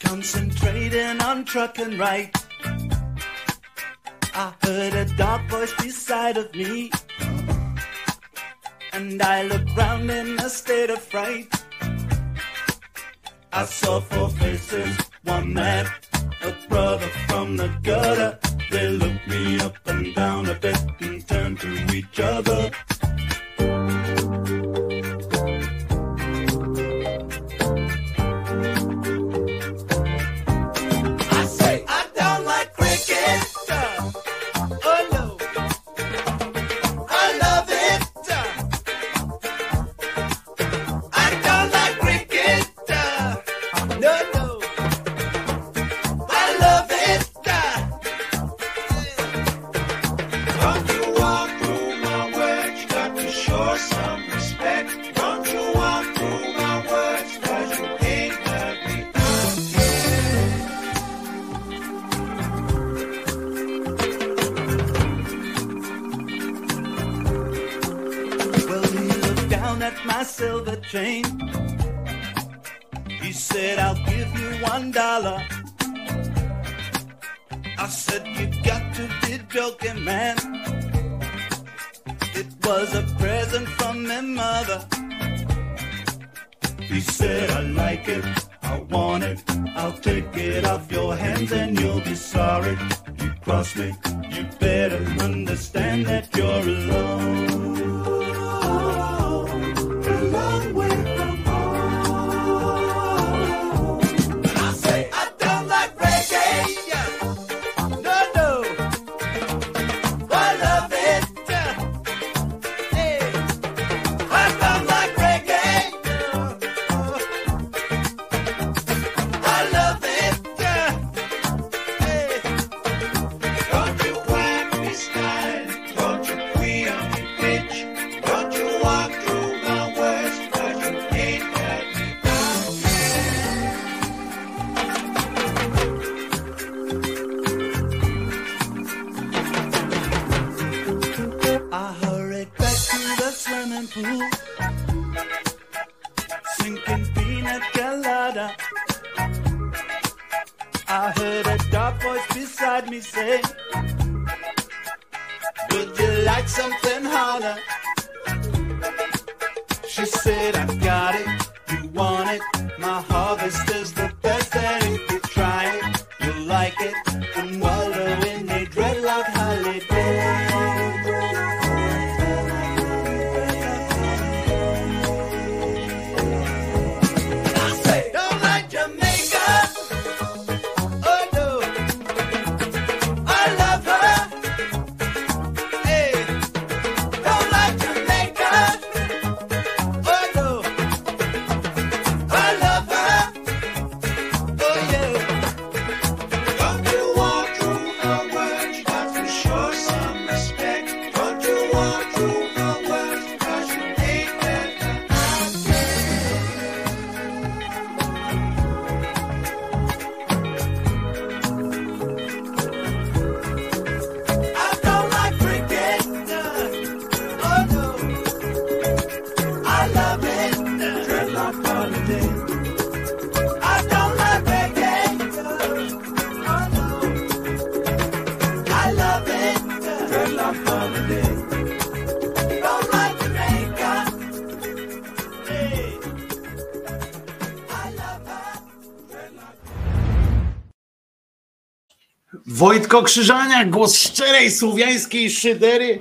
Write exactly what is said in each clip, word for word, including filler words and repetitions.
concentrating on trucking right. I heard a dark voice beside of me, and I looked round in a state of fright. I saw four faces, one man, a brother from the gutter. They looked me up and down a bit and turned to each other. Chain. He said, I'll give you one dollar. I said, you got to be joking, man. It was a present from my mother. He said, I like it, I want it, I'll take it off your hands and you'll be sorry. You cross me, you better understand that you're alone. Wojtko Krzyżaniak, głos szczerej słowiańskiej szydery.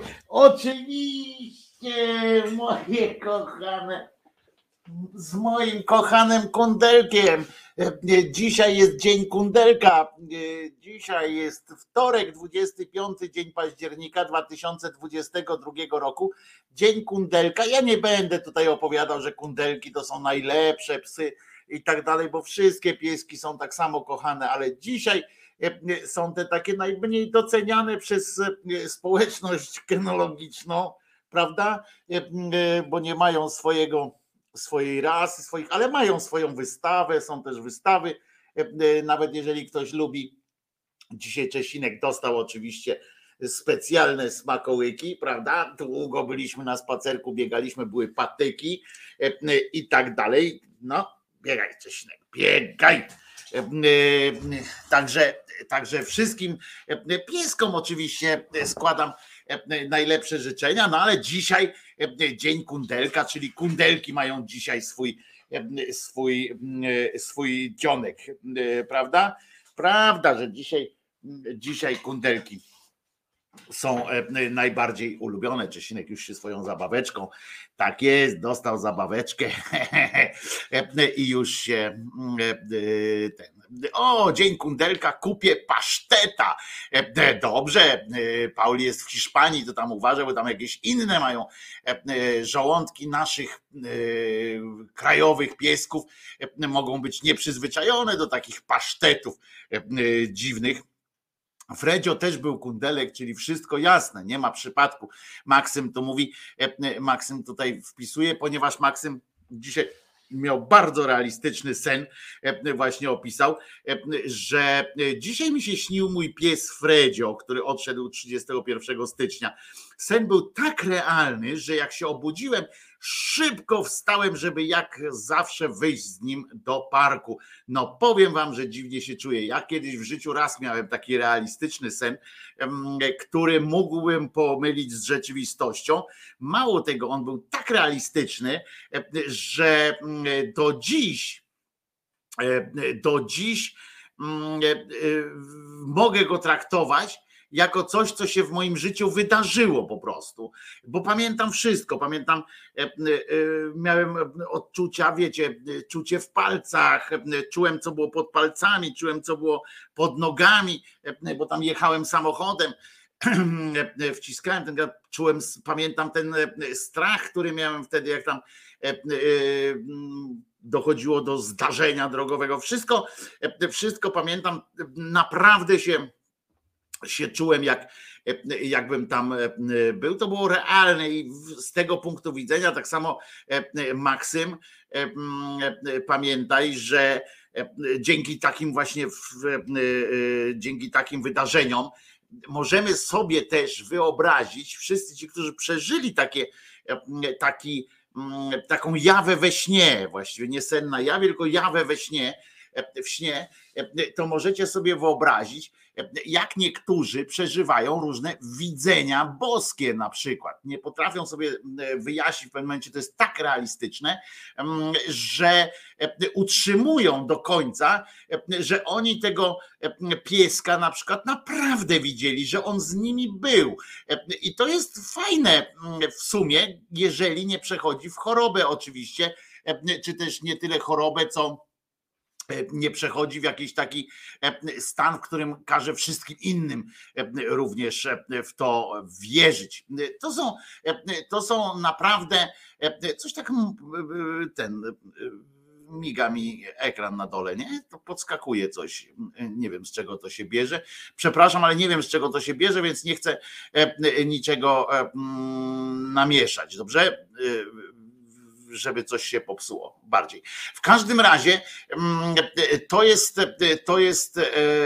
Oczywiście, moje kochane, z moim kochanym kundelkiem. Dzisiaj jest dzień kundelka. Dzisiaj jest wtorek, dwudziesty piąty dzień października dwa tysiące dwudziestego drugiego roku. Dzień kundelka. Ja nie będę tutaj opowiadał, że kundelki to są najlepsze psy i tak dalej, bo wszystkie pieski są tak samo kochane, ale dzisiaj są te takie najmniej doceniane przez społeczność kynologiczną, prawda? Bo nie mają swojego, swojej rasy, swoich, ale mają swoją wystawę, są też wystawy, nawet jeżeli ktoś lubi. Dzisiaj Czesinek dostał oczywiście specjalne smakołyki, prawda? Długo byliśmy na spacerku, biegaliśmy, były patyki i tak dalej. No, biegaj Czesinek, biegaj. Także, także wszystkim pieskom oczywiście składam najlepsze życzenia, no ale dzisiaj dzień kundelka, czyli kundelki mają dzisiaj swój, swój, swój dzionek, prawda? Prawda, że dzisiaj, dzisiaj kundelki są najbardziej ulubione. Czesinek już się swoją zabaweczką, tak jest, dostał zabaweczkę i już się ten, o, dzień kundelka, kupię paszteta. Dobrze, Pauli jest w Hiszpanii, to tam uważa, bo tam jakieś inne mają żołądki naszych krajowych piesków, mogą być nieprzyzwyczajone do takich pasztetów dziwnych. Fredzio też był kundelek, czyli wszystko jasne, nie ma przypadku. Maksym to mówi, Maksym tutaj wpisuje, ponieważ Maksym dzisiaj miał bardzo realistyczny sen, właśnie opisał, że dzisiaj mi się śnił mój pies Fredzio, który odszedł trzydziestego pierwszego stycznia. Sen był tak realny, że jak się obudziłem, szybko wstałem, żeby jak zawsze wyjść z nim do parku. No powiem wam, że dziwnie się czuję. Ja kiedyś w życiu raz miałem taki realistyczny sen, który mógłbym pomylić z rzeczywistością. Mało tego, on był tak realistyczny, że do dziś, do dziś mogę go traktować jako coś, co się w moim życiu wydarzyło po prostu, bo pamiętam wszystko, pamiętam, miałem odczucia, wiecie, czucie w palcach, czułem, co było pod palcami, czułem, co było pod nogami, bo tam jechałem samochodem, wciskałem ten, czułem, pamiętam ten strach, który miałem wtedy, jak tam dochodziło do zdarzenia drogowego, wszystko, wszystko pamiętam, naprawdę się się czułem, jak, jakbym tam był. To było realne i z tego punktu widzenia tak samo Maksym, pamiętaj, że dzięki takim właśnie dzięki takim wydarzeniom możemy sobie też wyobrazić, wszyscy ci, którzy przeżyli takie, taki, taką jawę we śnie, właściwie nie sen na jawie, tylko jawę we śnie, w śnie, to możecie sobie wyobrazić, jak niektórzy przeżywają różne widzenia boskie na przykład. Nie potrafią sobie wyjaśnić w pewnym momencie, to jest tak realistyczne, że utrzymują do końca, że oni tego pieska na przykład naprawdę widzieli, że on z nimi był. I to jest fajne w sumie, jeżeli nie przechodzi w chorobę oczywiście, czy też nie tyle chorobę, co nie przechodzi w jakiś taki stan, w którym każe wszystkim innym również w to wierzyć. To są, to są naprawdę coś tak, ten miga mi ekran na dole, nie? To podskakuje coś, nie wiem z czego to się bierze. Przepraszam, ale nie wiem z czego to się bierze, więc nie chcę niczego namieszać, dobrze? Żeby coś się popsuło bardziej. W każdym razie to jest, to jest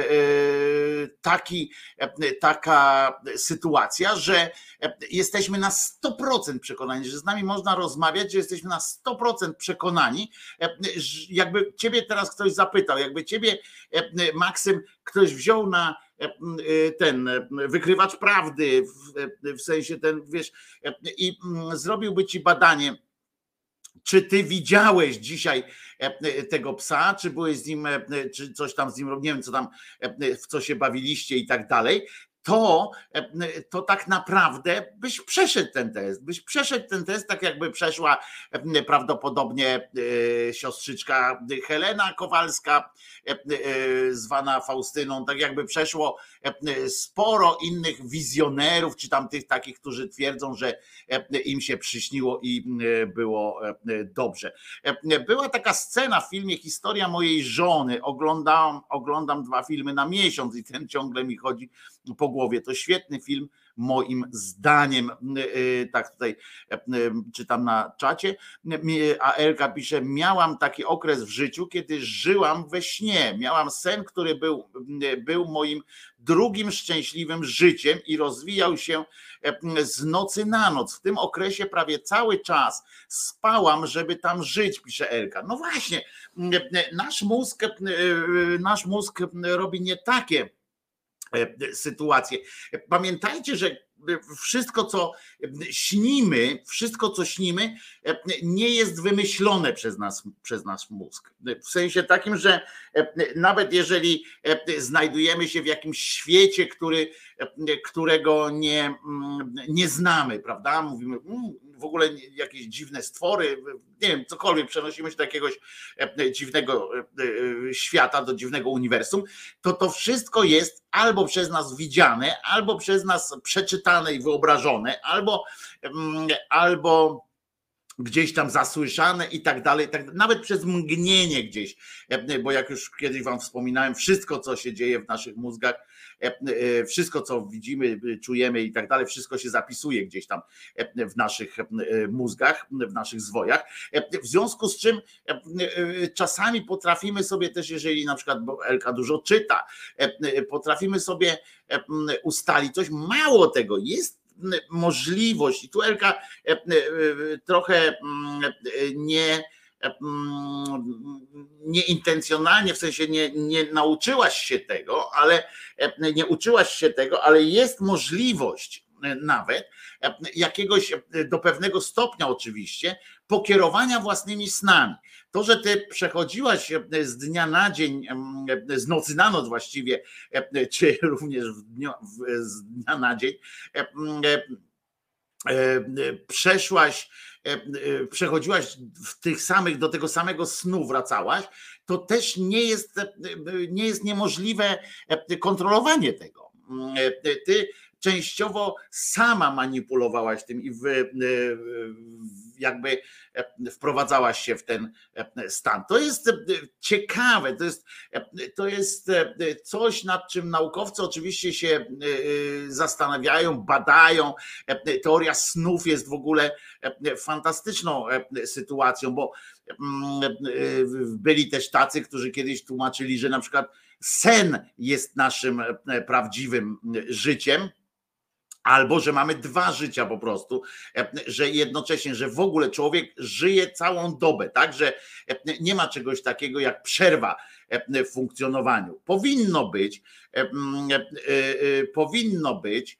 taki, taka sytuacja, że jesteśmy na sto procent przekonani, że z nami można rozmawiać, że jesteśmy na sto procent przekonani, jakby ciebie teraz ktoś zapytał, jakby ciebie, Maksym, ktoś wziął na ten wykrywacz prawdy, w, w sensie ten, wiesz, i zrobiłby ci badanie, czy ty widziałeś dzisiaj tego psa, czy byłeś z nim, czy coś tam z nim, nie wiem co tam, w co się bawiliście i tak dalej, to, to tak naprawdę byś przeszedł ten test, byś przeszedł ten test, tak jakby przeszła prawdopodobnie siostrzyczka Helena Kowalska, zwana Faustyną, tak jakby przeszło sporo innych wizjonerów, czy tam tych takich, którzy twierdzą, że im się przyśniło i było dobrze. Była taka scena w filmie Historia mojej żony, oglądam, oglądam dwa filmy na miesiąc i ten ciągle mi chodzi po głowie. To świetny film, moim zdaniem. Tak tutaj czytam na czacie, a Elka pisze, miałam taki okres w życiu, kiedy żyłam we śnie. Miałam sen, który był, był moim drugim szczęśliwym życiem i rozwijał się z nocy na noc. W tym okresie prawie cały czas spałam, żeby tam żyć, pisze Elka. No właśnie, nasz mózg, nasz mózg robi nie takie sytuacje. Pamiętajcie, że wszystko, co śnimy, wszystko, co śnimy, nie jest wymyślone przez nas, przez nasz mózg. W sensie takim, że nawet jeżeli znajdujemy się w jakimś świecie, który, którego nie, nie znamy, prawda? Mówimy, w ogóle jakieś dziwne stwory, nie wiem, cokolwiek, przenosimy się do jakiegoś dziwnego świata, do dziwnego uniwersum, to to wszystko jest albo przez nas widziane, albo przez nas przeczytane i wyobrażone, albo, albo gdzieś tam zasłyszane i tak dalej, tak, nawet przez mgnienie gdzieś, bo jak już kiedyś wam wspominałem, wszystko, co się dzieje w naszych mózgach, wszystko, co widzimy, czujemy i tak dalej, wszystko się zapisuje gdzieś tam w naszych mózgach, w naszych zwojach. W związku z czym czasami potrafimy sobie też, jeżeli na przykład, bo Elka dużo czyta, potrafimy sobie ustalić coś. Mało tego, jest możliwość, i tu Elka trochę nie nieintencjonalnie, w sensie nie, nie nauczyłaś się tego, ale nie uczyłaś się tego, ale jest możliwość nawet jakiegoś, do pewnego stopnia oczywiście, pokierowania własnymi snami. To, że ty przechodziłaś z dnia na dzień, z nocy na noc właściwie, czy również w dniu, z dnia na dzień, przeszłaś, przechodziłaś w tych samych, do tego samego snu wracałaś, to też nie jest, nie jest niemożliwe kontrolowanie tego. Ty częściowo sama manipulowałaś tym i wy, jakby wprowadzałaś się w ten stan. To jest ciekawe, to jest, to jest coś, nad czym naukowcy oczywiście się zastanawiają, badają. Teoria snów jest w ogóle fantastyczną sytuacją, bo byli też tacy, którzy kiedyś tłumaczyli, że na przykład sen jest naszym prawdziwym życiem, albo że mamy dwa życia po prostu, że jednocześnie, że w ogóle człowiek żyje całą dobę, tak, że nie ma czegoś takiego jak przerwa w funkcjonowaniu. Powinno być, powinno być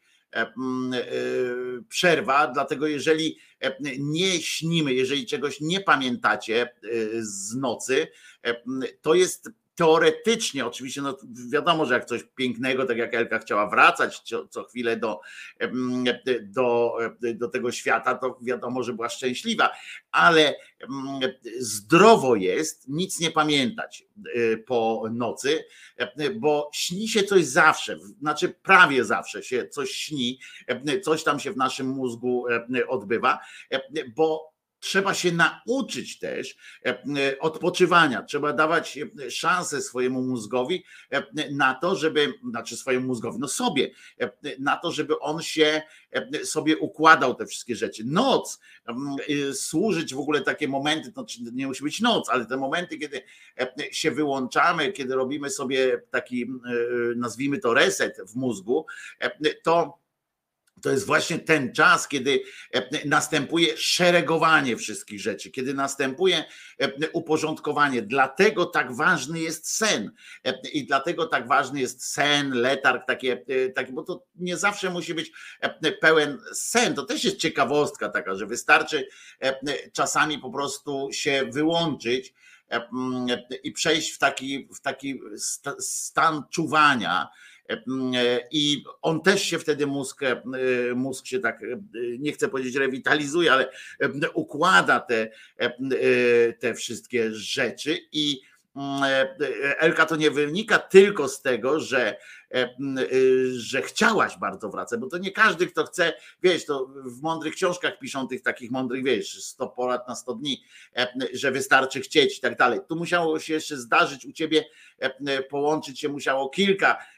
przerwa, dlatego jeżeli nie śnimy, jeżeli czegoś nie pamiętacie z nocy, to jest teoretycznie, oczywiście, no wiadomo, że jak coś pięknego, tak jak Elka chciała wracać co, co chwilę do, do, do tego świata, to wiadomo, że była szczęśliwa, ale zdrowo jest nic nie pamiętać po nocy, bo śni się coś zawsze, znaczy prawie zawsze się coś śni, coś tam się w naszym mózgu odbywa, bo trzeba się nauczyć też odpoczywania. Trzeba dawać szansę swojemu mózgowi na to, żeby, znaczy swojemu mózgowi, no sobie, na to, żeby on się sobie układał te wszystkie rzeczy. Noc, służyć w ogóle takie momenty, to nie musi być noc, ale te momenty, kiedy się wyłączamy, kiedy robimy sobie taki, nazwijmy to reset w mózgu, to To jest właśnie ten czas, kiedy następuje szeregowanie wszystkich rzeczy, kiedy następuje uporządkowanie. Dlatego tak ważny jest sen. I dlatego tak ważny jest sen, letarg, takie, takie, bo to nie zawsze musi być pełen sen. To też jest ciekawostka taka, że wystarczy czasami po prostu się wyłączyć i przejść w taki, w taki stan czuwania. I on też się wtedy mózg, mózg się tak, nie chcę powiedzieć rewitalizuje, ale układa te, te wszystkie rzeczy i Elka, to nie wynika tylko z tego, że, że chciałaś bardzo wracać, bo to nie każdy, kto chce, wiesz, to w mądrych książkach piszą tych takich mądrych, wiesz, sto porad na sto dni, że wystarczy chcieć i tak dalej. Tu musiało się jeszcze zdarzyć u ciebie, połączyć się musiało kilka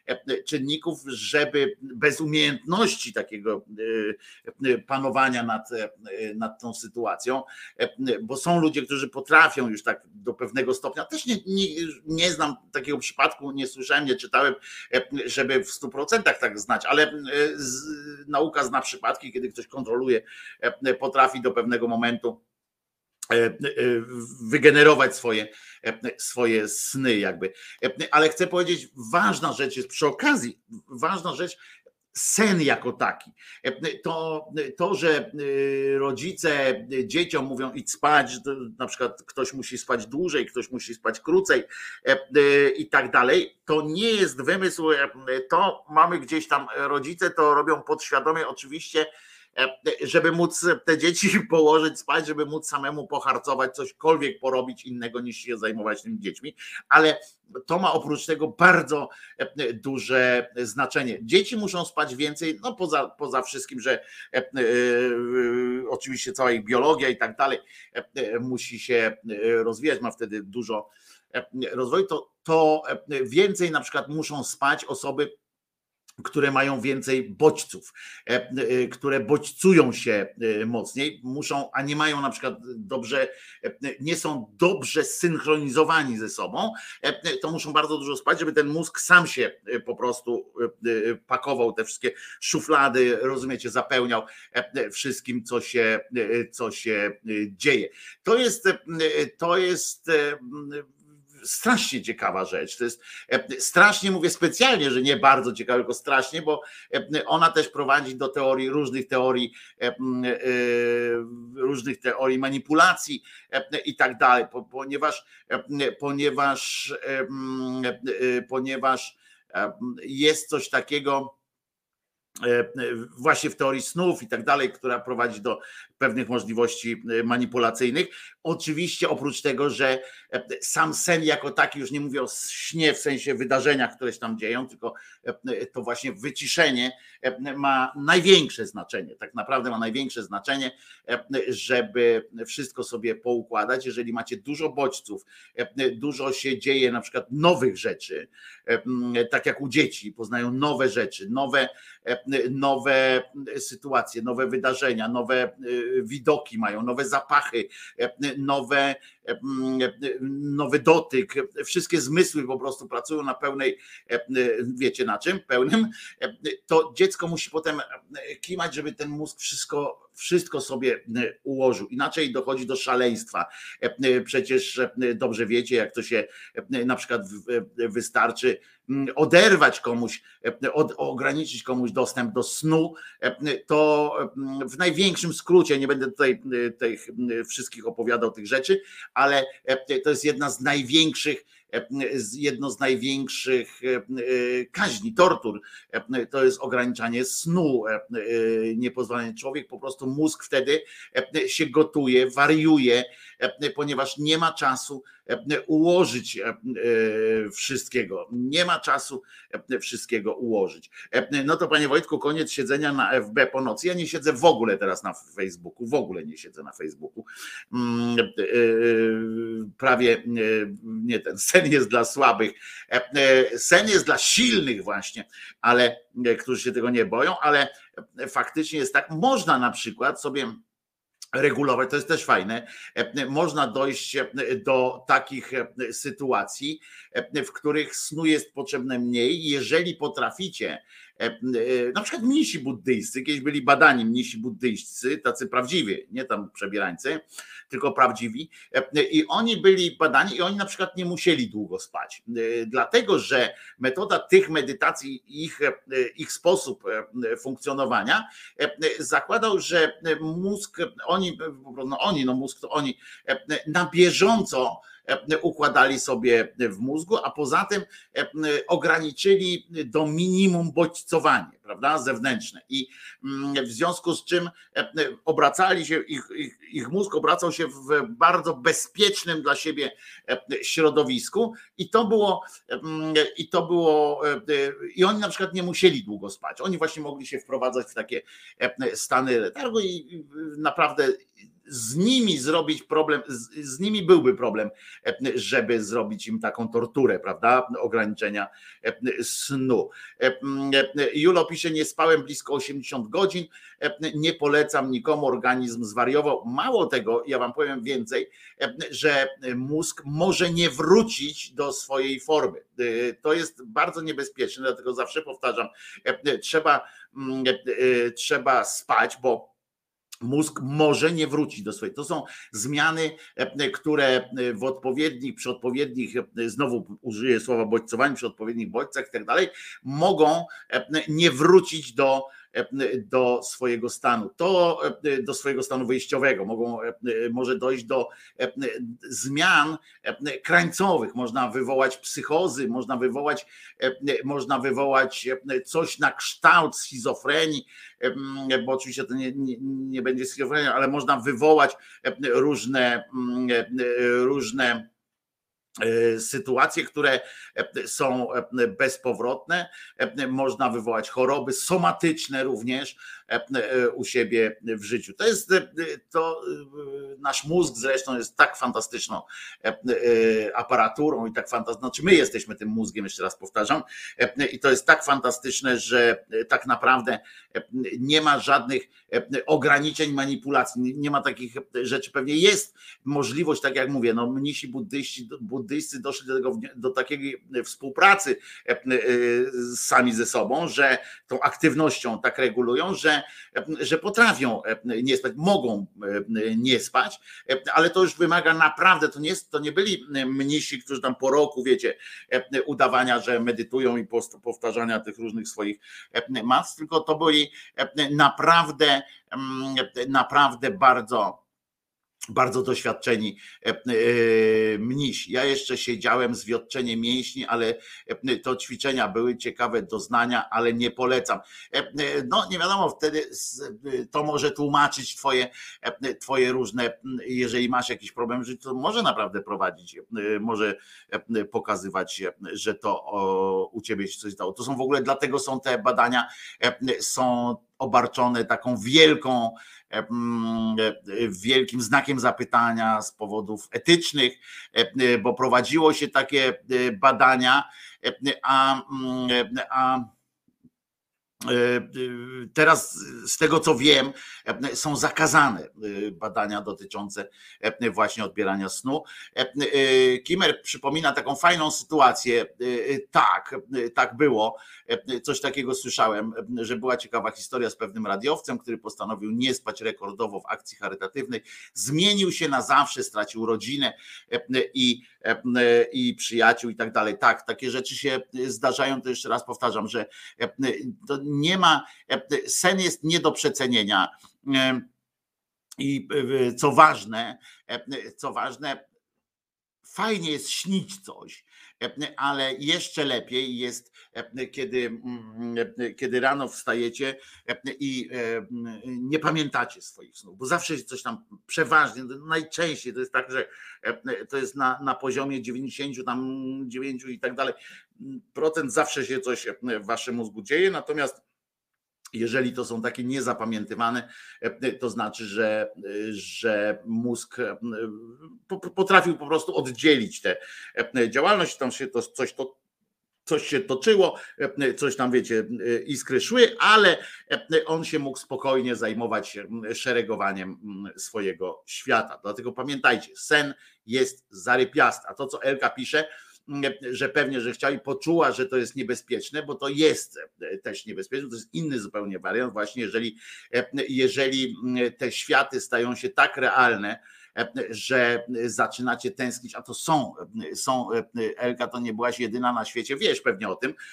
czynników, żeby bez umiejętności takiego panowania nad, nad tą sytuacją, bo są ludzie, którzy potrafią już tak do pewnego stopnia, też nie, nie, nie znam takiego przypadku, nie słyszałem, nie czytałem, żeby w stu procentach tak znać, ale z, nauka zna przypadki, kiedy ktoś kontroluje, potrafi do pewnego momentu wygenerować swoje, swoje sny jakby. Ale chcę powiedzieć, ważna rzecz jest przy okazji, ważna rzecz, sen jako taki. To, to, że rodzice dzieciom mówią idź spać, na przykład ktoś musi spać dłużej, ktoś musi spać krócej i tak dalej, to nie jest wymysł, to mamy gdzieś tam, rodzice to robią podświadomie oczywiście, żeby móc te dzieci położyć spać, żeby móc samemu poharcować, cośkolwiek porobić innego niż się zajmować tymi dziećmi, ale to ma oprócz tego bardzo duże znaczenie. Dzieci muszą spać więcej, no poza, poza wszystkim, że e, e, oczywiście cała ich biologia i tak dalej e, musi się rozwijać, ma wtedy dużo rozwoju, to, to więcej na przykład muszą spać osoby, które mają więcej bodźców, które bodźcują się mocniej, muszą, a nie mają na przykład dobrze, nie są dobrze zsynchronizowani ze sobą, to muszą bardzo dużo spać, żeby ten mózg sam się po prostu pakował, te wszystkie szuflady, rozumiecie, zapełniał wszystkim, co się, co się dzieje. To jest, to jest strasznie ciekawa rzecz. To jest strasznie, mówię specjalnie, że nie bardzo ciekawe, tylko strasznie, bo ona też prowadzi do teorii, różnych teorii, różnych teorii manipulacji i tak dalej, ponieważ, ponieważ, ponieważ jest coś takiego właśnie w teorii snów i tak dalej, która prowadzi do pewnych możliwości manipulacyjnych. Oczywiście oprócz tego, że sam sen jako taki, już nie mówię o śnie w sensie wydarzeniach, które się tam dzieją, tylko to właśnie wyciszenie ma największe znaczenie, tak naprawdę ma największe znaczenie, żeby wszystko sobie poukładać. Jeżeli macie dużo bodźców, dużo się dzieje na przykład nowych rzeczy, tak jak u dzieci, poznają nowe rzeczy, nowe, nowe sytuacje, nowe wydarzenia, nowe widoki mają, nowe zapachy, nowe, nowy dotyk, wszystkie zmysły po prostu pracują na pełnej, wiecie na czym, pełnym, to dziecko musi potem kimać, żeby ten mózg wszystko, wszystko sobie ułożył. Inaczej dochodzi do szaleństwa. Przecież dobrze wiecie, jak to się na przykład wystarczy oderwać komuś, od, ograniczyć komuś dostęp do snu, to w największym skrócie, nie będę tutaj tych wszystkich opowiadał tych rzeczy, ale to jest jedna z największych, jedno z największych kaźni, tortur, to jest ograniczanie snu, niepozwolenie. Człowiek po prostu, mózg wtedy się gotuje, wariuje, ponieważ nie ma czasu ułożyć wszystkiego, nie ma czasu wszystkiego ułożyć. No to panie Wojtku, koniec siedzenia na F B po nocy. Ja nie siedzę w ogóle teraz na Facebooku, w ogóle nie siedzę na Facebooku. Prawie nie, ten sen jest dla słabych, sen jest dla silnych właśnie, ale którzy się tego nie boją, ale faktycznie jest tak, można na przykład sobie regulować, to jest też fajne, można dojść do takich sytuacji, w których snu jest potrzebne mniej, jeżeli potraficie, na przykład mnisi buddyjscy, kiedyś byli badani mnisi buddyjscy, tacy prawdziwi, nie tam przebierańcy, tylko prawdziwi, i oni byli badani i oni na przykład nie musieli długo spać, dlatego że metoda tych medytacji, ich, ich sposób funkcjonowania zakładał, że mózg, oni, no oni, no mózg to oni na bieżąco układali sobie w mózgu, a poza tym ograniczyli do minimum bodźcowanie. prawda, zewnętrzne i w związku z czym obracali się, ich, ich, ich mózg obracał się w bardzo bezpiecznym dla siebie środowisku i to było i to było i oni na przykład nie musieli długo spać, oni właśnie mogli się wprowadzać w takie stany letargu i naprawdę z nimi zrobić problem, z, z nimi byłby problem, żeby zrobić im taką torturę, prawda, ograniczenia snu. Julo pisze, nie spałem blisko osiemdziesiąt godzin, nie polecam nikomu, organizm zwariował. Mało tego, ja wam powiem więcej, że mózg może nie wrócić do swojej formy. To jest bardzo niebezpieczne, dlatego zawsze powtarzam, trzeba, trzeba spać, bo mózg może nie wrócić do swojej. To są zmiany, które w odpowiednich, przy odpowiednich, znowu użyję słowa bodźcowanie, przy odpowiednich bodźcach i tak dalej, mogą nie wrócić do do swojego stanu, to do swojego stanu wyjściowego, mogą, może dojść do zmian krańcowych, można wywołać psychozy, można wywołać, można wywołać coś na kształt schizofrenii, bo oczywiście to nie, nie, nie będzie schizofrenia, ale można wywołać różne, różne sytuacje, które są bezpowrotne, można wywołać choroby somatyczne również u siebie w życiu. To jest to, nasz mózg zresztą jest tak fantastyczną aparaturą i tak fantastyczną, znaczy my jesteśmy tym mózgiem, jeszcze raz powtarzam, i to jest tak fantastyczne, że tak naprawdę nie ma żadnych ograniczeń, manipulacji, nie ma takich rzeczy. Pewnie jest możliwość, tak jak mówię, no mnisi buddyści, buddyjscy doszli do, tego, do takiej współpracy sami ze sobą, że tą aktywnością tak regulują, że, że potrafią nie spać, mogą nie spać, ale to już wymaga naprawdę, to nie, jest, to nie byli mnisi, którzy tam po roku, wiecie, udawania, że medytują i powtarzania tych różnych swoich mat, tylko to byli naprawdę, naprawdę bardzo bardzo doświadczeni mnisi. Ja jeszcze siedziałem zwiotczenie mięśni, ale to ćwiczenia były ciekawe doznania, ale nie polecam. No nie wiadomo, wtedy to może tłumaczyć twoje, twoje różne, jeżeli masz jakiś problem w życiu, to może naprawdę prowadzić, może pokazywać, że to u ciebie się coś stało. To są w ogóle, dlatego są te badania, są obarczone taką wielką, wielkim znakiem zapytania z powodów etycznych, bo prowadziło się takie badania, a, a teraz z tego co wiem, są zakazane badania dotyczące właśnie odbierania snu. Kimmer przypomina taką fajną sytuację. Tak, tak było. Coś takiego słyszałem, że była ciekawa historia z pewnym radiowcem, który postanowił nie spać rekordowo w akcji charytatywnej. Zmienił się na zawsze, stracił rodzinę i, i przyjaciół i tak dalej. Tak, takie rzeczy się zdarzają. To jeszcze raz powtarzam, że to nie ma, sen jest nie do przecenienia i co ważne, co ważne, fajnie jest śnić coś, ale jeszcze lepiej jest, kiedy, kiedy rano wstajecie i nie pamiętacie swoich snów, bo zawsze jest coś tam, przeważnie, najczęściej to jest tak, że to jest na, na poziomie dziewięćdziesiąt dziewięć i tak dalej procent, zawsze się coś w waszym mózgu dzieje, natomiast jeżeli to są takie niezapamiętywane, to znaczy, że, że mózg potrafił po prostu oddzielić tę działalność, tam się to coś to coś się toczyło, coś tam wiecie, iskry szły, ale on się mógł spokojnie zajmować szeregowaniem swojego świata. Dlatego pamiętajcie, sen jest zarypiasty. A to, co Elka pisze, że pewnie, że chciała i poczuła, że to jest niebezpieczne, bo to jest też niebezpieczne, to jest inny zupełnie wariant, właśnie jeżeli, jeżeli te światy stają się tak realne, że zaczynacie tęsknić, a to są, są, Elka, to nie byłaś jedyna na świecie, wiesz pewnie o tym,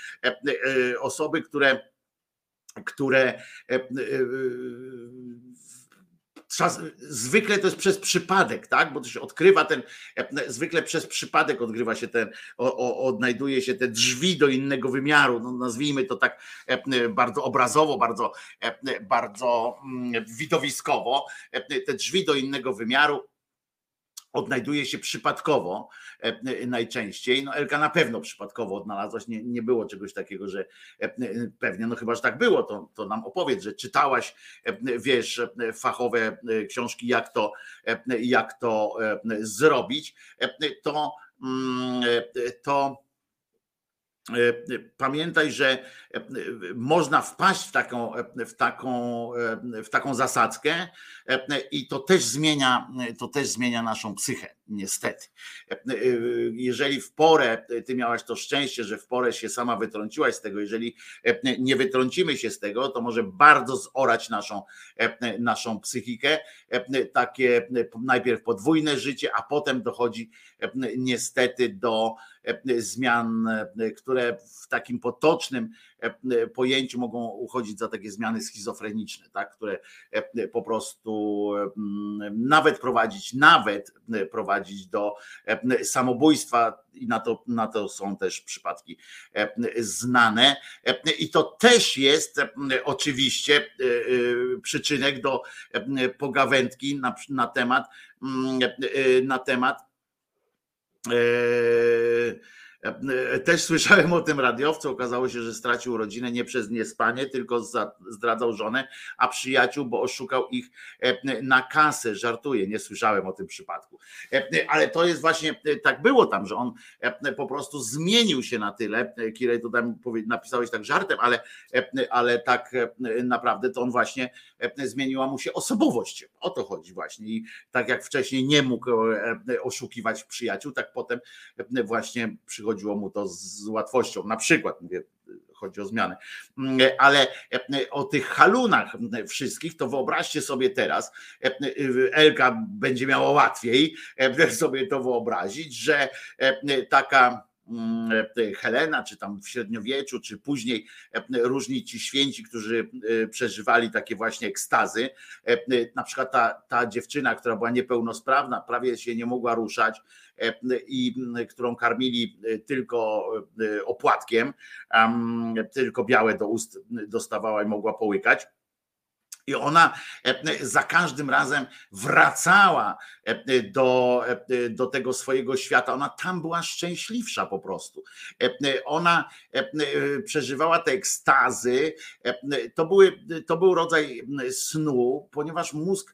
osoby, które, które zwykle to jest przez przypadek, tak? Bo to się odkrywa ten, zwykle przez przypadek odgrywa się ten, o, o, odnajduje się te drzwi do innego wymiaru, no nazwijmy to tak bardzo obrazowo, bardzo, bardzo widowiskowo, te drzwi do innego wymiaru odnajduje się przypadkowo najczęściej. No Elka na pewno przypadkowo odnalazłaś, nie, nie było czegoś takiego, że pewnie, no chyba, że tak było, to, to nam opowiedz, że czytałaś, wiesz, fachowe książki, jak to, jak to zrobić, to to pamiętaj, że można wpaść w taką, w taką, w taką zasadzkę i to też zmienia, to też zmienia naszą psychę, niestety. Jeżeli w porę, ty miałaś to szczęście, że w porę się sama wytrąciłaś z tego, jeżeli nie wytrącimy się z tego, to może bardzo zorać naszą, naszą psychikę, takie najpierw podwójne życie, a potem dochodzi niestety do zmian, które w takim potocznym pojęciu mogą uchodzić za takie zmiany schizofreniczne, tak? Które po prostu nawet prowadzić, nawet prowadzić do samobójstwa i na to, na to są też przypadki znane. I to też jest oczywiście przyczynek do pogawędki na, na temat na temat Też słyszałem o tym radiowcu, okazało się, że stracił rodzinę nie przez niespanie, tylko zdradzał żonę, a przyjaciół, bo oszukał ich na kasę. Żartuję, nie słyszałem o tym przypadku. Ale to jest właśnie, tak było tam, że on po prostu zmienił się na tyle, Kirej, to tam napisałeś tak żartem, ale, ale tak naprawdę to on właśnie zmieniła mu się osobowość. O to chodzi właśnie. I tak jak wcześniej nie mógł oszukiwać przyjaciół, tak potem właśnie przychodziło mu to z łatwością. Na przykład, mówię, chodzi o zmianę. Ale o tych halunach wszystkich, to wyobraźcie sobie teraz, Elka będzie miała łatwiej sobie to wyobrazić, że taka Helena, czy tam w średniowieczu, czy później różni ci święci, którzy przeżywali takie właśnie ekstazy. Na przykład ta, ta dziewczyna, która była niepełnosprawna, prawie się nie mogła ruszać i którą karmili tylko opłatkiem, tylko białe do ust dostawała i mogła połykać. I ona za każdym razem wracała do, do tego swojego świata. Ona tam była szczęśliwsza po prostu. Ona przeżywała te ekstazy. To, były, to był rodzaj snu, ponieważ mózg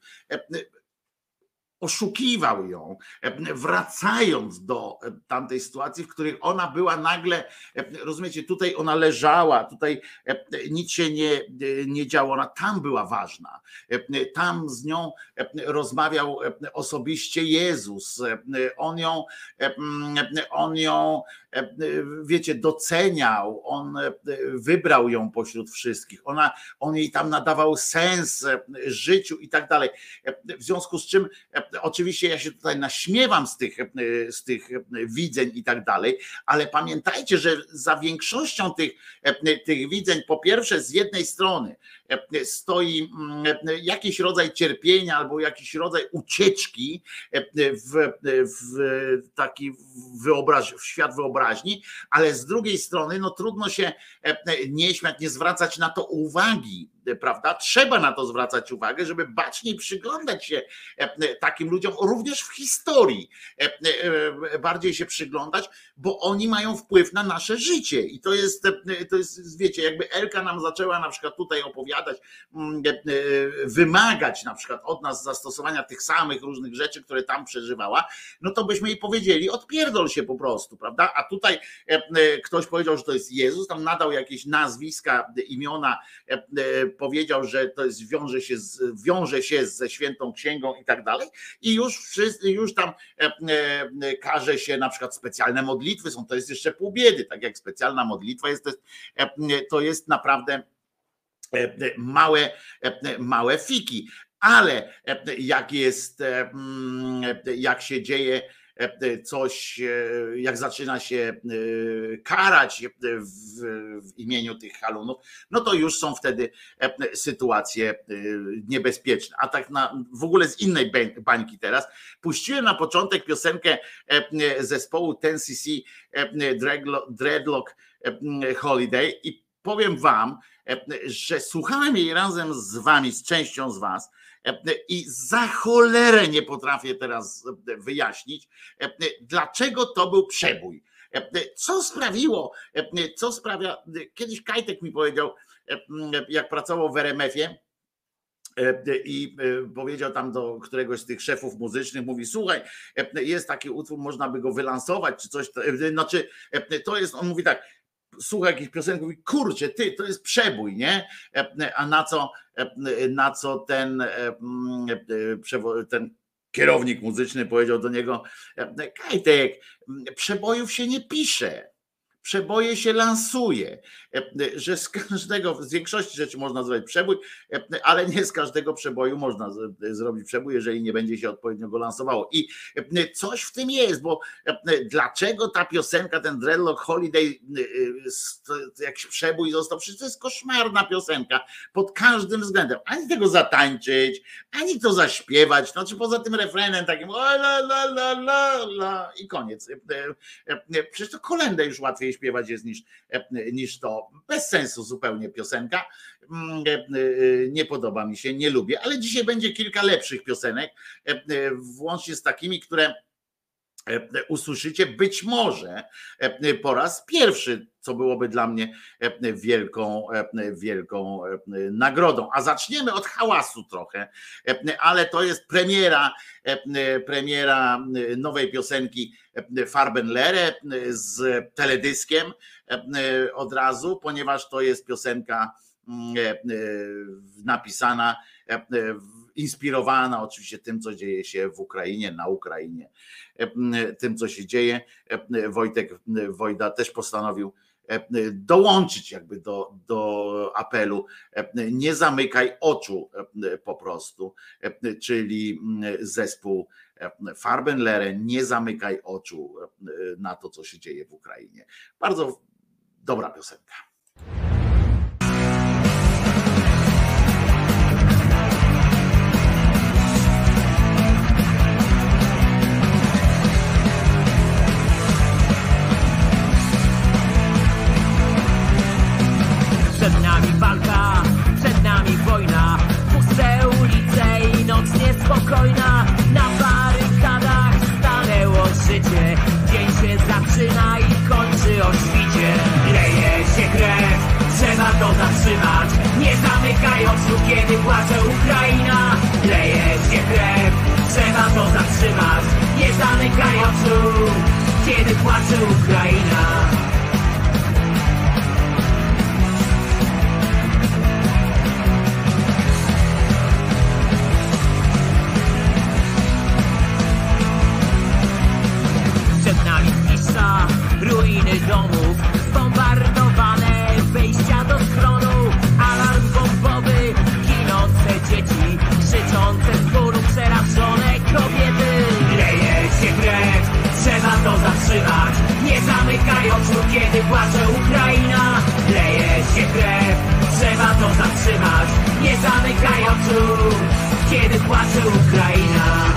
oszukiwał ją, wracając do tamtej sytuacji, w której ona była nagle, rozumiecie, tutaj ona leżała, tutaj nic się nie, nie działo, ona tam była ważna, tam z nią rozmawiał osobiście Jezus, on ją, on ją, wiecie, doceniał, on wybrał ją pośród wszystkich, ona, on jej tam nadawał sens życiu i tak dalej, w związku z czym oczywiście ja się tutaj naśmiewam z tych, z tych widzeń i tak dalej, ale pamiętajcie, że za większością tych, tych widzeń, po pierwsze z jednej strony stoi jakiś rodzaj cierpienia albo jakiś rodzaj ucieczki w, w taki wyobraź, w świat wyobraźni, ale z drugiej strony no trudno się nie śmiać, nie zwracać na to uwagi, prawda? Trzeba na to zwracać uwagę, żeby baczniej przyglądać się takim ludziom, również w historii bardziej się przyglądać, bo oni mają wpływ na nasze życie i to jest, to jest, wiecie, jakby Elka nam zaczęła na przykład tutaj opowiadać, wymagać na przykład od nas zastosowania tych samych różnych rzeczy, które tam przeżywała, no to byśmy jej powiedzieli, odpierdol się po prostu, prawda? A tutaj ktoś powiedział, że to jest Jezus, tam nadał jakieś nazwiska, imiona, powiedział, że to jest, wiąże się, z, wiąże się ze świętą księgą i tak dalej i już wszyscy, już tam każe się na przykład specjalne modlitwy są, to jest jeszcze pół biedy, tak jak specjalna modlitwa jest, to jest, to jest naprawdę małe, małe fiki, ale jak jest, jak się dzieje coś, jak zaczyna się karać w, w imieniu tych halunów, no to już są wtedy sytuacje niebezpieczne. A tak na, w ogóle z innej bańki teraz. Puściłem na początek piosenkę zespołu Ten C C Dreadlock Holiday i powiem wam, że słuchałem jej razem z wami, z częścią z was i za cholerę nie potrafię teraz wyjaśnić, dlaczego to był przebój. Co sprawiło, co sprawia, kiedyś Kajtek mi powiedział, jak pracował w R M F-ie, i powiedział tam do któregoś z tych szefów muzycznych, mówi, słuchaj, jest taki utwór, można by go wylansować, czy coś, znaczy to jest, on mówi tak, słucha jakiejś piosenki, mówi, kurczę, ty, to jest przebój, nie? A na co, na co ten, ten kierownik muzyczny powiedział do niego, Kajtek, przebojów się nie pisze, przeboje się lansuje, że z każdego, z większości rzeczy można zrobić przebój, ale nie z każdego przeboju można zrobić przebój, jeżeli nie będzie się odpowiednio go lansowało. I coś w tym jest, bo dlaczego ta piosenka, ten Dreadlock Holiday, jakiś przebój został, przecież to jest koszmarna piosenka pod każdym względem. Ani tego zatańczyć, ani to zaśpiewać, znaczy poza tym refrenem takim la la la la la i koniec. Przecież to kolędę już łatwiej śpiewać jest niż, niż to. Bez sensu zupełnie piosenka. Nie podoba mi się, nie lubię, ale dzisiaj będzie kilka lepszych piosenek, włącznie z takimi, które usłyszycie być może po raz pierwszy, co byłoby dla mnie wielką, wielką nagrodą. A zaczniemy od hałasu trochę, ale to jest premiera, premiera nowej piosenki Farbenlehre z teledyskiem od razu, ponieważ to jest piosenka napisana, inspirowana oczywiście tym, co dzieje się w Ukrainie, na Ukrainie, tym, co się dzieje. Wojtek Wojda też postanowił dołączyć jakby do, do apelu nie zamykaj oczu po prostu, czyli zespół Farbenlehre, nie zamykaj oczu na to, co się dzieje w Ukrainie. Bardzo dobra piosenka. Przed nami walka, przed nami wojna, puste ulice i noc niespokojna. Na barykadach stanęło życie, dzień się zaczyna i kończy o świcie. Leje się krew, trzeba to zatrzymać, nie zamykaj oczu, kiedy płacze Ukraina. Leje się krew, trzeba to zatrzymać, nie zamykaj oczu, kiedy płacze Ukraina. Ruiny domów, zbombardowane wejścia do schronu, alarm bombowy, ginące dzieci, krzyczące z bólu przerażone kobiety. Leje się krew, trzeba to zatrzymać, nie zamykaj oczu, kiedy płacze Ukraina. Leje się krew, trzeba to zatrzymać, nie zamykaj oczu, kiedy płacze Ukraina.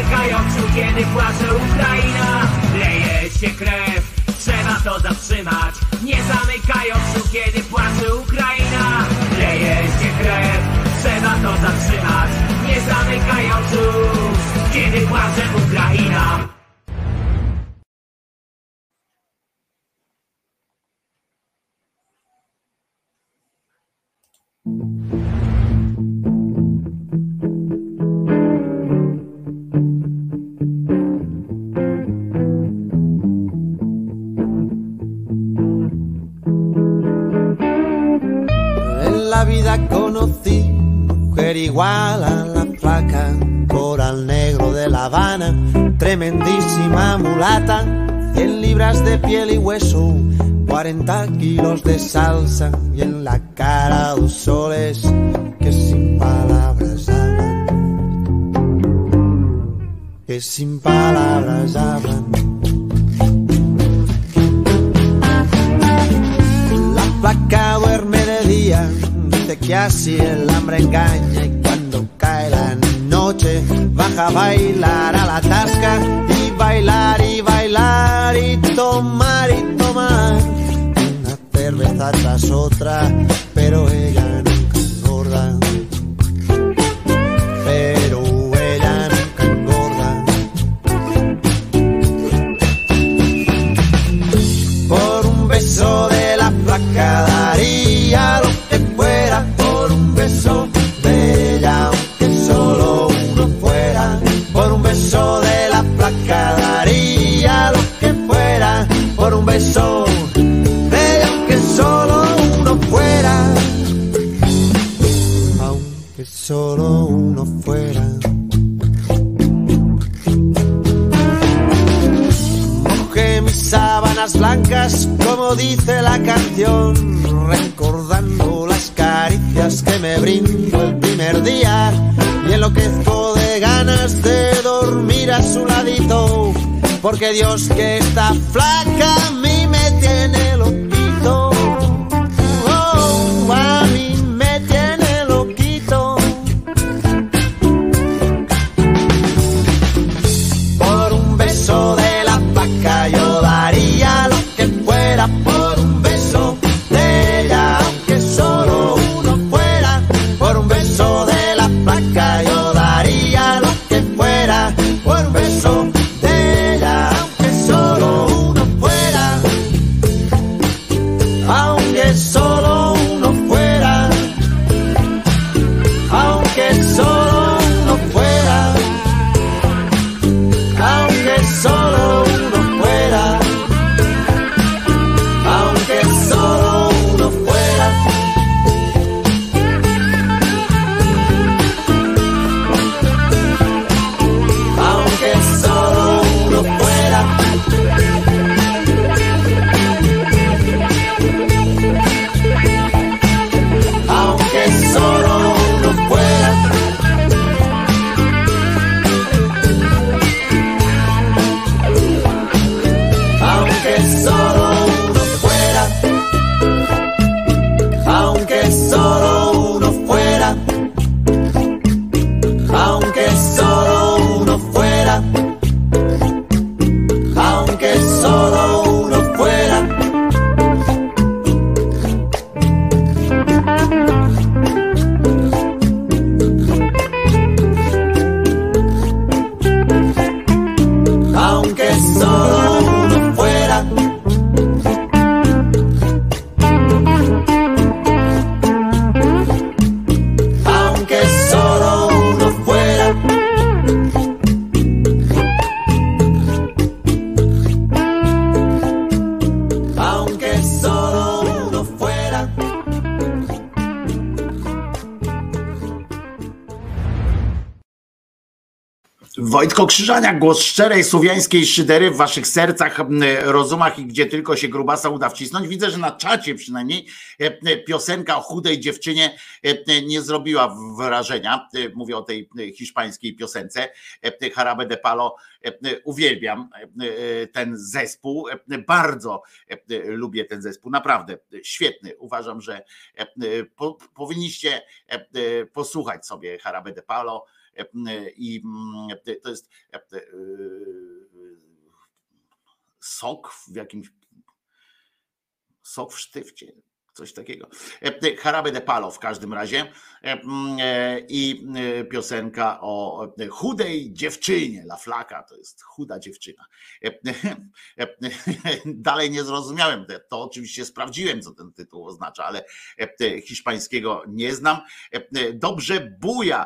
zamykają oczu, kiedy płacze Ukraina. Leje się krew, trzeba to zatrzymać. Nie zamykaj oczu, kiedy płacze Ukraina. Leje się krew, trzeba to zatrzymać. Nie zamykaj oczu, kiedy płacze Ukraina. En la vida conocí mujer igual a la flaca, coral negro de La Habana, tremendísima mulata, cien libras de piel y hueso, cuarenta kilos de salsa y en la cara dos soles que sin palabras hablan, que sin palabras hablan. La flaca duerme de día, dice que así el hambre engaña y cuando cae la noche baja a bailar a la tasca y bailar y bailar y tomar y tomar una cerveza tras otra, pero ella nunca engorda, pero ella nunca engorda. Por un beso de la flaca daría lo que fuera, por un beso de ella aunque solo uno fuera, por un beso de la flaca daría lo que fuera, por un beso de ella aunque solo uno fuera, aunque solo uno fuera. Mojé mis sábanas blancas como dice la canción, recordando las caricias que me brindó el primer día y enloquezco de ganas de dormir a su ladito, porque Dios que esta flaca a mí me tiene loquito, oh, a mí me tiene loquito. Por un beso de la flaca yo daría lo que fuera, por un beso de ella aunque solo uno fuera, por un beso de la flaca yo daría lo que fuera, por un beso de ella aunque solo uno fuera, aunque solo uno fuera, aunque solo uno fuera, aunque solo uno fuera, aunque solo uno fuera. Aunque solo uno fuera, aunque solo uno fuera, aunque solo uno fuera, aunque solo uno fuera, aunque solo uno fuera, aunque solo uno fuera. Aunque solo uno fuera, aunque solo uno fuera, aunque solo uno fuera. Wojtko Krzyżaniak, głos szczerej słowiańskiej szydery w waszych sercach, rozumach i gdzie tylko się grubasa uda wcisnąć. Widzę, że na czacie przynajmniej piosenka o chudej dziewczynie nie zrobiła wrażenia. Mówię o tej hiszpańskiej piosence. Jarabe de Palo, uwielbiam ten zespół. Bardzo lubię ten zespół. Naprawdę świetny. Uważam, że powinniście posłuchać sobie Jarabe de Palo. i to jest sok w jakimś sok w sztywcie, coś takiego. Jarabe de Palo w każdym razie i piosenka o chudej dziewczynie. La Flaca to jest chuda dziewczyna. Dalej nie zrozumiałem. To oczywiście sprawdziłem, co ten tytuł oznacza, ale hiszpańskiego nie znam. Dobrze buja,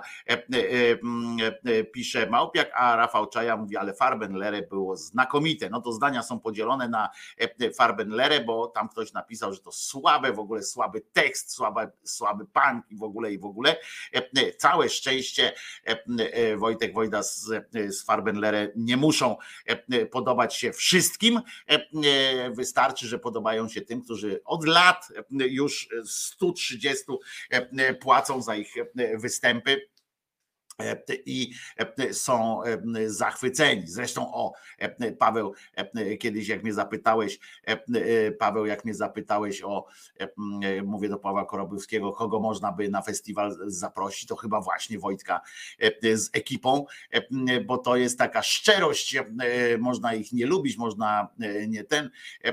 pisze Małpiak, a Rafał Czaja mówi, ale Farbenlere było znakomite. No to zdania są podzielone na Farbenlere, bo tam ktoś napisał, że to słabe, w ogóle słaby tekst, słaby, słaby punk i w ogóle i w ogóle. Całe szczęście Wojtek Wojda z, z Farbenlere nie muszą podobać się wszystkim. Wystarczy, że podobają się tym, którzy od lat już sto trzydzieści płacą za ich występy i są zachwyceni. Zresztą o Paweł, kiedyś jak mnie zapytałeś, Paweł, jak mnie zapytałeś o, mówię do Pawła Korobiewskiego, kogo można by na festiwal zaprosić, to chyba właśnie Wojtka z ekipą, bo to jest taka szczerość, można ich nie lubić, można nie ten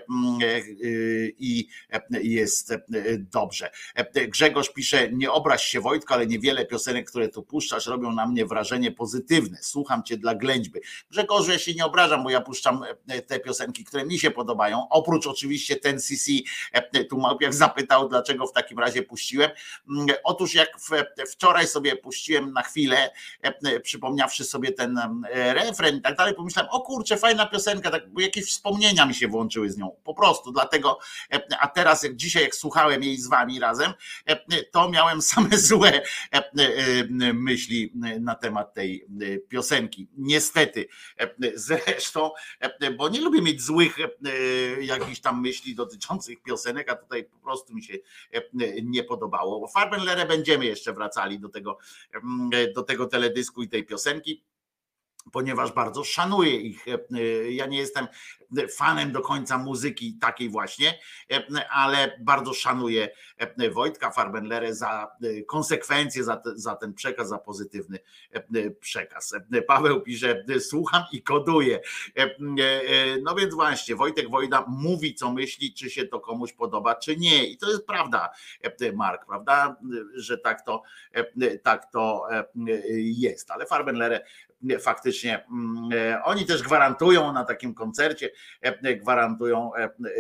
i jest dobrze. Grzegorz pisze, nie obraź się Wojtko, ale niewiele piosenek, które tu puszczasz, robią na mnie wrażenie pozytywne. Słucham cię dla ględźby. Grzegorzu, ja się nie obrażam, bo ja puszczam te piosenki, które mi się podobają. Oprócz oczywiście ten C C, tu Małpiak zapytał, dlaczego w takim razie puściłem. Otóż jak wczoraj sobie puściłem na chwilę, przypomniawszy sobie ten refren i tak dalej, pomyślałem, o kurczę, fajna piosenka, tak, bo jakieś wspomnienia mi się włączyły z nią. Po prostu dlatego, a teraz jak dzisiaj, jak słuchałem jej z wami razem, to miałem same złe myśli na temat tej piosenki. Niestety. Zresztą, bo nie lubię mieć złych jakichś tam myśli dotyczących piosenek, a tutaj po prostu mi się nie podobało. Farbenlere będziemy jeszcze wracali do tego, do tego teledysku i tej piosenki, ponieważ bardzo szanuję ich. Ja nie jestem fanem do końca muzyki takiej właśnie, ale bardzo szanuję Wojtka Farbenlere za konsekwencje, za, te, za ten przekaz, za pozytywny przekaz. Paweł pisze, słucham i koduję. No więc właśnie, Wojtek Wojda mówi, co myśli, czy się to komuś podoba, czy nie. I to jest prawda, Mark, prawda, że tak to, tak to jest. Ale Farbenlere faktycznie oni też gwarantują na takim koncercie, gwarantują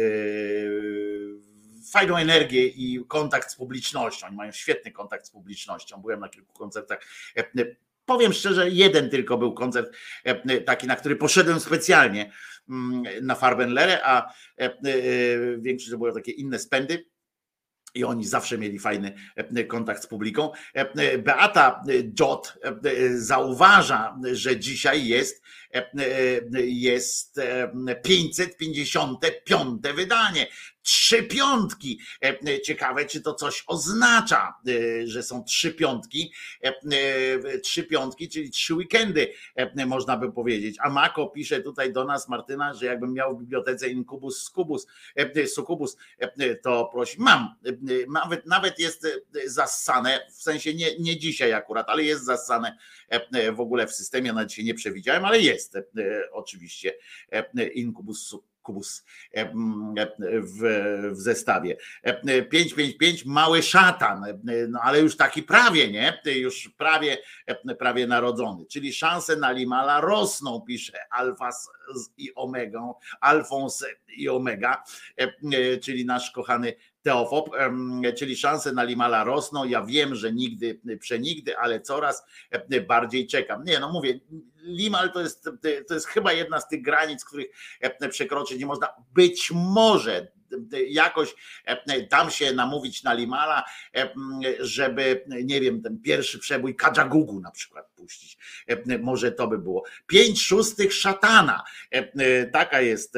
fajną energię i kontakt z publicznością. Oni mają świetny kontakt z publicznością. Byłem na kilku koncertach. Powiem szczerze, jeden tylko był koncert taki, na który poszedłem specjalnie na Farbenlere, a większość to były takie inne spędy. I oni zawsze mieli fajny kontakt z publiką. Beata Jot zauważa, że dzisiaj jest, jest pięćset pięćdziesiąte piąte wydanie. Trzy piątki. Ciekawe, czy to coś oznacza, że są trzy piątki. Trzy piątki, czyli trzy weekendy, można by powiedzieć. A Mako pisze tutaj do nas, Martyna, że jakbym miał w bibliotece Incubus Succubus, Succubus, to prosi. Mam. Nawet, nawet jest zassane, w sensie nie, nie dzisiaj akurat, ale jest zassane w ogóle w systemie, nawet się nie przewidziałem, ale jest oczywiście Incubus Succubus. Kubus w, w zestawie. pięć pięć pięć mały szatan, no ale już taki prawie, nie? Już prawie, prawie narodzony. Czyli szanse na Limala rosną, pisze Alfas i Omegą, Alfons i Omega, czyli nasz kochany Teofob, czyli szanse na Limala rosną. Ja wiem, że nigdy, przenigdy, ale coraz bardziej czekam. Nie, no mówię, Limal to jest, to jest chyba jedna z tych granic, których przekroczyć nie można. Być może jakoś dam się namówić na Limala, żeby, nie wiem, ten pierwszy przebój Kadżagugu na przykład puścić. Może to by było. Pięć szóstych szatana. Taka jest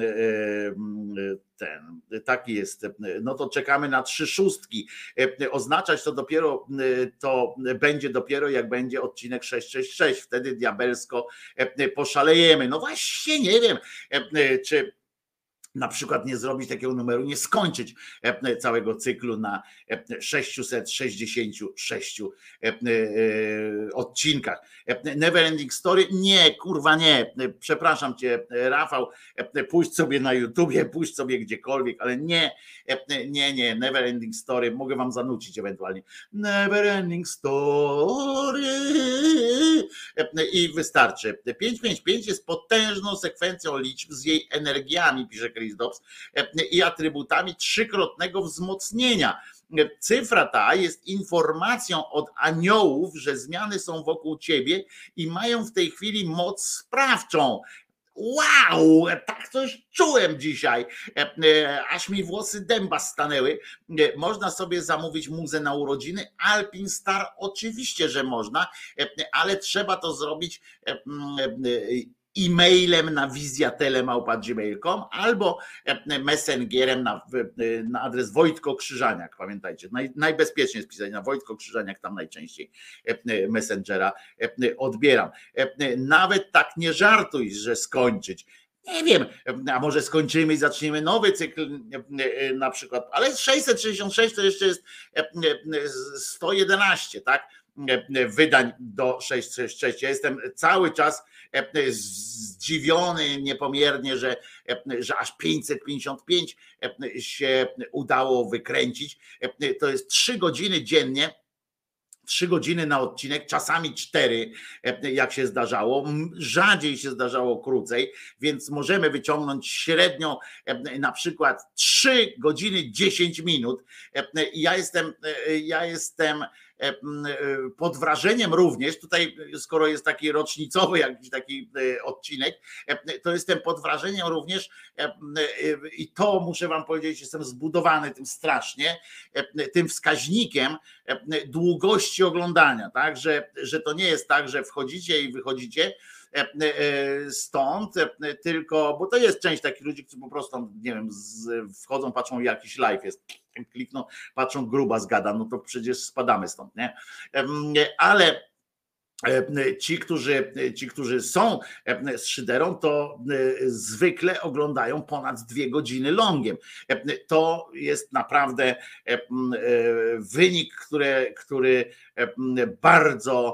ten, taki jest. No to czekamy na trzy szóstki. Oznaczać to dopiero, to będzie dopiero jak będzie odcinek sześć sześć sześć. Wtedy diabelsko poszalejemy. No właśnie nie wiem, czy na przykład nie zrobić takiego numeru, nie skończyć całego cyklu na sześciuset sześćdziesięciu sześciu odcinkach. Neverending Story? Nie, kurwa nie. Przepraszam cię, Rafał, pójdź sobie na YouTubie, pójdź sobie gdziekolwiek, ale nie, nie, nie, Neverending Story, mogę wam zanucić ewentualnie. Neverending Story i wystarczy. pięćset pięćdziesiąt pięć jest potężną sekwencją liczb z jej energiami, pisze Chris Dobbs, i atrybutami trzykrotnego wzmocnienia. Cyfra ta jest informacją od aniołów, że zmiany są wokół ciebie i mają w tej chwili moc sprawczą. Wow, tak coś czułem dzisiaj, aż mi włosy dęba stanęły. Można sobie zamówić muzę na urodziny, Alpin Star oczywiście, że można, ale trzeba to zrobić e-mailem na wizjatele małpa gmail kropka com albo messengerem na, na adres Wojtko Krzyżaniak. Pamiętajcie, naj, najbezpieczniej jest pisać na Wojtko Krzyżaniak, tam najczęściej Messengera odbieram. Nawet tak nie żartuj, że skończyć. Nie wiem, a może skończymy i zaczniemy nowy cykl na przykład, ale sześćset sześćdziesiąt sześć to jeszcze jest sto jedenaście, tak? Wydań do sześćset sześćdziesiąt sześć. Ja jestem cały czas zdziwiony niepomiernie, że, że aż pięćset pięćdziesiąt pięć się udało wykręcić. To jest trzy godziny dziennie, trzy godziny na odcinek, czasami cztery, jak się zdarzało, rzadziej się zdarzało krócej, więc możemy wyciągnąć średnio na przykład trzy godziny dziesięć minut. Ja jestem, ja jestem pod wrażeniem również, tutaj skoro jest taki rocznicowy jakiś taki odcinek, to jestem pod wrażeniem również i to muszę wam powiedzieć, jestem zbudowany tym strasznie, tym wskaźnikiem długości oglądania, tak, że, że to nie jest tak, że wchodzicie i wychodzicie stąd, tylko, bo to jest część takich ludzi, którzy po prostu, nie wiem, wchodzą, patrzą, jakiś live jest, klikną, patrzą, gruba zgada, no to przecież spadamy stąd, nie? Ale ci, którzy, ci, którzy są z szyderą, to zwykle oglądają ponad dwie godziny longiem. To jest naprawdę wynik, który, który bardzo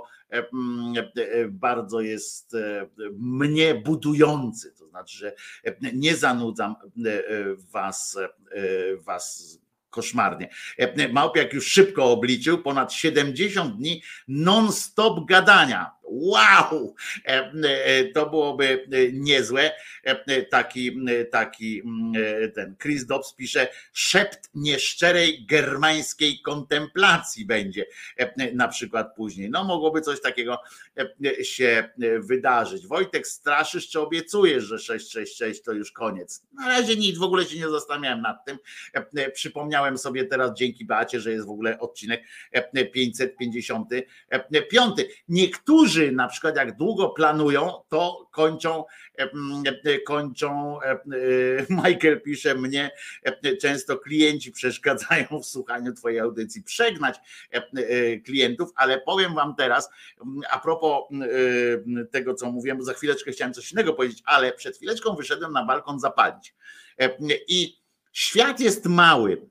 bardzo jest mnie budujący, to znaczy, że nie zanudzam was, was koszmarnie. Małpiak już szybko obliczył, ponad siedemdziesiąt dni non-stop gadania. Wow! To byłoby niezłe. Taki, taki ten Chris Dobbs pisze, szept nieszczerej germańskiej kontemplacji będzie na przykład później. No mogłoby coś takiego się wydarzyć. Wojtek, straszysz czy obiecujesz, że sześćset sześćdziesiąt sześć to już koniec? Na razie nic, w ogóle się nie zastanawiałem nad tym. Przypomniałem sobie teraz dzięki Beacie, że jest w ogóle odcinek pięćset pięćdziesiąty piąty. Niektórzy na przykład jak długo planują, to kończą, kończą, Michael pisze, mnie często klienci przeszkadzają w słuchaniu twojej audycji. Przegnać klientów, ale powiem wam teraz, a propos tego, co mówiłem, bo za chwileczkę chciałem coś innego powiedzieć, ale przed chwileczką wyszedłem na balkon zapalić. I świat jest mały.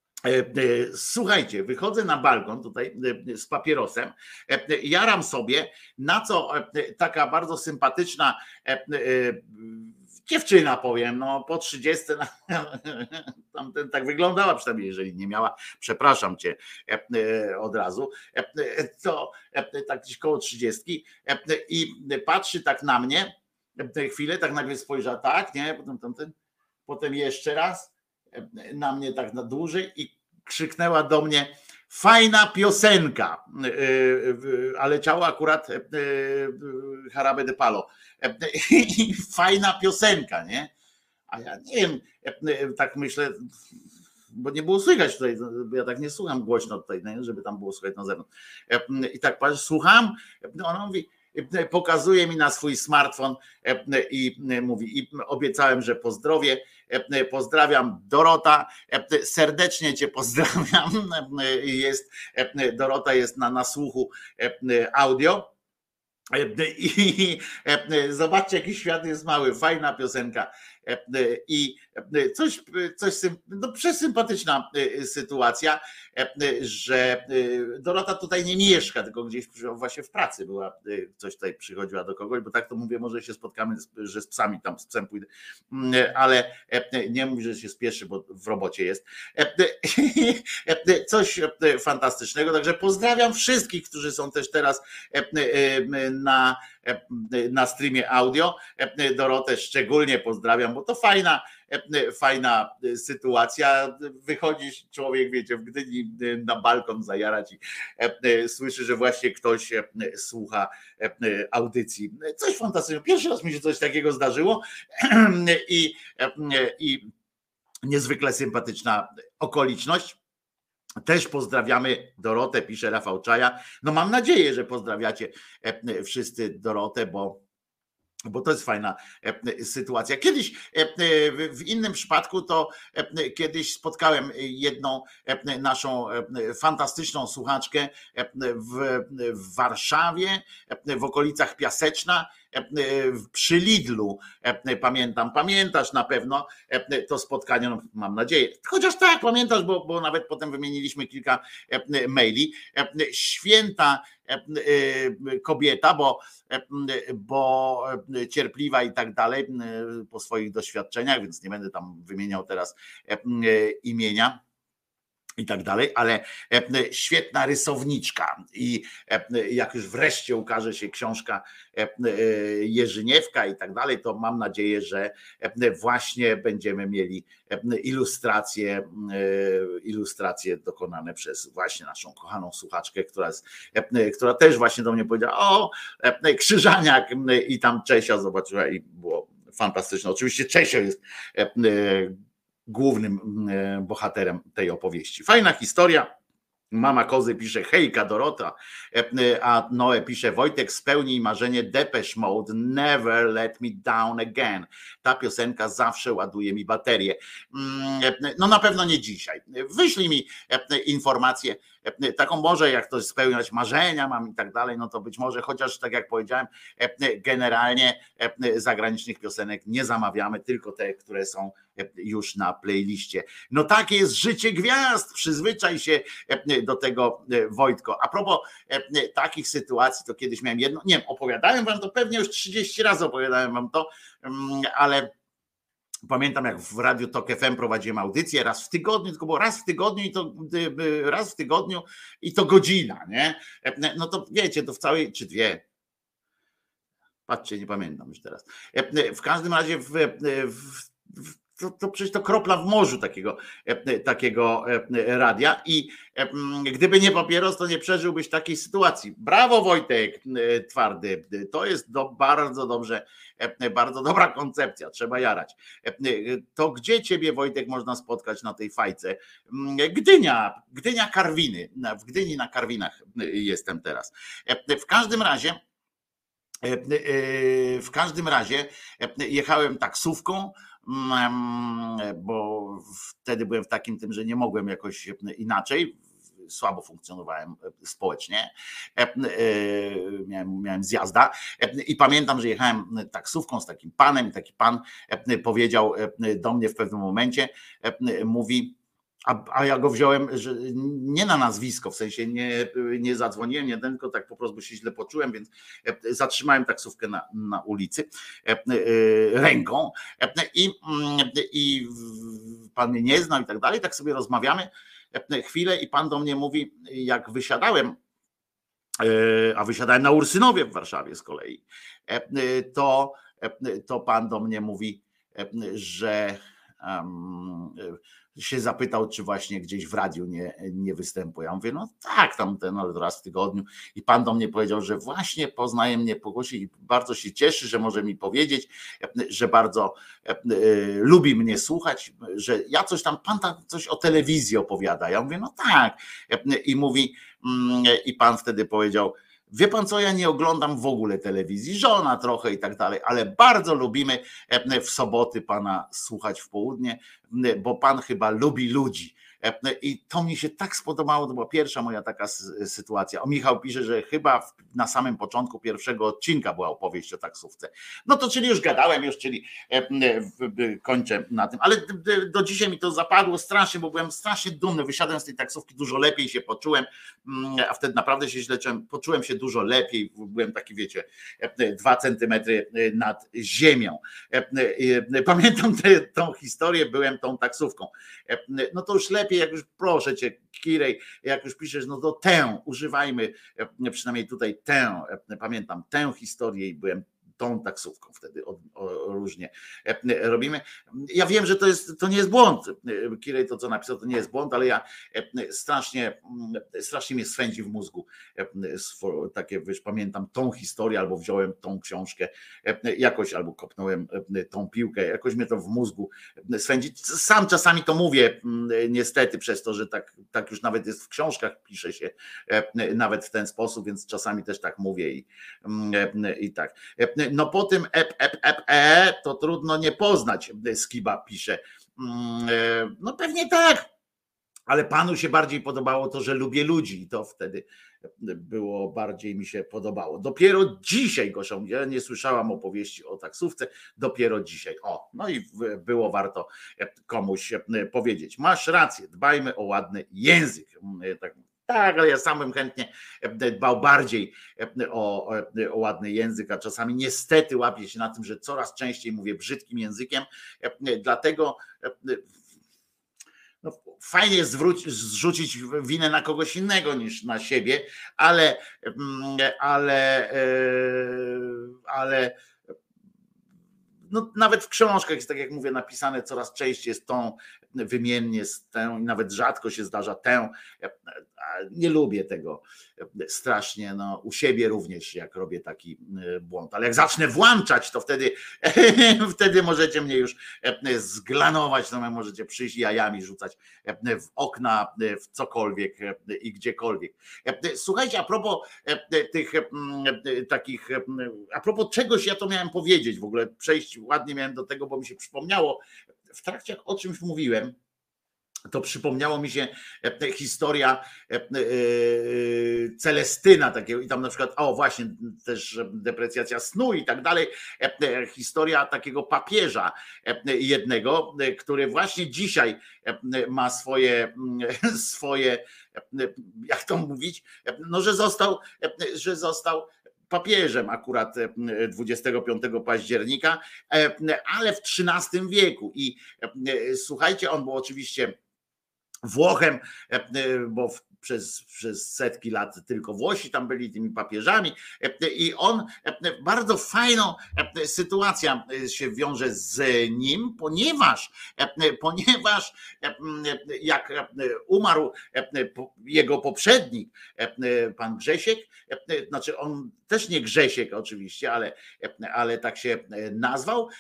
Słuchajcie, wychodzę na balkon tutaj z papierosem, jaram sobie, na co taka bardzo sympatyczna dziewczyna, powiem, no po trzydziestce, tamten tak wyglądała przynajmniej, jeżeli nie miała, przepraszam cię od razu, to tak gdzieś koło trzydziestki i patrzy tak na mnie, chwilę, tak najpierw spojrzała tak, nie, potem tamten, potem jeszcze raz, na mnie tak na dłużej i krzyknęła do mnie, fajna piosenka, a leciało akurat Jarabe de Palo. Fajna piosenka, nie? A ja nie wiem, tak myślę, bo nie było słychać tutaj, ja tak nie słucham głośno tutaj, żeby tam było słychać na zewnątrz. I tak patrzę, słucham, ona mówi, pokazuje mi na swój smartfon i mówi, i obiecałem, że pozdrowię, pozdrawiam Dorota, serdecznie cię pozdrawiam, jest, Dorota jest na nasłuchu audio I zobaczcie, jaki świat jest mały, fajna piosenka. I coś, coś no, przesympatyczna sytuacja, że Dorota tutaj nie mieszka, tylko gdzieś właśnie w pracy była, coś tutaj przychodziła do kogoś, bo tak to mówię, może się spotkamy, że z psami tam z psem pójdę, ale nie mówi, że się spieszy, bo w robocie jest. Coś fantastycznego, także pozdrawiam wszystkich, którzy są też teraz na na streamie audio. Dorotę szczególnie pozdrawiam, bo to fajna, fajna sytuacja. Wychodzi człowiek, wiecie, w Gdyni na balkon zajarać i słyszy, że właśnie ktoś słucha audycji. Coś fantastycznego. Pierwszy raz mi się coś takiego zdarzyło i, i niezwykle sympatyczna okoliczność. Też pozdrawiamy Dorotę, pisze Rafał Czaja. No mam nadzieję, że pozdrawiacie wszyscy Dorotę, bo, bo to jest fajna sytuacja. Kiedyś w innym przypadku to kiedyś spotkałem jedną naszą fantastyczną słuchaczkę w, w Warszawie, w okolicach Piaseczna, przy Lidlu, pamiętam, pamiętasz na pewno to spotkanie, no, mam nadzieję, chociaż tak, pamiętasz, bo, bo nawet potem wymieniliśmy kilka maili. Święta kobieta, bo, bo cierpliwa i tak dalej po swoich doświadczeniach, więc nie będę tam wymieniał teraz imienia i tak dalej, ale świetna rysowniczka i jak już wreszcie ukaże się książka Jerzyniewka i tak dalej, to mam nadzieję, że właśnie będziemy mieli ilustracje, ilustracje dokonane przez właśnie naszą kochaną słuchaczkę, która, jest, która też właśnie do mnie powiedziała: o, Krzyżaniak, i tam Czesia zobaczyła i było fantastyczne. Oczywiście Czesio jest głównym bohaterem tej opowieści. Fajna historia. Mama Kozy pisze: hejka Dorota, a Noe pisze: Wojtek, spełnij marzenie Depeche Mode, Never Let Me Down Again. Ta piosenka zawsze ładuje mi baterię. No na pewno nie dzisiaj. Wyślij mi informację taką, może jak to spełniać marzenia mam i tak dalej, no to być może, chociaż tak jak powiedziałem, generalnie zagranicznych piosenek nie zamawiamy, tylko te, które są już na playliście. No takie jest życie gwiazd, przyzwyczaj się do tego, Wojtko. A propos takich sytuacji, to kiedyś miałem jedno, nie wiem, opowiadałem wam to, pewnie już trzydzieści razy opowiadałem wam to, ale pamiętam, jak w Radiu Tok F M prowadziłem audycję raz w tygodniu, tylko było raz w tygodniu i to raz w tygodniu i to godzina, nie? No to wiecie, to w całej, czy dwie. Patrzcie, nie pamiętam już teraz. W każdym razie w, w, w To, to przecież to kropla w morzu takiego, takiego radia i gdyby nie papieros, to nie przeżyłbyś takiej sytuacji. Brawo, Wojtek Twardy, to jest do, bardzo dobrze, bardzo dobra koncepcja, trzeba jarać. To gdzie ciebie, Wojtek, można spotkać na tej fajce? Gdynia, Gdynia Karwiny, w Gdyni na Karwinach jestem teraz. W każdym razie w każdym razie jechałem taksówką, bo wtedy byłem w takim tym, że nie mogłem jakoś inaczej, słabo funkcjonowałem społecznie, miałem, miałem zjazda i pamiętam, że jechałem taksówką z takim panem i taki pan powiedział do mnie w pewnym momencie, mówi: A, a ja go wziąłem, że nie na nazwisko, w sensie nie, nie zadzwoniłem, nie, tylko tak po prostu się źle poczułem, więc zatrzymałem taksówkę na, na ulicy ręką i, i pan mnie nie znał i tak dalej, tak sobie rozmawiamy chwilę i pan do mnie mówi, jak wysiadałem, a wysiadałem na Ursynowie w Warszawie z kolei, to, to pan do mnie mówi, że um, się zapytał, czy właśnie gdzieś w radiu nie, nie występuje. Ja mówię, no tak, tam ten raz w tygodniu. I pan do mnie powiedział, że właśnie poznaje mnie po głosie i bardzo się cieszy, że może mi powiedzieć, że bardzo e, lubi mnie słuchać, że ja coś tam, pan tam coś o telewizji opowiada. Ja mówię, no tak. I mówi, i pan wtedy powiedział, Wie pan co, ja nie oglądam w ogóle telewizji, żona trochę i tak dalej, ale bardzo lubimy w soboty pana słuchać w południe, bo pan chyba lubi ludzi. I to mi się tak spodobało, to była pierwsza moja taka sytuacja. O, Michał pisze, że chyba na samym początku pierwszego odcinka była opowieść o taksówce. No to czyli już gadałem, już czyli kończę na tym, ale do dzisiaj mi to zapadło strasznie, bo byłem strasznie dumny, wysiadłem z tej taksówki, dużo lepiej się poczułem, a wtedy naprawdę się źle czułem, poczułem się dużo lepiej, byłem taki, wiecie, dwa centymetry nad ziemią. Pamiętam tę tą historię, byłem tą taksówką. No to już lepiej, jak już proszę cię, Kirej, jak już piszesz, no to tę używajmy, przynajmniej tutaj tę, pamiętam tę historię i byłem tą taksówką wtedy o, o, różnie robimy. Ja wiem, że to jest, to nie jest błąd. Kirej to, co napisał, to nie jest błąd, ale ja strasznie, strasznie mnie swędzi w mózgu. Takie, wiesz, pamiętam tą historię, albo wziąłem tą książkę jakoś, albo kopnąłem tą piłkę, jakoś mnie to w mózgu swędzi. Sam czasami to mówię, niestety, przez to, że tak, tak już nawet jest w książkach, pisze się nawet w ten sposób, więc czasami też tak mówię i, i tak. No po tym ep, ep, ep, e, to trudno nie poznać, Skiba pisze. No pewnie tak, ale panu się bardziej podobało to, że lubię ludzi i to wtedy było bardziej mi się podobało. Dopiero dzisiaj, Gosia, ja nie słyszałam opowieści o taksówce, dopiero dzisiaj. O, no i było warto komuś powiedzieć. Masz rację, dbajmy o ładny język. Tak. Tak, ale ja sam bym chętnie dbał bardziej o, o ładny język, a czasami niestety łapię się na tym, że coraz częściej mówię brzydkim językiem, dlatego no, fajnie jest zwrócić, zrzucić winę na kogoś innego niż na siebie, ale ale ale no, nawet w książkach jest, tak jak mówię, napisane coraz częściej jest tą, wymiennie z tę, i nawet rzadko się zdarza tę. Nie lubię tego strasznie, no, u siebie również, jak robię taki błąd, ale jak zacznę włączać, to wtedy wtedy możecie mnie już zglanować, no, możecie przyjść jajami rzucać w okna, w cokolwiek i gdziekolwiek. Słuchajcie, a propos tych takich, a propos czegoś ja to miałem powiedzieć, w ogóle przejść ładnie miałem do tego, bo mi się przypomniało, w trakcie jak o czymś mówiłem, to przypomniało mi się historia Celestyna takiego i tam na przykład, o właśnie też deprecjacja snu i tak dalej, historia takiego papieża jednego, który właśnie dzisiaj ma swoje, swoje, jak to mówić, no że został, że został papieżem akurat dwudziestego piątego października, ale w trzynastym wieku i słuchajcie, on był oczywiście Włochem, bo przez, przez setki lat tylko Włosi tam byli tymi papieżami i on, bardzo fajną sytuacja się wiąże z nim, ponieważ, ponieważ jak umarł jego poprzednik, pan Grzesiek, znaczy on też nie Grzesiek oczywiście, ale, ale tak się nazwał,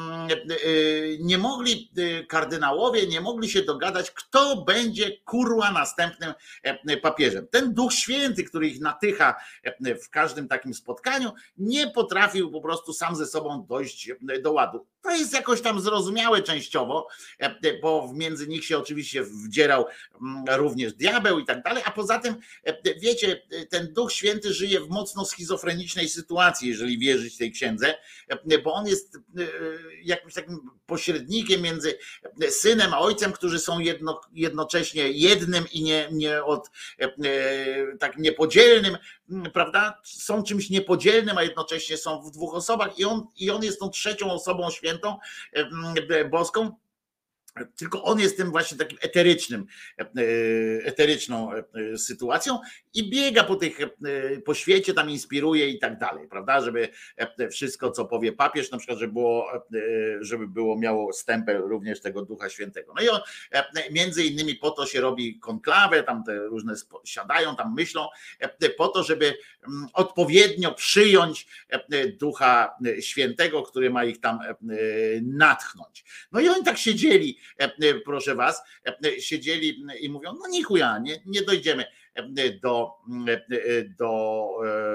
nie mogli kardynałowie, nie mogli się dogadać, kto będzie kurwa następnym papieżem. Ten Duch Święty, który ich natycha w każdym takim spotkaniu, nie potrafił po prostu sam ze sobą dojść do ładu. To jest jakoś tam zrozumiałe częściowo, bo między nich się oczywiście wdzierał również diabeł i tak dalej, a poza tym, wiecie, ten Duch Święty żyje w mocno schizofrenicznej sytuacji, jeżeli wierzyć tej księdze, bo on jest jakimś takim pośrednikiem między synem a ojcem, którzy są jedno, jednocześnie jednym i nie, nie od tak niepodzielnym, prawda? Są czymś niepodzielnym, a jednocześnie są w dwóch osobach i on, i on jest tą trzecią osobą świętą, boską. Tylko on jest tym właśnie takim eterycznym, eteryczną sytuacją i biega po tych, po świecie, tam inspiruje i tak dalej, prawda, żeby wszystko, co powie papież, na przykład, żeby było, żeby było miało stempel również tego Ducha Świętego. No i on, między innymi po to się robi konklawę, tam te różne siadają, tam myślą, po to, żeby odpowiednio przyjąć Ducha Świętego, który ma ich tam natchnąć. No i oni tak siedzieli, proszę was, siedzieli i mówią, no nichuja, nie, nie dojdziemy. do, do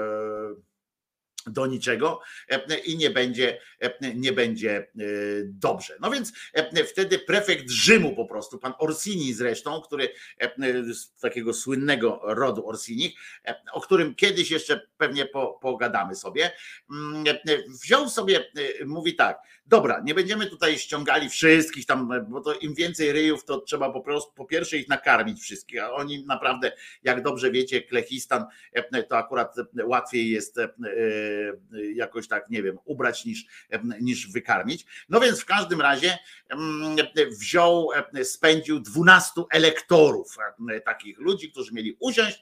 do niczego i nie będzie, nie będzie dobrze. No więc wtedy prefekt Rzymu po prostu, pan Orsini zresztą, który z takiego słynnego rodu Orsinich, o którym kiedyś jeszcze pewnie po, pogadamy sobie, wziął sobie, mówi tak, dobra, nie będziemy tutaj ściągali wszystkich tam, bo to im więcej ryjów, to trzeba po prostu po pierwsze ich nakarmić wszystkich, a oni naprawdę, jak dobrze wiecie, Klechistan to akurat łatwiej jest jakoś tak, nie wiem, ubrać niż, niż wykarmić. No więc w każdym razie wziął, spędził dwunastu elektorów, takich ludzi, którzy mieli usiąść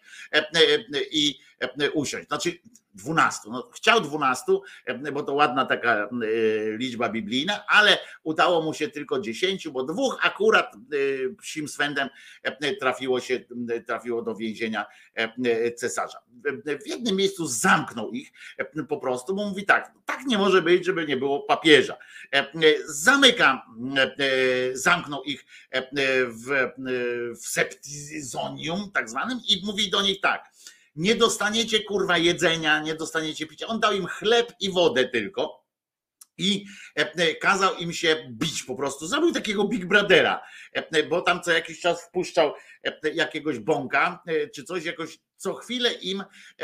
i usiąść. Znaczy dwunastu. No, chciał dwunastu, bo to ładna taka liczba biblijna, ale udało mu się tylko dziesięciu, bo dwóch akurat psim swędem trafiło się, trafiło do więzienia cesarza. W jednym miejscu zamknął ich po prostu, bo mówi tak, tak nie może być, żeby nie było papieża. Zamyka, zamknął ich w, w septizonium tak zwanym i mówi do nich tak, nie dostaniecie kurwa jedzenia, nie dostaniecie picia. On dał im chleb i wodę tylko i kazał im się bić po prostu. Zrobił takiego Big Brothera, bo tam co jakiś czas wpuszczał jakiegoś bąka czy coś, jakoś co chwilę im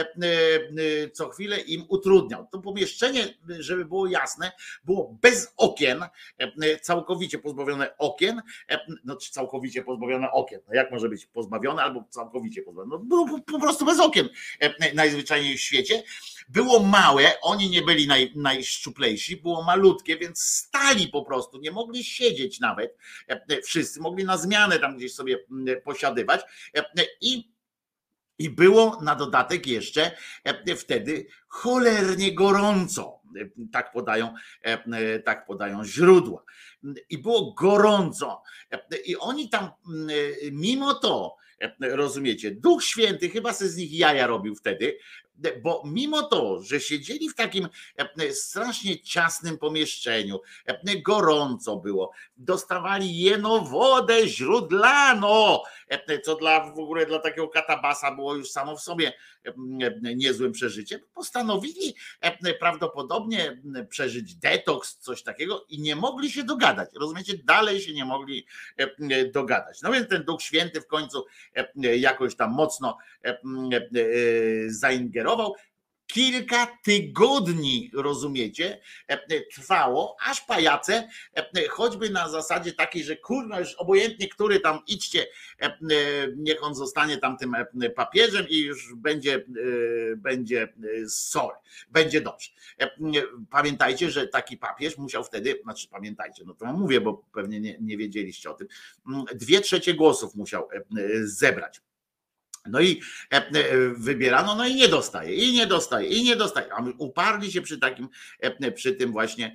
co chwilę im utrudniał. To pomieszczenie, żeby było jasne, było bez okien, całkowicie pozbawione okien, no czy całkowicie pozbawione okien. No jak może być pozbawione albo całkowicie pozbawione? No było po prostu bez okien najzwyczajniej w świecie. Było małe, oni nie byli naj, najszczuplejsi, było malutkie, więc stali po prostu, nie mogli siedzieć nawet. Wszyscy mogli na zmianę tam gdzieś sobie posiadywać i I było na dodatek jeszcze wtedy cholernie gorąco. Tak podają, tak podają źródła. I było gorąco. I oni tam mimo to, rozumiecie, Duch Święty chyba se z nich jaja robił wtedy, bo mimo to, że siedzieli w takim strasznie ciasnym pomieszczeniu, gorąco było, dostawali jeno wodę źródlano, co dla w ogóle dla takiego katabasa było już samo w sobie niezłym przeżyciem, postanowili prawdopodobnie przeżyć detoks, coś takiego i nie mogli się dogadać. Rozumiecie? Dalej się nie mogli dogadać. No więc ten Duch Święty w końcu jakoś tam mocno zaingerował. Kilka tygodni, rozumiecie, trwało, aż pajace, choćby na zasadzie takiej, że kurwa już obojętnie, który tam idźcie, niech on zostanie tam tym papieżem i już będzie, będzie sorry, będzie dobrze. Pamiętajcie, że taki papież musiał wtedy, znaczy pamiętajcie, no to mówię, bo pewnie nie, nie wiedzieliście o tym, dwie trzecie głosów musiał zebrać. No i wybierano, no i nie dostaje, i nie dostaje, i nie dostaje. A my uparli się przy takim, przy tym właśnie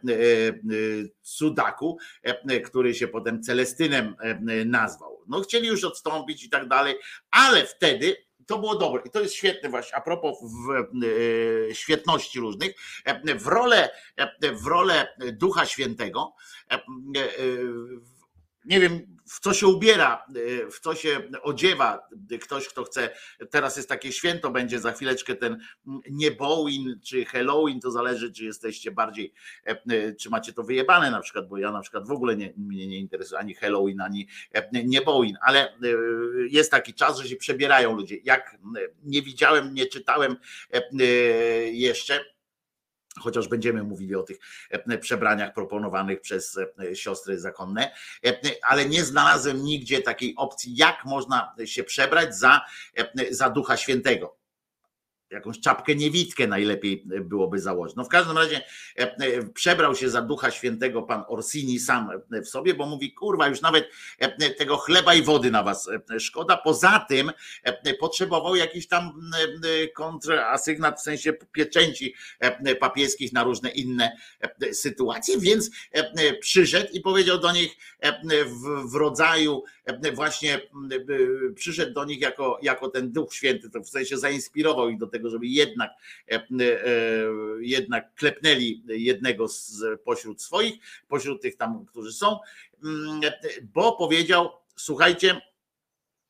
cudaku, który się potem Celestynem nazwał. No chcieli już odstąpić i tak dalej, ale wtedy to było dobre. I to jest świetne właśnie, a propos w, e, świetności różnych, w rolę, w rolę Ducha Świętego, e, e, nie wiem, w co się ubiera, w co się odziewa ktoś, kto chce, teraz jest takie święto, będzie za chwileczkę ten niebowin czy Halloween, to zależy, czy jesteście bardziej, czy macie to wyjebane na przykład, bo ja na przykład w ogóle nie, mnie nie interesuje ani Halloween, ani niebowin, ale jest taki czas, że się przebierają ludzie. Jak nie widziałem, nie czytałem jeszcze, chociaż będziemy mówili o tych przebraniach proponowanych przez siostry zakonne, ale nie znalazłem nigdzie takiej opcji, jak można się przebrać za, za Ducha Świętego. Jakąś czapkę niewidkę najlepiej byłoby założyć. No w każdym razie przebrał się za Ducha Świętego pan Orsini sam w sobie, bo mówi, kurwa, już nawet tego chleba i wody na was szkoda. Poza tym potrzebował jakiś tam kontrasygnat, w sensie pieczęci papieskich na różne inne sytuacje, więc przyszedł i powiedział do nich w, w rodzaju właśnie, przyszedł do nich jako, jako ten Duch Święty, to w sensie zainspirował ich do tego, żeby jednak, jednak klepnęli jednego z pośród swoich, pośród tych tam, którzy są, bo powiedział, słuchajcie,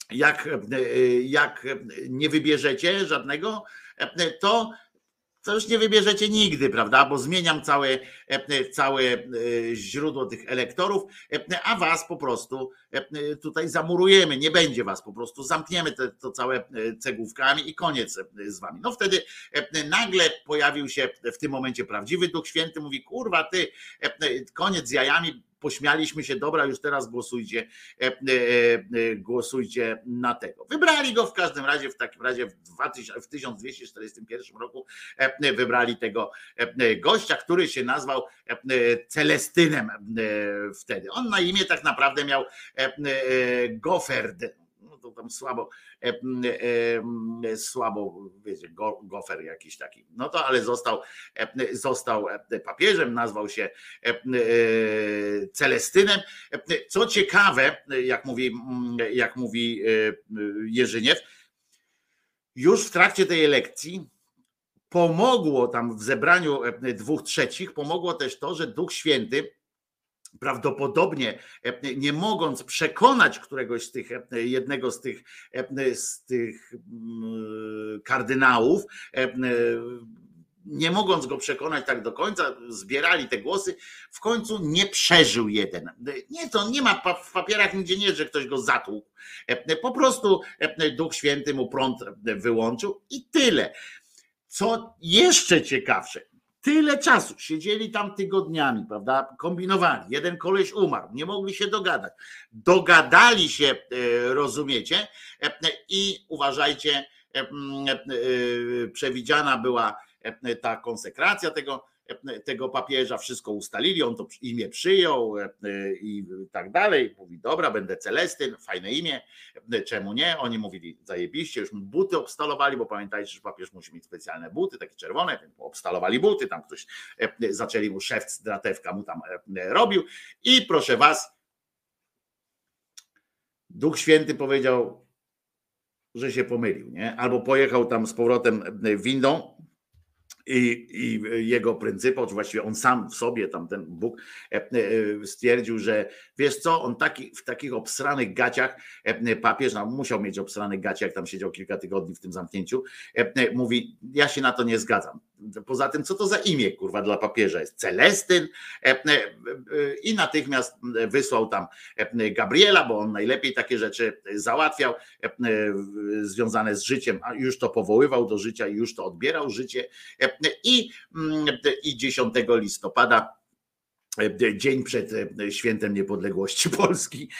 jak, jak nie wybierzecie żadnego, to to już nie wybierzecie nigdy, prawda? Bo zmieniam całe, całe źródło tych elektorów, a was po prostu tutaj zamurujemy. Nie będzie was, po prostu zamkniemy te, to całe cegłówkami i koniec z wami. No wtedy nagle pojawił się w tym momencie prawdziwy Duch Święty, mówi: kurwa ty, koniec z jajami. Pośmialiśmy się, dobra, już teraz głosujcie, e, e, głosujcie na tego. Wybrali go w każdym razie, w takim razie w, w tysiąc dwieście czterdziestym pierwszym roku e, wybrali tego e, gościa, który się nazwał e, Celestynem e, wtedy. On na imię tak naprawdę miał e, e, Goferd. No to tam słabo, e, e, słabo, wiecie, go, gofer jakiś taki. No to ale został, e, został papieżem, nazwał się e, e, Celestynem. Co ciekawe, jak mówi, jak mówi Jerzyniew, już w trakcie tej elekcji pomogło tam w zebraniu dwóch trzecich, pomogło też to, że Duch Święty prawdopodobnie nie mogąc przekonać któregoś z tych, jednego z tych, z tych kardynałów, nie mogąc go przekonać tak do końca, zbierali te głosy, w końcu nie przeżył jeden. Nie, to nie ma w papierach nigdzie nie, że ktoś go zatłukł. Po prostu Duch Święty mu prąd wyłączył i tyle. Co jeszcze ciekawsze, tyle czasu siedzieli tam tygodniami, prawda? Kombinowali. Jeden koleś umarł, nie mogli się dogadać. Dogadali się, rozumiecie? I uważajcie, przewidziana była ta konsekracja tego, tego papieża, wszystko ustalili, on to imię przyjął i tak dalej. Mówi: dobra, będę Celestyn, fajne imię, czemu nie? Oni mówili: zajebiście, już buty obstalowali, bo pamiętajcie, że papież musi mieć specjalne buty, takie czerwone, więc obstalowali buty, tam ktoś, zaczęli mu szewc, dratewka mu tam robił i proszę was, Duch Święty powiedział, że się pomylił, nie? Albo pojechał tam z powrotem windą, I, i jego pryncypał, czy właściwie on sam w sobie, tam ten Bóg stwierdził, że wiesz co, on taki, w takich obsranych gaciach, papież, no, musiał mieć obsrane gacie, jak tam siedział kilka tygodni w tym zamknięciu, mówi: ja się na to nie zgadzam. Poza tym, co to za imię, kurwa, dla papieża jest? Celestyn. I natychmiast wysłał tam Gabriela, bo on najlepiej takie rzeczy załatwiał, związane z życiem, a już to powoływał do życia i już to odbierał życie. I, i dziesiątego listopada, dzień przed świętem niepodległości Polski,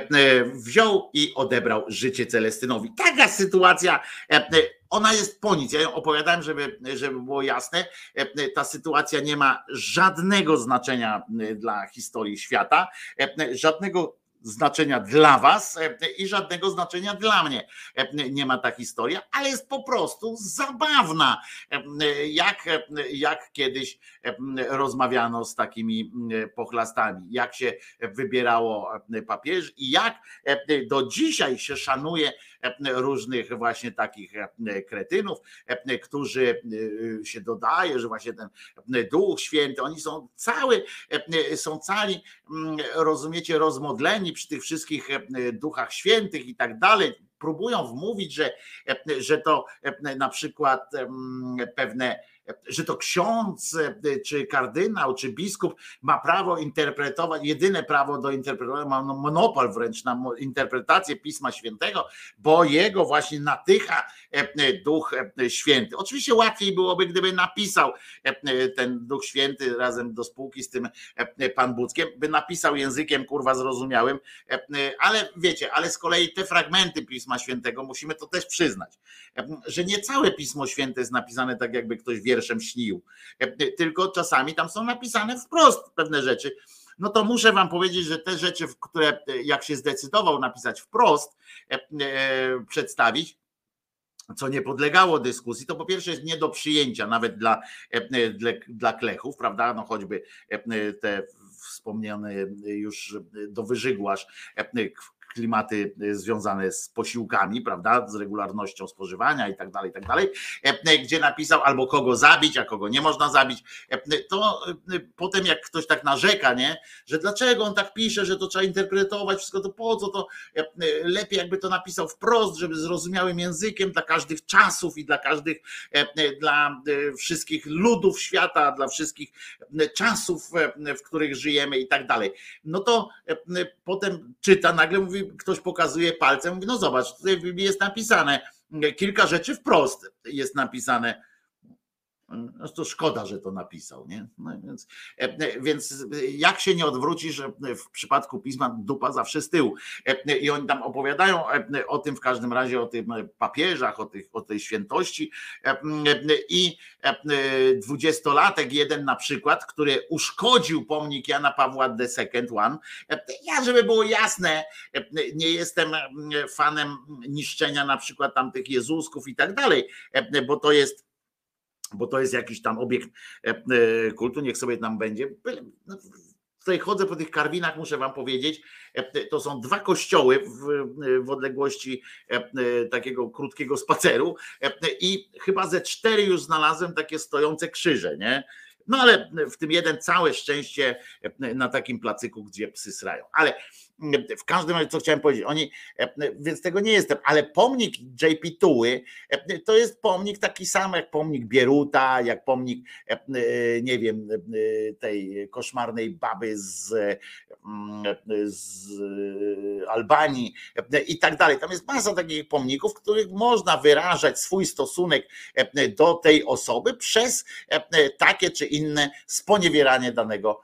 wziął i odebrał życie Celestynowi. Taka sytuacja, ona jest po nic. Ja ją opowiadałem, żeby, żeby było jasne. Ta sytuacja nie ma żadnego znaczenia dla historii świata, żadnego znaczenia dla was i żadnego znaczenia dla mnie nie ma ta historia, ale jest po prostu zabawna, jak, jak kiedyś rozmawiano z takimi pochlastami, jak się wybierało papieży i jak do dzisiaj się szanuje różnych właśnie takich kretynów, którzy się dodaje, że właśnie ten Duch Święty, oni są cały, są cali, rozumiecie, rozmodleni przy tych wszystkich duchach świętych i tak dalej. Próbują wmówić, że, że to na przykład pewne, że to ksiądz, czy kardynał, czy biskup ma prawo interpretować, jedyne prawo do interpretowania, ma monopol wręcz na interpretację Pisma Świętego, bo jego właśnie natycha Duch Święty. Oczywiście łatwiej byłoby, gdyby napisał ten Duch Święty razem do spółki z tym Pan Buckiem, by napisał językiem kurwa zrozumiałym, ale wiecie, ale z kolei te fragmenty Pisma Świętego, musimy to też przyznać, że nie całe Pismo Święte jest napisane tak, jakby ktoś wierszem śnił, tylko czasami tam są napisane wprost pewne rzeczy. No to muszę wam powiedzieć, że te rzeczy, które jak się zdecydował napisać wprost, przedstawić, co nie podlegało dyskusji, to po pierwsze jest nie do przyjęcia nawet dla, dla, dla klechów, prawda, no choćby te wspomniane już do wyżygłasz klimaty związane z posiłkami, prawda, z regularnością spożywania i tak dalej, i tak dalej, gdzie napisał albo kogo zabić, a kogo nie można zabić, to potem jak ktoś tak narzeka, nie, że dlaczego on tak pisze, że to trzeba interpretować, wszystko to po co, to lepiej jakby to napisał wprost, żeby zrozumiałym językiem dla każdych czasów i dla każdych, dla wszystkich ludów świata, dla wszystkich czasów, w których żyjemy i tak dalej. No to potem czyta, nagle mówi, ktoś pokazuje palcem, mówi, no zobacz, tutaj w Biblii jest napisane, kilka rzeczy wprost jest napisane. No to szkoda, że to napisał, nie? No więc, więc jak się nie odwrócisz, w przypadku pisma dupa zawsze z tyłu. I oni tam opowiadają o tym w każdym razie, o tych papieżach, o, tych, o tej świętości. I dwudziestolatek jeden na przykład, który uszkodził pomnik Jana Pawła the Second One. Ja, żeby było jasne, nie jestem fanem niszczenia na przykład tamtych Jezusków i tak dalej, bo to jest bo to jest jakiś tam obiekt kultu, niech sobie tam będzie. Tutaj chodzę po tych Karwinach, muszę wam powiedzieć, to są dwa kościoły w, w odległości takiego krótkiego spaceru i chyba ze cztery już znalazłem takie stojące krzyże, nie? No ale w tym jeden całe szczęście na takim placyku, gdzie psy srają. Ale w każdym razie, co chciałem powiedzieć, oni, więc tego nie jestem, ale pomnik J P Tuły to jest pomnik taki sam jak pomnik Bieruta, jak pomnik, nie wiem, tej koszmarnej baby z, z Albanii i tak dalej. Tam jest masa takich pomników, w których można wyrażać swój stosunek do tej osoby przez takie czy inne sponiewieranie danego,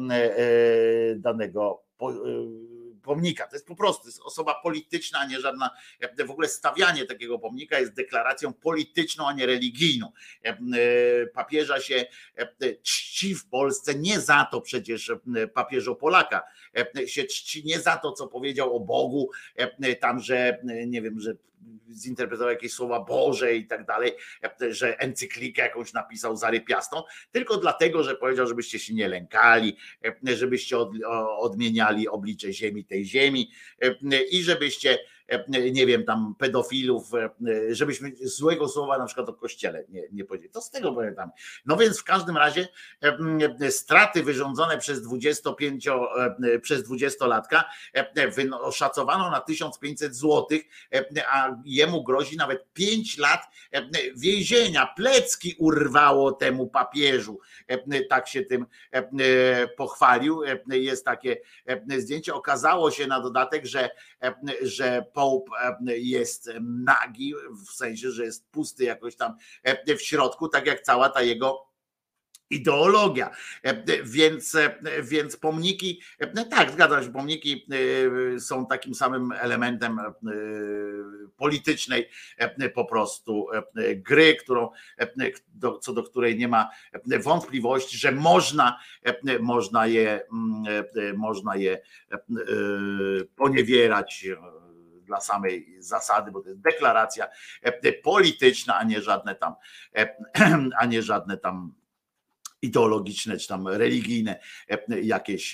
danego pomnika. To jest po prostu, to jest osoba polityczna, a nie żadna, w ogóle stawianie takiego pomnika jest deklaracją polityczną, a nie religijną. Papieża się czci w Polsce nie za to przecież papieżo Polaka, się czci nie za to, co powiedział o Bogu, tam, że nie wiem, że zinterpretował jakieś słowa Boże i tak dalej, że encyklikę jakąś napisał zarypiastą, tylko dlatego, że powiedział, żebyście się nie lękali, żebyście odmieniali oblicze ziemi tej ziemi i żebyście, nie wiem, tam pedofilów, żebyśmy złego słowa na przykład o Kościele nie, nie powiedzieli. To z tego pamiętam. No więc w każdym razie straty wyrządzone przez dwudziestopięcio, przez dwudziestolatka oszacowano na tysiąc pięćset złotych, a jemu grozi nawet pięć lat więzienia. Plecki urwało temu papieżu. Tak się tym pochwalił. Jest takie zdjęcie. Okazało się na dodatek, że, że Pope jest nagi, w sensie, że jest pusty jakoś tam w środku, tak jak cała ta jego ideologia, więc, więc pomniki, tak, zgadzam się, pomniki są takim samym elementem politycznej po prostu gry, którą, co do której nie ma wątpliwości, że można, można je, można je poniewierać dla samej zasady, bo to jest deklaracja polityczna, a nie żadne tam, a nie żadne tam ideologiczne czy tam religijne jakieś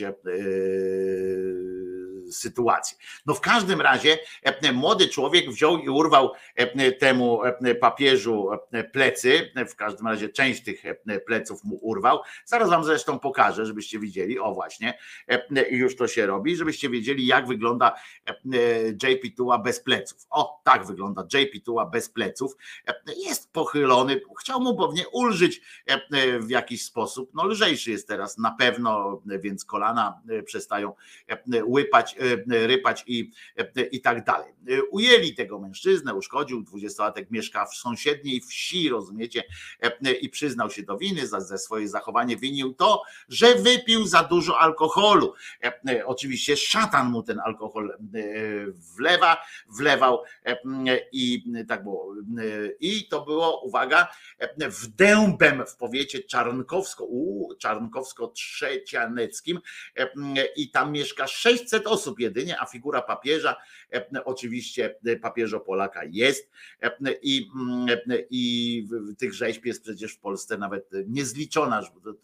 sytuacje. No w każdym razie młody człowiek wziął i urwał temu papieżu plecy, w każdym razie część tych pleców mu urwał. Zaraz wam zresztą pokażę, żebyście widzieli, o właśnie, już to się robi, żebyście wiedzieli, jak wygląda J P Tuła bez pleców. O, tak wygląda J P Tuła bez pleców. Jest pochylony, chciał mu pewnie ulżyć w jakiś sposób, no lżejszy jest teraz na pewno, więc kolana przestają łypać, rypać i, i tak dalej. Ujęli tego mężczyznę, uszkodził, dwudziestolatek mieszka w sąsiedniej wsi, rozumiecie, i przyznał się do winy, za, za swoje zachowanie winił to, że wypił za dużo alkoholu. Oczywiście szatan mu ten alkohol wlewa, wlewał i tak było. I to było, uwaga, w Dębem w powiecie czarnkowsko, u, czarnkowsko-trzecianeckim i tam mieszka sześćset osób jedynie, a figura papieża, oczywiście papieża Polaka jest i, i tych rzeźb jest przecież w Polsce nawet niezliczona, to jest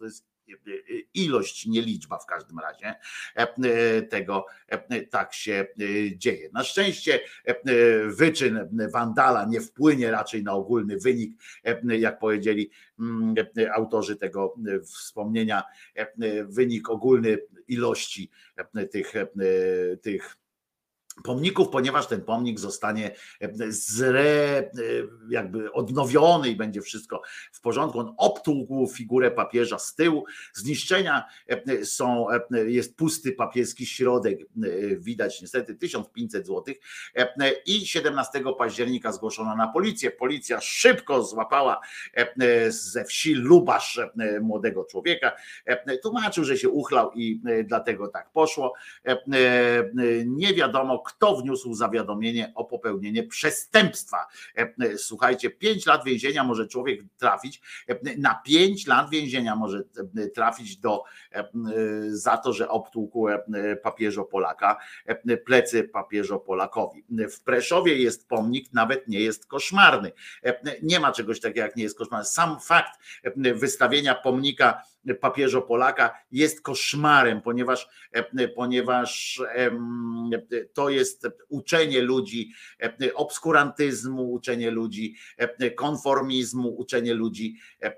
ilość, nie liczba w każdym razie tego tak się dzieje. Na szczęście wyczyn wandala nie wpłynie raczej na ogólny wynik, jak powiedzieli autorzy tego wspomnienia, wynik ogólny ilości tych, tych pomników, ponieważ ten pomnik zostanie zre, jakby odnowiony i będzie wszystko w porządku. On obtłukł figurę papieża z tyłu. Zniszczenia są, jest pusty papieski środek, widać niestety tysiąc pięćset złotych i siedemnastego października zgłoszono na policję. Policja szybko złapała ze wsi Lubasz młodego człowieka. Tłumaczył, że się uchlał i dlatego tak poszło. Nie wiadomo, kto wniósł zawiadomienie o popełnienie przestępstwa. Słuchajcie, pięć lat więzienia może człowiek trafić, na pięć lat więzienia może trafić do, za to, że obtłukł papieżo Polaka, plecy papieżo Polakowi. W Preszowie jest pomnik, nawet nie jest koszmarny. Nie ma czegoś takiego, jak nie jest koszmarny. Sam fakt wystawienia pomnika papieżo Polaka jest koszmarem, ponieważ, ponieważ to jest uczenie ludzi obskurantyzmu, uczenie ludzi konformizmu, uczenie ludzi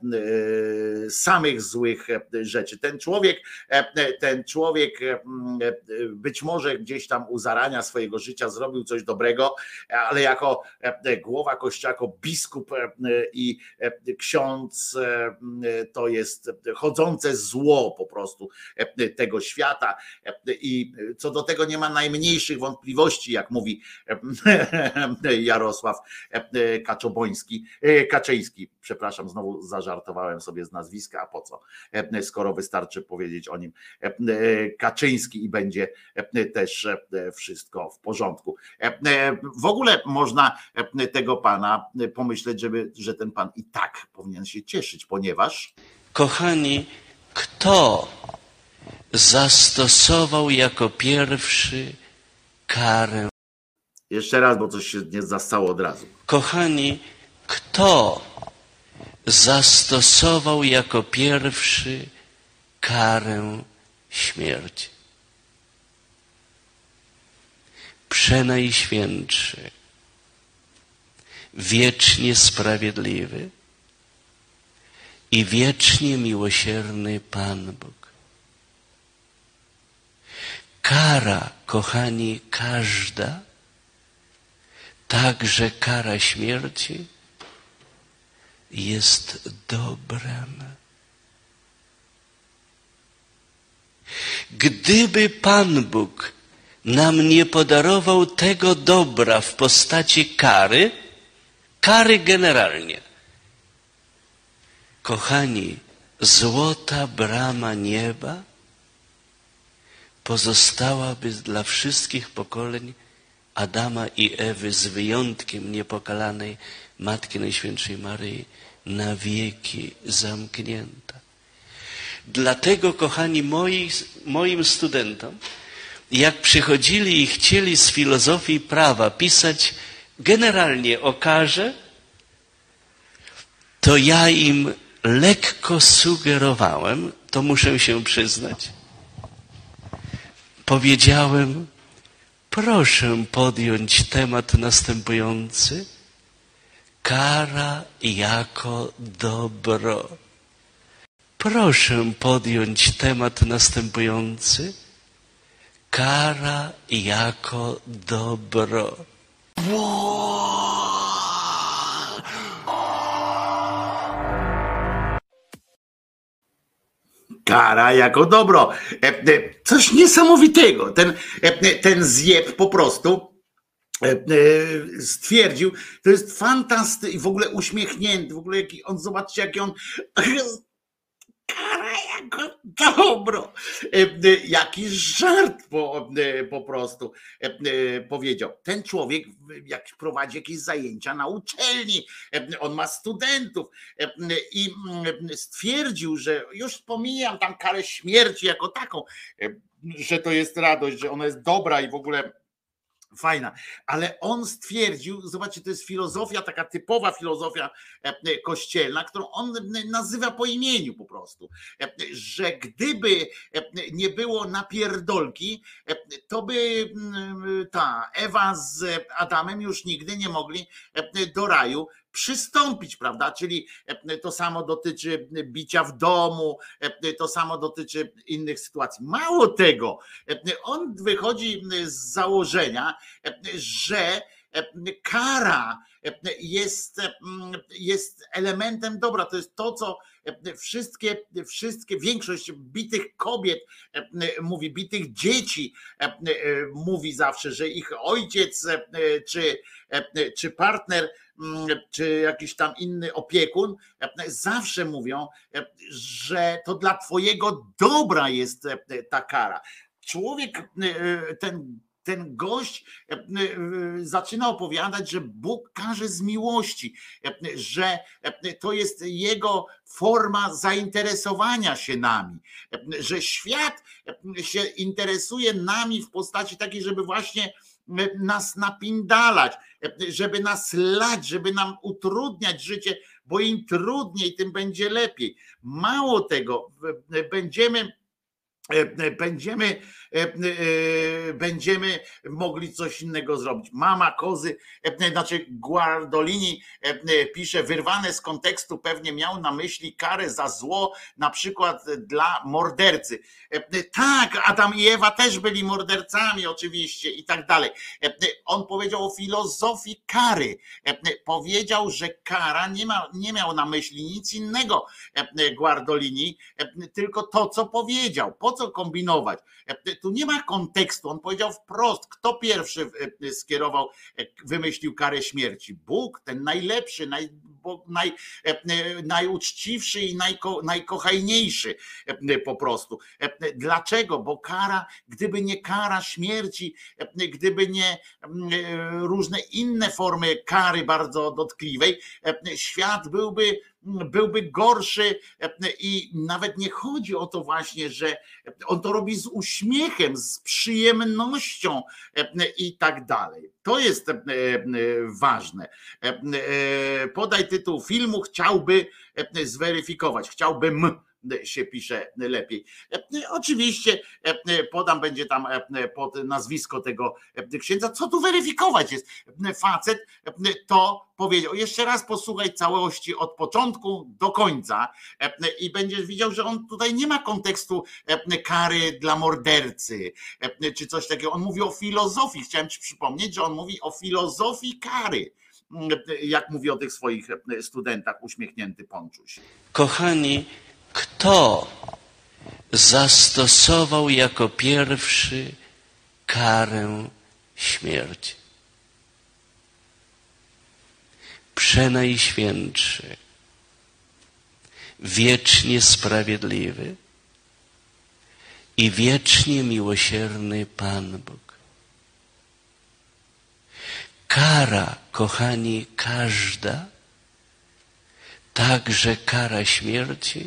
samych złych rzeczy. Ten człowiek, ten człowiek być może gdzieś tam u zarania swojego życia zrobił coś dobrego, ale jako głowa kościoła, jako biskup i ksiądz to jest chodzące zło po prostu tego świata i co do tego nie ma najmniejszych wątpliwości, jak mówi Jarosław Kaczoboński, Kaczyński, przepraszam, znowu zażartowałem sobie z nazwiska, a po co, skoro wystarczy powiedzieć o nim Kaczyński i będzie też wszystko w porządku. W ogóle można tego pana pomyśleć, żeby, że ten pan i tak powinien się cieszyć, ponieważ kochani, kto zastosował jako pierwszy karę? Jeszcze raz, bo coś się nie zastało od razu. Kochani, kto zastosował jako pierwszy karę śmierci? Przenajświętszy, wiecznie sprawiedliwy i wiecznie miłosierny Pan Bóg. Kara, kochani, każda, także kara śmierci, jest dobrem. Gdyby Pan Bóg nam nie podarował tego dobra w postaci kary, kary generalnie, kochani, złota brama nieba pozostałaby dla wszystkich pokoleń Adama i Ewy, z wyjątkiem niepokalanej Matki Najświętszej Maryi, na wieki zamknięta. Dlatego, kochani, moi, moim studentom, jak przychodzili i chcieli z filozofii prawa pisać generalnie o karze, to ja im lekko sugerowałem, to muszę się przyznać, powiedziałem, proszę podjąć temat następujący: kara jako dobro. Proszę podjąć temat następujący: kara jako dobro. Kara jako dobro. Coś niesamowitego. Ten, ten zjeb po prostu stwierdził, to jest fantastyczny i w ogóle uśmiechnięty, w ogóle jaki on, zobaczcie jaki on, kara jako dobro, jaki żart po, po prostu powiedział. Ten człowiek jak prowadzi jakieś zajęcia na uczelni, on ma studentów i stwierdził, że już pomijam tam karę śmierci jako taką, że to jest radość, że ona jest dobra i w ogóle fajna, ale on stwierdził, zobaczcie, to jest filozofia, taka typowa filozofia kościelna, którą on nazywa po imieniu po prostu, że gdyby nie było napierdolki, to by ta Ewa z Adamem już nigdy nie mogli do raju przystąpić, prawda? Czyli to samo dotyczy bicia w domu, to samo dotyczy innych sytuacji. Mało tego, on wychodzi z założenia, że kara jest, jest elementem dobra. To jest to, co wszystkie, wszystkie, większość bitych kobiet mówi, bitych dzieci mówi zawsze, że ich ojciec czy, czy partner, czy jakiś tam inny opiekun zawsze mówią, że to dla twojego dobra jest ta kara. Człowiek, ten Ten gość zaczyna opowiadać, że Bóg karze z miłości, że to jest jego forma zainteresowania się nami, że świat się interesuje nami w postaci takiej, żeby właśnie nas napindalać, żeby nas lać, żeby nam utrudniać życie, bo im trudniej, tym będzie lepiej. Mało tego, będziemy Będziemy, będziemy mogli coś innego zrobić. Mama kozy, znaczy Guardolini pisze, wyrwane z kontekstu pewnie miał na myśli karę za zło, na przykład dla mordercy. Tak, Adam i Ewa też byli mordercami oczywiście i tak dalej. On powiedział o filozofii kary. Powiedział, że kara nie, ma, nie miał na myśli nic innego Guardolini, tylko to, co powiedział. Po co kombinować? Tu nie ma kontekstu. On powiedział wprost, kto pierwszy skierował, wymyślił karę śmierci. Bóg, ten najlepszy, naj, naj, najuczciwszy i najko, najkochajniejszy po prostu. Dlaczego? Bo kara, gdyby nie kara śmierci, gdyby nie różne inne formy kary bardzo dotkliwej, świat byłby byłby gorszy i nawet nie chodzi o to właśnie, że on to robi z uśmiechem, z przyjemnością i tak dalej. To jest ważne. Podaj tytuł filmu, chciałby zweryfikować, chciałbym się pisze lepiej. Oczywiście podam, będzie tam pod nazwisko tego księdza. Co tu weryfikować jest? Facet to powiedział. Jeszcze raz posłuchaj całości od początku do końca i będziesz widział, że on tutaj nie ma kontekstu kary dla mordercy czy coś takiego. On mówi o filozofii. Chciałem ci przypomnieć, że on mówi o filozofii kary. Jak mówi o tych swoich studentach, uśmiechnięty Ponczuś. Kochani, kto zastosował jako pierwszy karę śmierci? Przenajświętszy, wiecznie sprawiedliwy i wiecznie miłosierny Pan Bóg. Kara, kochani, każda, także kara śmierci,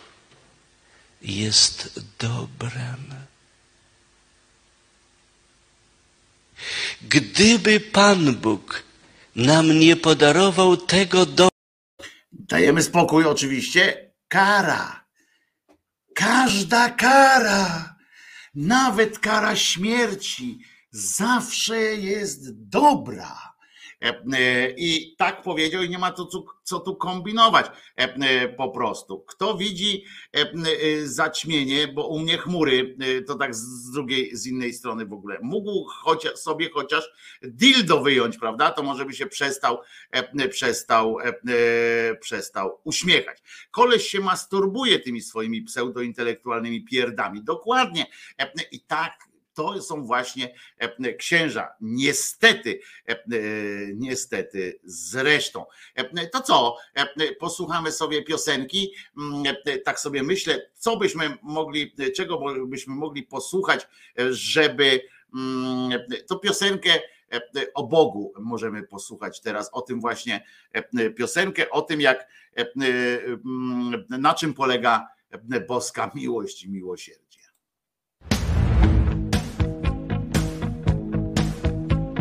jest dobrem. Gdyby Pan Bóg nam nie podarował tego dobra. Dajemy spokój oczywiście. Kara. Każda kara, nawet kara śmierci, zawsze jest dobra. I tak powiedział i nie ma tu co tu kombinować po prostu. Kto widzi zaćmienie, bo u mnie chmury, to tak z drugiej, z innej strony w ogóle, mógł chociaż, sobie chociaż dildo wyjąć, prawda? To może by się przestał, przestał, przestał uśmiechać. Koleś się masturbuje tymi swoimi pseudointelektualnymi pierdami. Dokładnie. I tak to są właśnie księża. Niestety, niestety zresztą. To co? Posłuchamy sobie piosenki. Tak sobie myślę, co byśmy mogli, czego byśmy mogli posłuchać, żeby to piosenkę o Bogu możemy posłuchać teraz, o tym właśnie piosenkę, o tym jak, na czym polega boska miłość i miłosierdzie.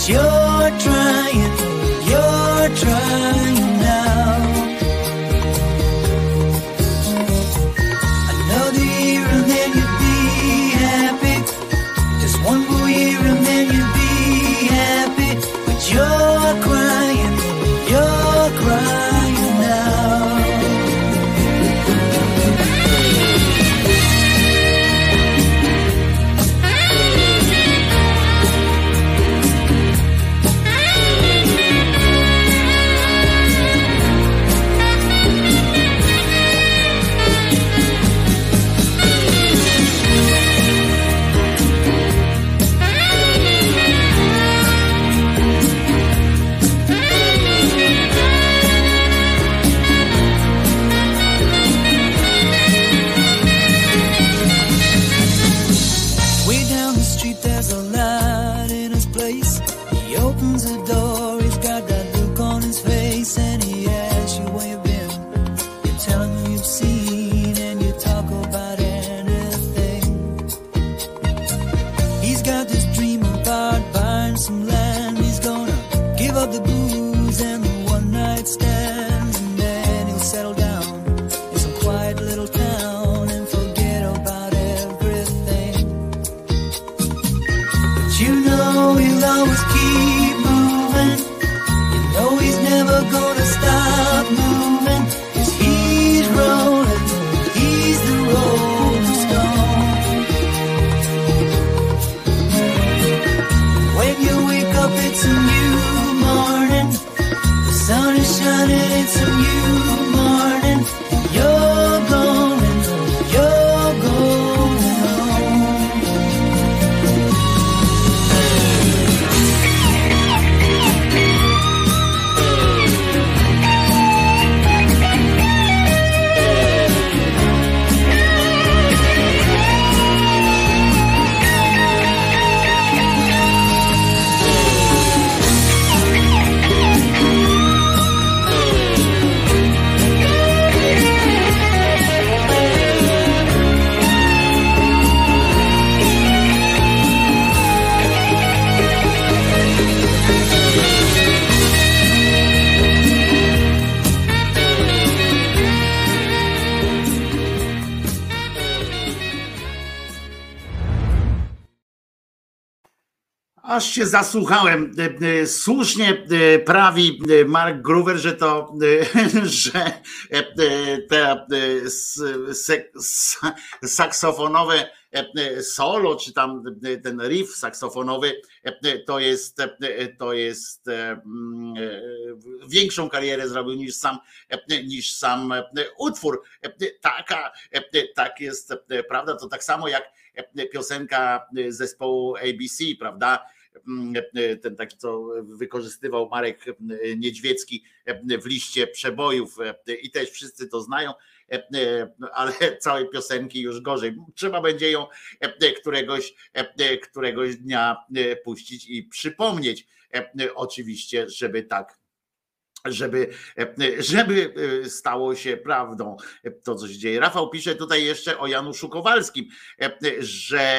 but you're trying, you're trying now. Another year and then you'd be happy. Just one more year and then you'd be happy, but you're crying, you're crying now. Aż się zasłuchałem. Słusznie prawi Mark Groover, że to, że te saksofonowe solo, czy tam ten riff saksofonowy, to jest, to jest większą karierę zrobił niż sam, niż sam utwór. Taka, tak jest prawda, to tak samo jak piosenka zespołu A B C, prawda? Ten taki, co wykorzystywał Marek Niedźwiecki w liście przebojów i też wszyscy to znają, ale całej piosenki już gorzej. Trzeba będzie ją któregoś, któregoś dnia puścić i przypomnieć oczywiście, żeby tak Żeby, żeby stało się prawdą to, co się dzieje. Rafał pisze tutaj jeszcze o Januszu Kowalskim, że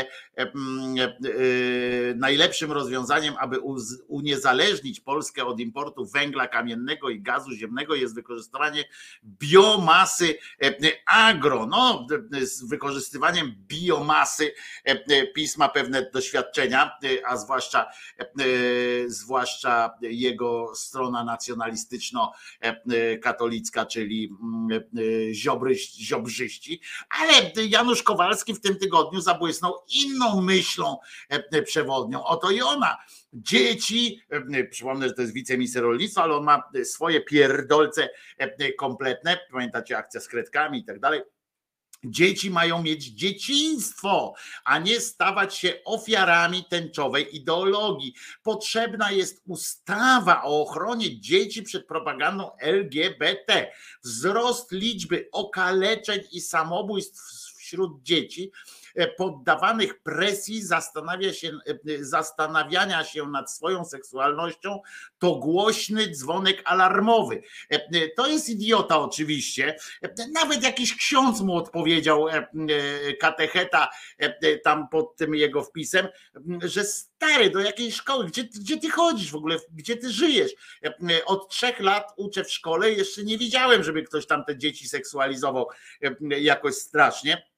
najlepszym rozwiązaniem, aby uniezależnić Polskę od importu węgla kamiennego i gazu ziemnego jest wykorzystywanie biomasy agro. No, z wykorzystywaniem biomasy PiS ma pewne doświadczenia, a zwłaszcza, zwłaszcza jego strona nacjonalistyczna, katolicka, czyli ziobry, ziobrzyści, ale Janusz Kowalski w tym tygodniu zabłysnął inną myślą przewodnią. Oto i ona. Dzieci, przypomnę, że to jest wiceminister rolnictwa, ale on ma swoje pierdolce kompletne, pamiętacie, akcja z kredkami i tak dalej. Dzieci mają mieć dzieciństwo, a nie stawać się ofiarami tęczowej ideologii. Potrzebna jest ustawa o ochronie dzieci przed propagandą L G B T. Wzrost liczby okaleczeń i samobójstw wśród dzieci poddawanych presji zastanawia się, zastanawiania się nad swoją seksualnością to głośny dzwonek alarmowy. To jest idiota oczywiście. Nawet jakiś ksiądz mu odpowiedział, katecheta tam pod tym jego wpisem, że stary, do jakiej szkoły, gdzie, gdzie ty chodzisz w ogóle, gdzie ty żyjesz? Od trzech lat uczę w szkole, jeszcze nie widziałem, żeby ktoś tam te dzieci seksualizował jakoś strasznie.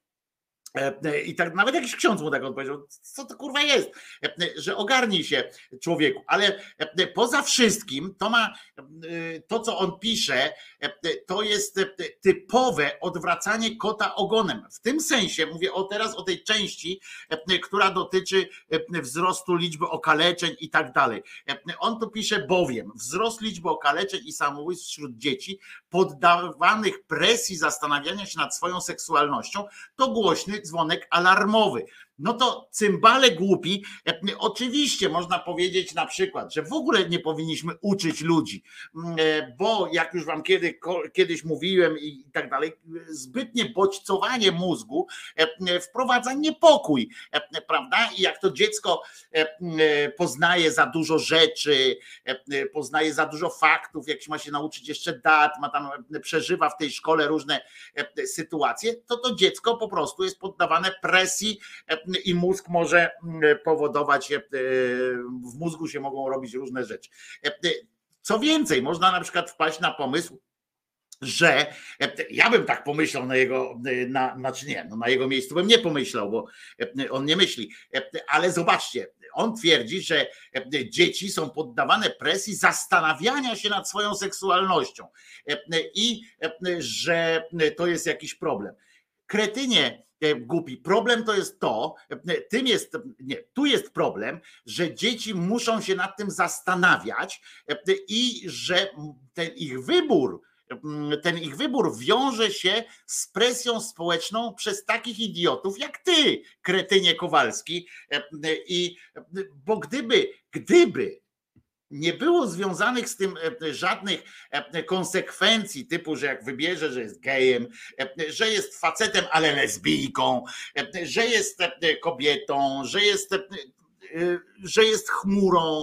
I tak nawet jakiś ksiądz mu tak odpowiedział, co to kurwa jest, że ogarnij się człowieku, ale poza wszystkim to ma, to co on pisze, to jest typowe odwracanie kota ogonem. W tym sensie mówię o teraz o tej części, która dotyczy wzrostu liczby okaleczeń i tak dalej. On tu pisze bowiem, wzrost liczby okaleczeń i samobójstw wśród dzieci poddawanych presji zastanawiania się nad swoją seksualnością to głośny dzwonek alarmowy. No to cymbale głupi, oczywiście można powiedzieć na przykład, że w ogóle nie powinniśmy uczyć ludzi, bo jak już wam kiedy, kiedyś mówiłem i tak dalej, zbytnie bodźcowanie mózgu wprowadza niepokój, prawda? I jak to dziecko poznaje za dużo rzeczy, poznaje za dużo faktów, jak się ma się nauczyć jeszcze dat, ma tam, przeżywa w tej szkole różne sytuacje, to to dziecko po prostu jest poddawane presji i mózg może powodować, w mózgu się mogą robić różne rzeczy. Co więcej, można na przykład wpaść na pomysł, że ja bym tak pomyślał na jego, na, znaczy nie, no na jego miejscu bym nie pomyślał, bo on nie myśli, ale zobaczcie, on twierdzi, że dzieci są poddawane presji zastanawiania się nad swoją seksualnością i że to jest jakiś problem. Kretynie głupi. Problem to jest to, tym jest, nie, tu jest problem, że dzieci muszą się nad tym zastanawiać i że ten ich wybór, ten ich wybór wiąże się z presją społeczną przez takich idiotów jak ty, kretynie Kowalski. I bo gdyby, gdyby nie było związanych z tym żadnych konsekwencji, typu, że jak wybierze, że jest gejem, że jest facetem, ale lesbijką, że jest kobietą, że jest, że jest chmurą,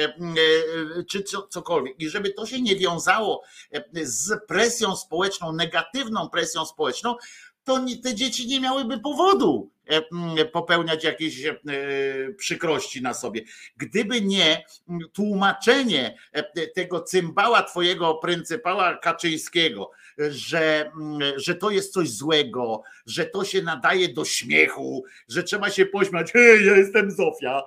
czy cokolwiek. I żeby to się nie wiązało z presją społeczną, negatywną presją społeczną, to te dzieci nie miałyby powodu popełniać jakieś przykrości na sobie. Gdyby nie tłumaczenie tego cymbała twojego pryncypała Kaczyńskiego, że, że to jest coś złego, że to się nadaje do śmiechu, że trzeba się pośmiać, hej, ja jestem Zofia,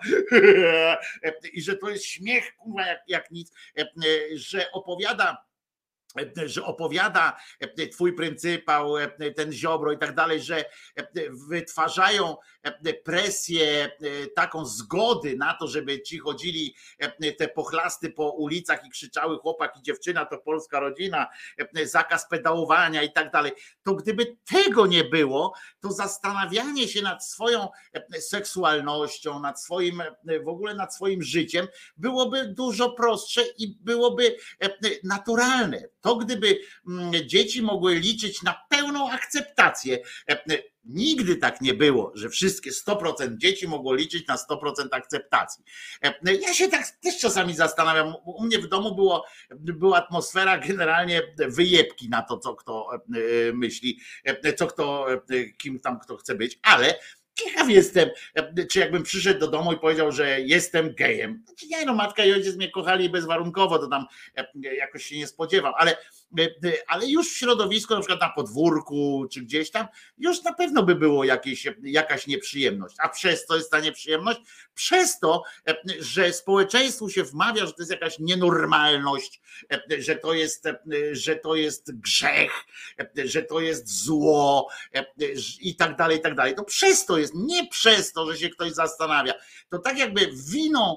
i że to jest śmiech, kurwa, jak, jak nic, że opowiada że opowiada twój pryncypał, ten Ziobro i tak dalej, że wytwarzają presję taką zgody na to, żeby ci chodzili te pochlasty po ulicach i krzyczały chłopak i dziewczyna to polska rodzina, zakaz pedałowania i tak dalej. To gdyby tego nie było, to zastanawianie się nad swoją seksualnością, nad swoim, w ogóle nad swoim życiem byłoby dużo prostsze i byłoby naturalne. To gdyby dzieci mogły liczyć na pełną akceptację. Nigdy tak nie było, że wszystkie sto procent dzieci mogło liczyć na sto procent akceptacji. Ja się tak też czasami zastanawiam, u mnie w domu było, była atmosfera generalnie wyjebki na to, co kto myśli, co kto, kim tam kto chce być, ale ciekaw jestem, czy jakbym przyszedł do domu i powiedział, że jestem gejem. Znaczy nie, no matka i ojciec mnie kochali bezwarunkowo, to tam jakoś się nie spodziewam, ale, ale już w środowisku, na przykład na podwórku, czy gdzieś tam, już na pewno by było jakieś, jakaś nieprzyjemność. A przez co jest ta nieprzyjemność? Przez to, że społeczeństwu się wmawia, że to jest jakaś nienormalność, że to jest, że to jest grzech, że to jest zło i tak dalej, i tak dalej. To przez to jest, nie przez to, że się ktoś zastanawia. To tak jakby winą,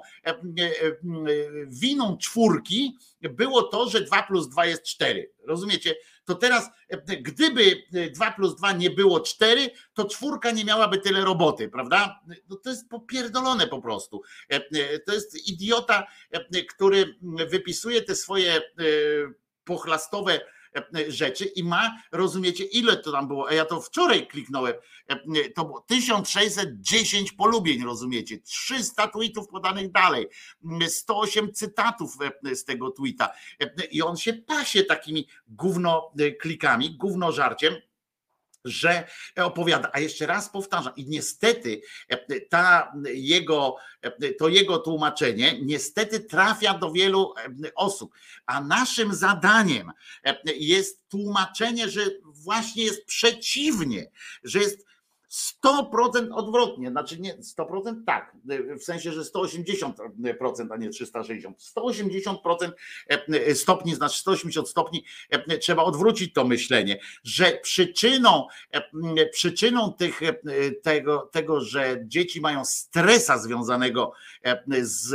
winą czwórki było to, że dwa plus dwa jest cztery. Rozumiecie? To teraz, gdyby dwa plus dwa nie było cztery, to czwórka nie miałaby tyle roboty, prawda? No to jest popierdolone po prostu. To jest idiota, który wypisuje te swoje pochlastowe rzeczy i ma, rozumiecie, ile to tam było, a ja to wczoraj kliknąłem, to było tysiąc sześćset dziesięć polubień, rozumiecie, trzysta tweetów podanych dalej, sto osiem cytatów z tego tweeta i on się pasie takimi gówno klikami, gówno żarciem, że opowiada, a jeszcze raz powtarzam i niestety ta jego, to jego tłumaczenie niestety trafia do wielu osób, a naszym zadaniem jest tłumaczenie, że właśnie jest przeciwnie, że jest sto procent odwrotnie, znaczy nie sto procent tak, w sensie, że sto osiemdziesiąt procent, a nie trzysta sześćdziesiąt, sto osiemdziesiąt procent stopni, znaczy sto osiemdziesiąt stopni trzeba odwrócić to myślenie, że przyczyną, przyczyną tych, tego, tego, że dzieci mają stresa związanego z,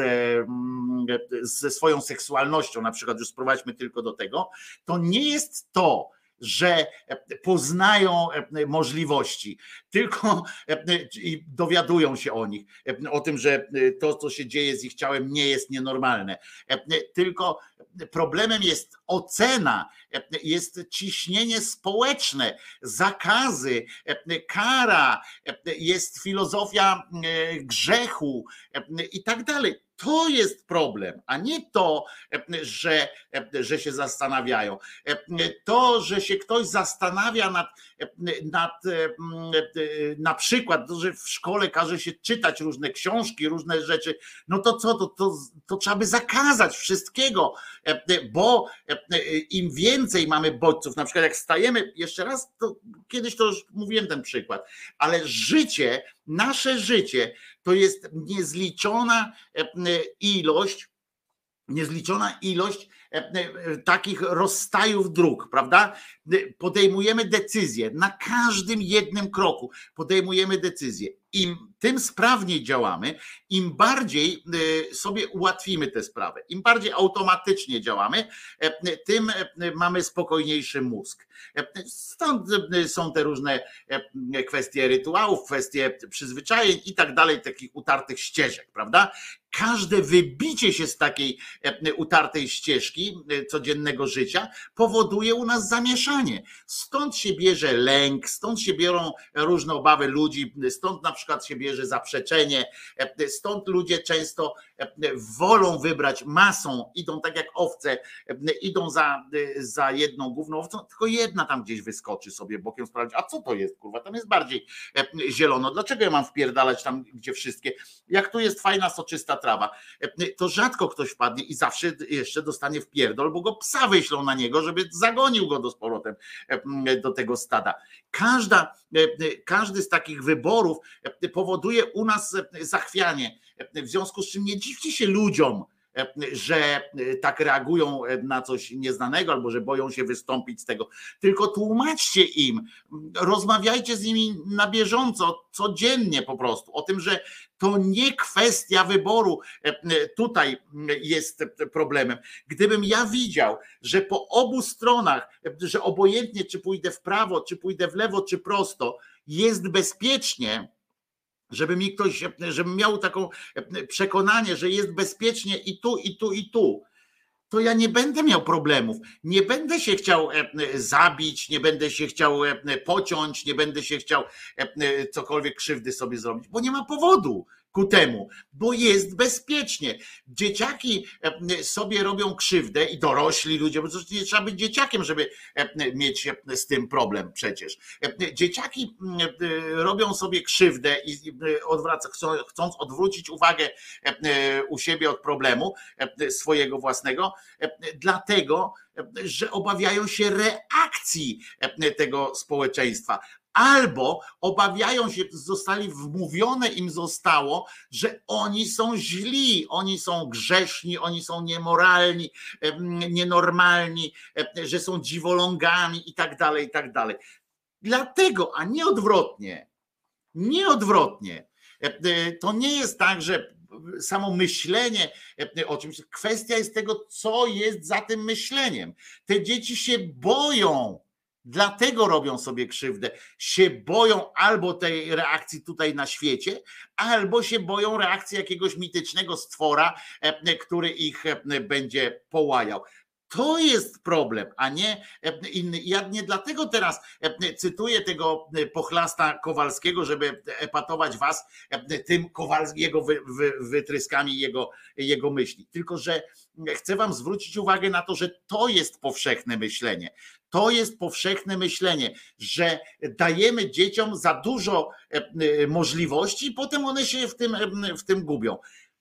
ze swoją seksualnością, na przykład już sprowadźmy tylko do tego, to nie jest to, że poznają możliwości, tylko dowiadują się o nich, o tym, że to, co się dzieje z ich ciałem, nie jest nienormalne. Tylko problemem jest ocena, jest ciśnienie społeczne, zakazy, kara, jest filozofia grzechu i tak dalej. To jest problem, a nie to, że, że się zastanawiają. To, że się ktoś zastanawia nad, nad na przykład, że w szkole każe się czytać różne książki, różne rzeczy, no to co, to, to, to trzeba by zakazać wszystkiego, bo im więcej mamy bodźców, na przykład jak stajemy, jeszcze raz, to kiedyś to już mówiłem ten przykład, ale życie, nasze życie to jest niezliczona ilość, niezliczona ilość takich rozstajów dróg, prawda? Podejmujemy decyzje, na każdym jednym kroku podejmujemy decyzje. Im tym sprawniej działamy, im bardziej sobie ułatwimy tę sprawę, im bardziej automatycznie działamy, tym mamy spokojniejszy mózg. Stąd są te różne kwestie rytuałów, kwestie przyzwyczajeń i tak dalej, takich utartych ścieżek, prawda? Każde wybicie się z takiej utartej ścieżki codziennego życia powoduje u nas zamieszanie. Stąd się bierze lęk, stąd się biorą różne obawy ludzi, stąd na przykład się bierze zaprzeczenie, stąd ludzie często wolą wybrać masą, idą tak jak owce, idą za, za jedną główną owcą, tylko jedna tam gdzieś wyskoczy sobie bokiem, sprawdzić, a co to jest, kurwa, tam jest bardziej zielono, dlaczego ja mam wpierdalać tam, gdzie wszystkie, jak tu jest fajna, soczysta trawa, to rzadko ktoś wpadnie i zawsze jeszcze dostanie wpierdol, bo go psa wyślą na niego, żeby zagonił go do z powrotem do tego stada. Każda, każdy z takich wyborów powoduje u nas zachwianie, w związku z czym nie dziwcie się ludziom, że tak reagują na coś nieznanego albo że boją się wystąpić z tego, tylko tłumaczcie im, rozmawiajcie z nimi na bieżąco, codziennie po prostu o tym, że to nie kwestia wyboru tutaj jest problemem. Gdybym ja widział, że po obu stronach, że obojętnie czy pójdę w prawo, czy pójdę w lewo, czy prosto, jest bezpiecznie, żeby mi ktoś, żebym miał taką przekonanie, że jest bezpiecznie i tu, i tu, i tu, to ja nie będę miał problemów. Nie będę się chciał zabić, nie będę się chciał pociąć, nie będę się chciał cokolwiek krzywdy sobie zrobić, bo nie ma powodu ku temu, bo jest bezpiecznie. Dzieciaki sobie robią krzywdę i dorośli ludzie, bo nie trzeba być dzieciakiem, żeby mieć z tym problem przecież. Dzieciaki robią sobie krzywdę i odwraca, chcąc odwrócić uwagę u siebie od problemu swojego własnego, dlatego, że obawiają się reakcji tego społeczeństwa. Albo obawiają się, zostali wmówione im zostało, że oni są źli, oni są grzeszni, oni są niemoralni, nienormalni, że są dziwolągami i tak dalej, i tak dalej. Dlatego, a nie odwrotnie, nie odwrotnie. To nie jest tak, że samo myślenie o czymś, kwestia jest tego, co jest za tym myśleniem. Te dzieci się boją. Dlatego robią sobie krzywdę. Się boją albo tej reakcji tutaj na świecie, albo się boją reakcji jakiegoś mitycznego stwora, który ich będzie połajał. To jest problem, a nie inny. Ja nie dlatego teraz cytuję tego pochlasta Kowalskiego, żeby epatować was tym Kowal, jego wy, wy, wytryskami jego, jego myśli. Tylko że chcę wam zwrócić uwagę na to, że to jest powszechne myślenie. To jest powszechne myślenie, że dajemy dzieciom za dużo możliwości i potem one się w tym, w tym gubią.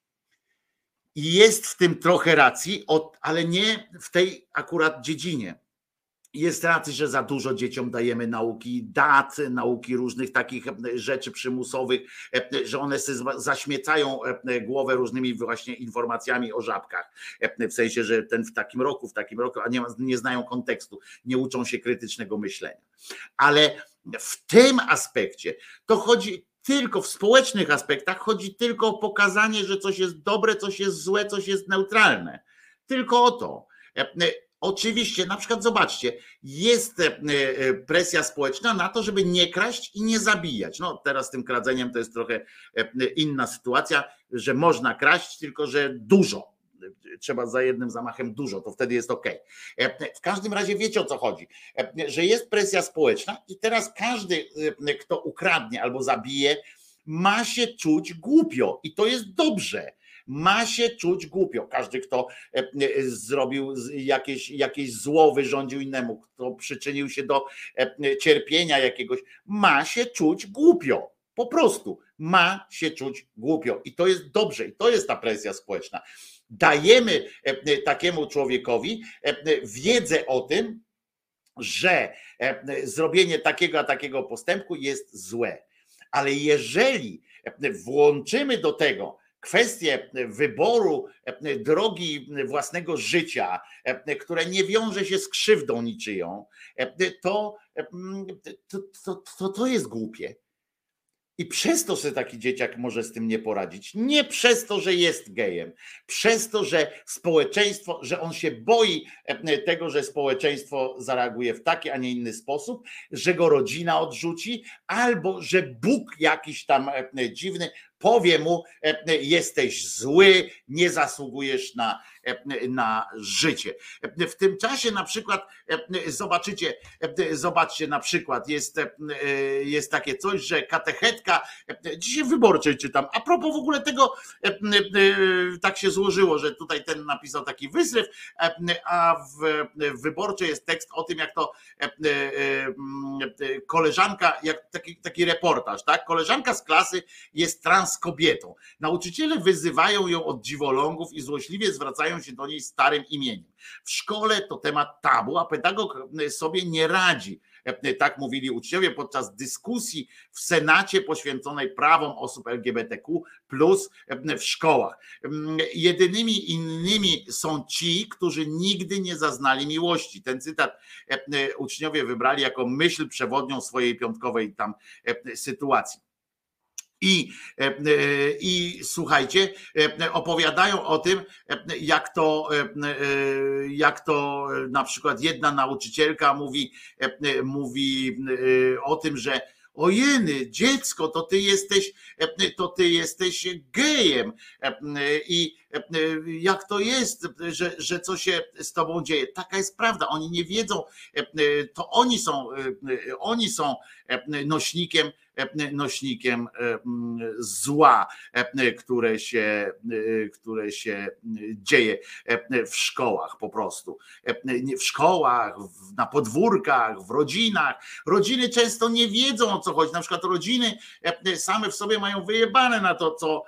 I jest w tym trochę racji, ale nie w tej akurat dziedzinie. Jest racji, że za dużo dzieciom dajemy nauki dat, nauki różnych takich rzeczy przymusowych, że one sobie zaśmiecają głowę różnymi właśnie informacjami o żabkach. W sensie, że ten w takim roku, w takim roku, a nie, nie znają kontekstu, nie uczą się krytycznego myślenia. Ale w tym aspekcie to chodzi tylko w społecznych aspektach, chodzi tylko o pokazanie, że coś jest dobre, coś jest złe, coś jest neutralne. Tylko o to. Oczywiście, na przykład zobaczcie, jest presja społeczna na to, żeby nie kraść i nie zabijać. No teraz z tym kradzeniem to jest trochę inna sytuacja, że można kraść, tylko że dużo. Trzeba za jednym zamachem dużo, to wtedy jest okej. W każdym razie wiecie, o co chodzi, że jest presja społeczna i teraz każdy, kto ukradnie albo zabije, ma się czuć głupio i to jest dobrze. Ma się czuć głupio. Każdy, kto zrobił jakieś, jakieś zło, wyrządził innemu, kto przyczynił się do cierpienia jakiegoś, ma się czuć głupio. Po prostu ma się czuć głupio i to jest dobrze i to jest ta presja społeczna. Dajemy takiemu człowiekowi wiedzę o tym, że zrobienie takiego a takiego postępku jest złe. Ale jeżeli włączymy do tego kwestię wyboru drogi własnego życia, które nie wiąże się z krzywdą niczyją, to to, to, to, to jest głupie. I przez to, że taki dzieciak może z tym nie poradzić, nie przez to, że jest gejem, przez to, że społeczeństwo, że on się boi tego, że społeczeństwo zareaguje w taki, a nie inny sposób, że go rodzina odrzuci, albo że Bóg jakiś tam dziwny powie mu, jesteś zły, nie zasługujesz na, na życie. W tym czasie na przykład zobaczycie, zobaczcie na przykład, jest, jest takie coś, że katechetka, dzisiaj w Wyborczej czytam, a propos w ogóle tego, tak się złożyło, że tutaj ten napisał taki wyzryw, a w, w Wyborczej jest tekst o tym, jak to koleżanka, jak taki, taki reportaż, tak? Koleżanka z klasy jest trans kobietą. Nauczyciele wyzywają ją od dziwolągów i złośliwie zwracają się do niej starym imieniem. W szkole to temat tabu, a pedagog sobie nie radzi. Tak mówili uczniowie podczas dyskusji w Senacie poświęconej prawom osób L G B T Q plus w szkołach. Jedynymi innymi są ci, którzy nigdy nie zaznali miłości. Ten cytat uczniowie wybrali jako myśl przewodnią swojej piątkowej tam sytuacji. I, I słuchajcie, opowiadają o tym, jak to, jak to na przykład jedna nauczycielka mówi, mówi o tym, że ojeny, dziecko, to ty jesteś, to ty jesteś gejem. I jak to jest, że, że co się z tobą dzieje? Taka jest prawda. Oni nie wiedzą, to oni są, oni są nośnikiem, nośnikiem zła, które się, które się dzieje w szkołach po prostu. W szkołach, na podwórkach, w rodzinach. Rodziny często nie wiedzą, o co chodzi. Na przykład rodziny same w sobie mają wyjebane na to, co,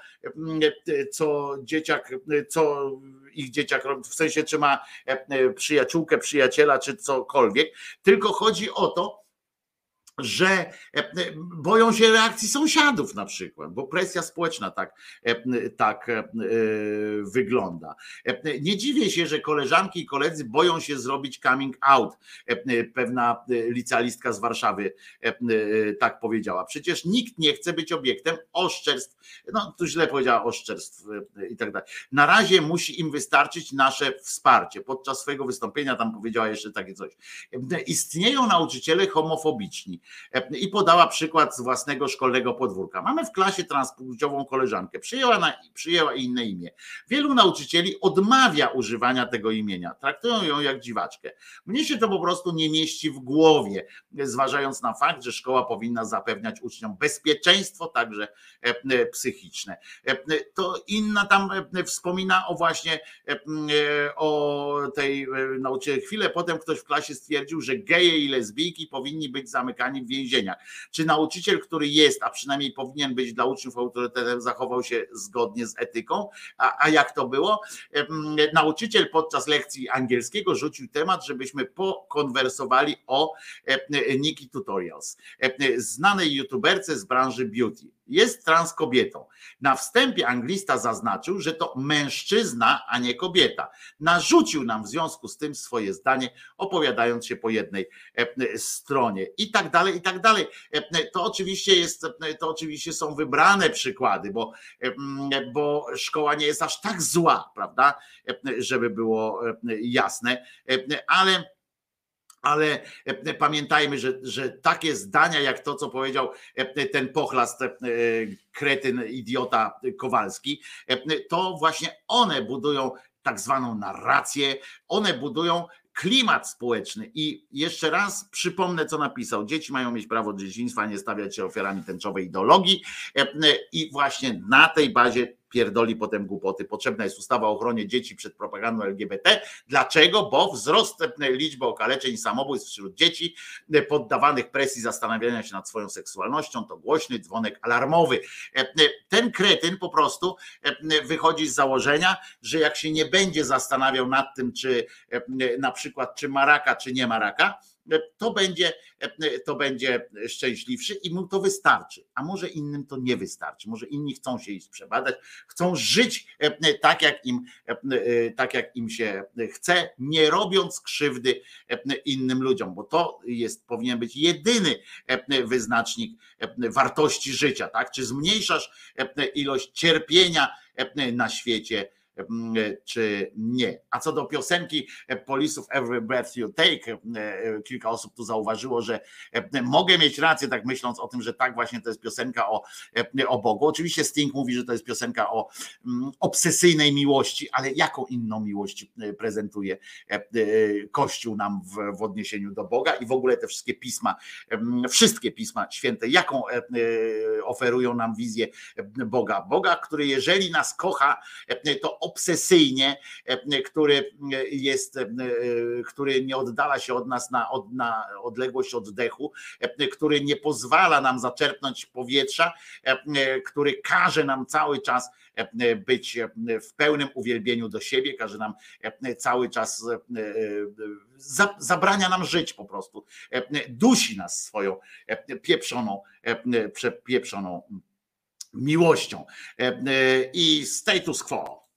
co dzieciak, co ich dzieciak robi, w sensie czy ma przyjaciółkę, przyjaciela, czy cokolwiek. Tylko chodzi o to, że boją się reakcji sąsiadów na przykład, bo presja społeczna tak, tak wygląda. Nie dziwię się, że koleżanki i koledzy boją się zrobić coming out. Pewna licealistka z Warszawy tak powiedziała. Przecież nikt nie chce być obiektem oszczerstw. No tu źle powiedziała, oszczerstw i tak dalej. Na razie musi im wystarczyć nasze wsparcie. Podczas swojego wystąpienia tam powiedziała jeszcze takie coś. Istnieją nauczyciele homofobiczni. I podała przykład z własnego szkolnego podwórka. Mamy w klasie transpłciową koleżankę, przyjęła, na, przyjęła inne imię. Wielu nauczycieli odmawia używania tego imienia, traktują ją jak dziwaczkę. Mnie się to po prostu nie mieści w głowie, zważając na fakt, że szkoła powinna zapewniać uczniom bezpieczeństwo, także psychiczne. To inna tam wspomina o właśnie o tej nauczycieli. Chwilę potem ktoś w klasie stwierdził, że geje i lesbijki powinni być zamykani w więzieniach. Czy nauczyciel, który jest, a przynajmniej powinien być dla uczniów autorytetem, zachował się zgodnie z etyką? A, a jak to było? Nauczyciel podczas lekcji angielskiego rzucił temat, żebyśmy pokonwersowali o Nikki Tutorials, znanej youtuberce z branży beauty. Jest trans kobietą. Na wstępie anglista zaznaczył, że to mężczyzna, a nie kobieta. Narzucił nam w związku z tym swoje zdanie, opowiadając się po jednej stronie i tak dalej, i tak dalej. To oczywiście jest, to oczywiście są wybrane przykłady, bo, bo szkoła nie jest aż tak zła, prawda, żeby było jasne, ale Ale pamiętajmy, że, że takie zdania jak to, co powiedział ten pochlast, kretyn, idiota Kowalski, to właśnie one budują tak zwaną narrację, one budują klimat społeczny. I jeszcze raz przypomnę, co napisał. Dzieci mają mieć prawo do dzieciństwa, nie stawiać się ofiarami tęczowej ideologii i właśnie na tej bazie pierdoli potem głupoty. Potrzebna jest ustawa o ochronie dzieci przed propagandą L G B T. Dlaczego? Bo wzrost liczby okaleczeń i samobójstw wśród dzieci poddawanych presji zastanawiania się nad swoją seksualnością to głośny dzwonek alarmowy. Ten kretyn po prostu wychodzi z założenia, że jak się nie będzie zastanawiał nad tym, czy na przykład czy ma raka, czy nie ma raka, to będzie, to będzie szczęśliwszy i mu to wystarczy. A może innym to nie wystarczy. Może inni chcą się iść przebadać, chcą żyć tak, jak im, tak jak im się chce, nie robiąc krzywdy innym ludziom, bo to jest, powinien być jedyny wyznacznik wartości życia. Tak? Czy zmniejszasz ilość cierpienia na świecie, czy nie. A co do piosenki Police of Every Breath You Take, kilka osób tu zauważyło, że mogę mieć rację, tak myśląc o tym, że tak właśnie to jest piosenka o, o Bogu. Oczywiście Sting mówi, że to jest piosenka o obsesyjnej miłości, ale jaką inną miłość prezentuje Kościół nam w, w odniesieniu do Boga i w ogóle te wszystkie pisma, wszystkie pisma święte, jaką oferują nam wizję Boga. Boga, który jeżeli nas kocha, to obsesyjnie, który jest, który nie oddala się od nas na, od, na odległość oddechu, który nie pozwala nam zaczerpnąć powietrza, który każe nam cały czas być w pełnym uwielbieniu do siebie, każe nam cały czas, zabrania nam żyć po prostu, dusi nas swoją pieprzoną, przepieprzoną miłością i status quo.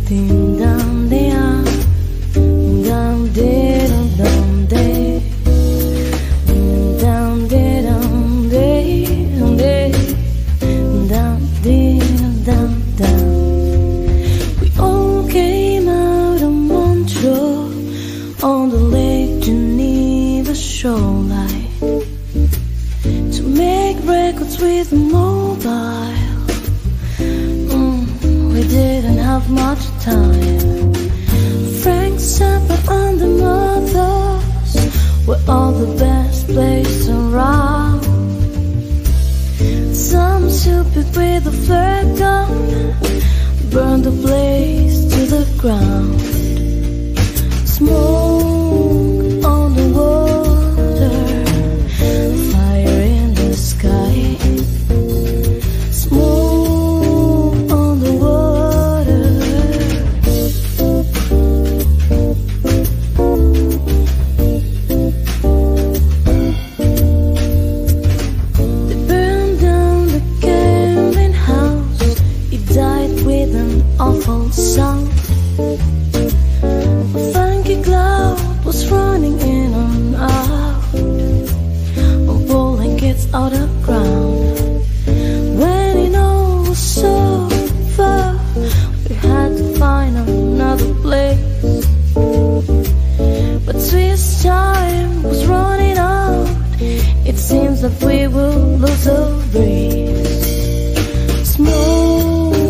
Ding dong ding dong ding dong ding dong ding dong ding dong ding dong dong. We all came out of Montreal on the Lake Geneva shoreline to make records with mobile. We didn't have much time. Frank Zappa and the Mothers were all the best plays around. Some stupid with a flare gun burned the place to the ground. Smoke on the water, fire in the sky. Smoke awful sound. A funky cloud was running in and out, pulling kids out of ground. When it all was so far, we had to find another place. But Swiss time was running out. It seems that we will lose a breeze. Smoke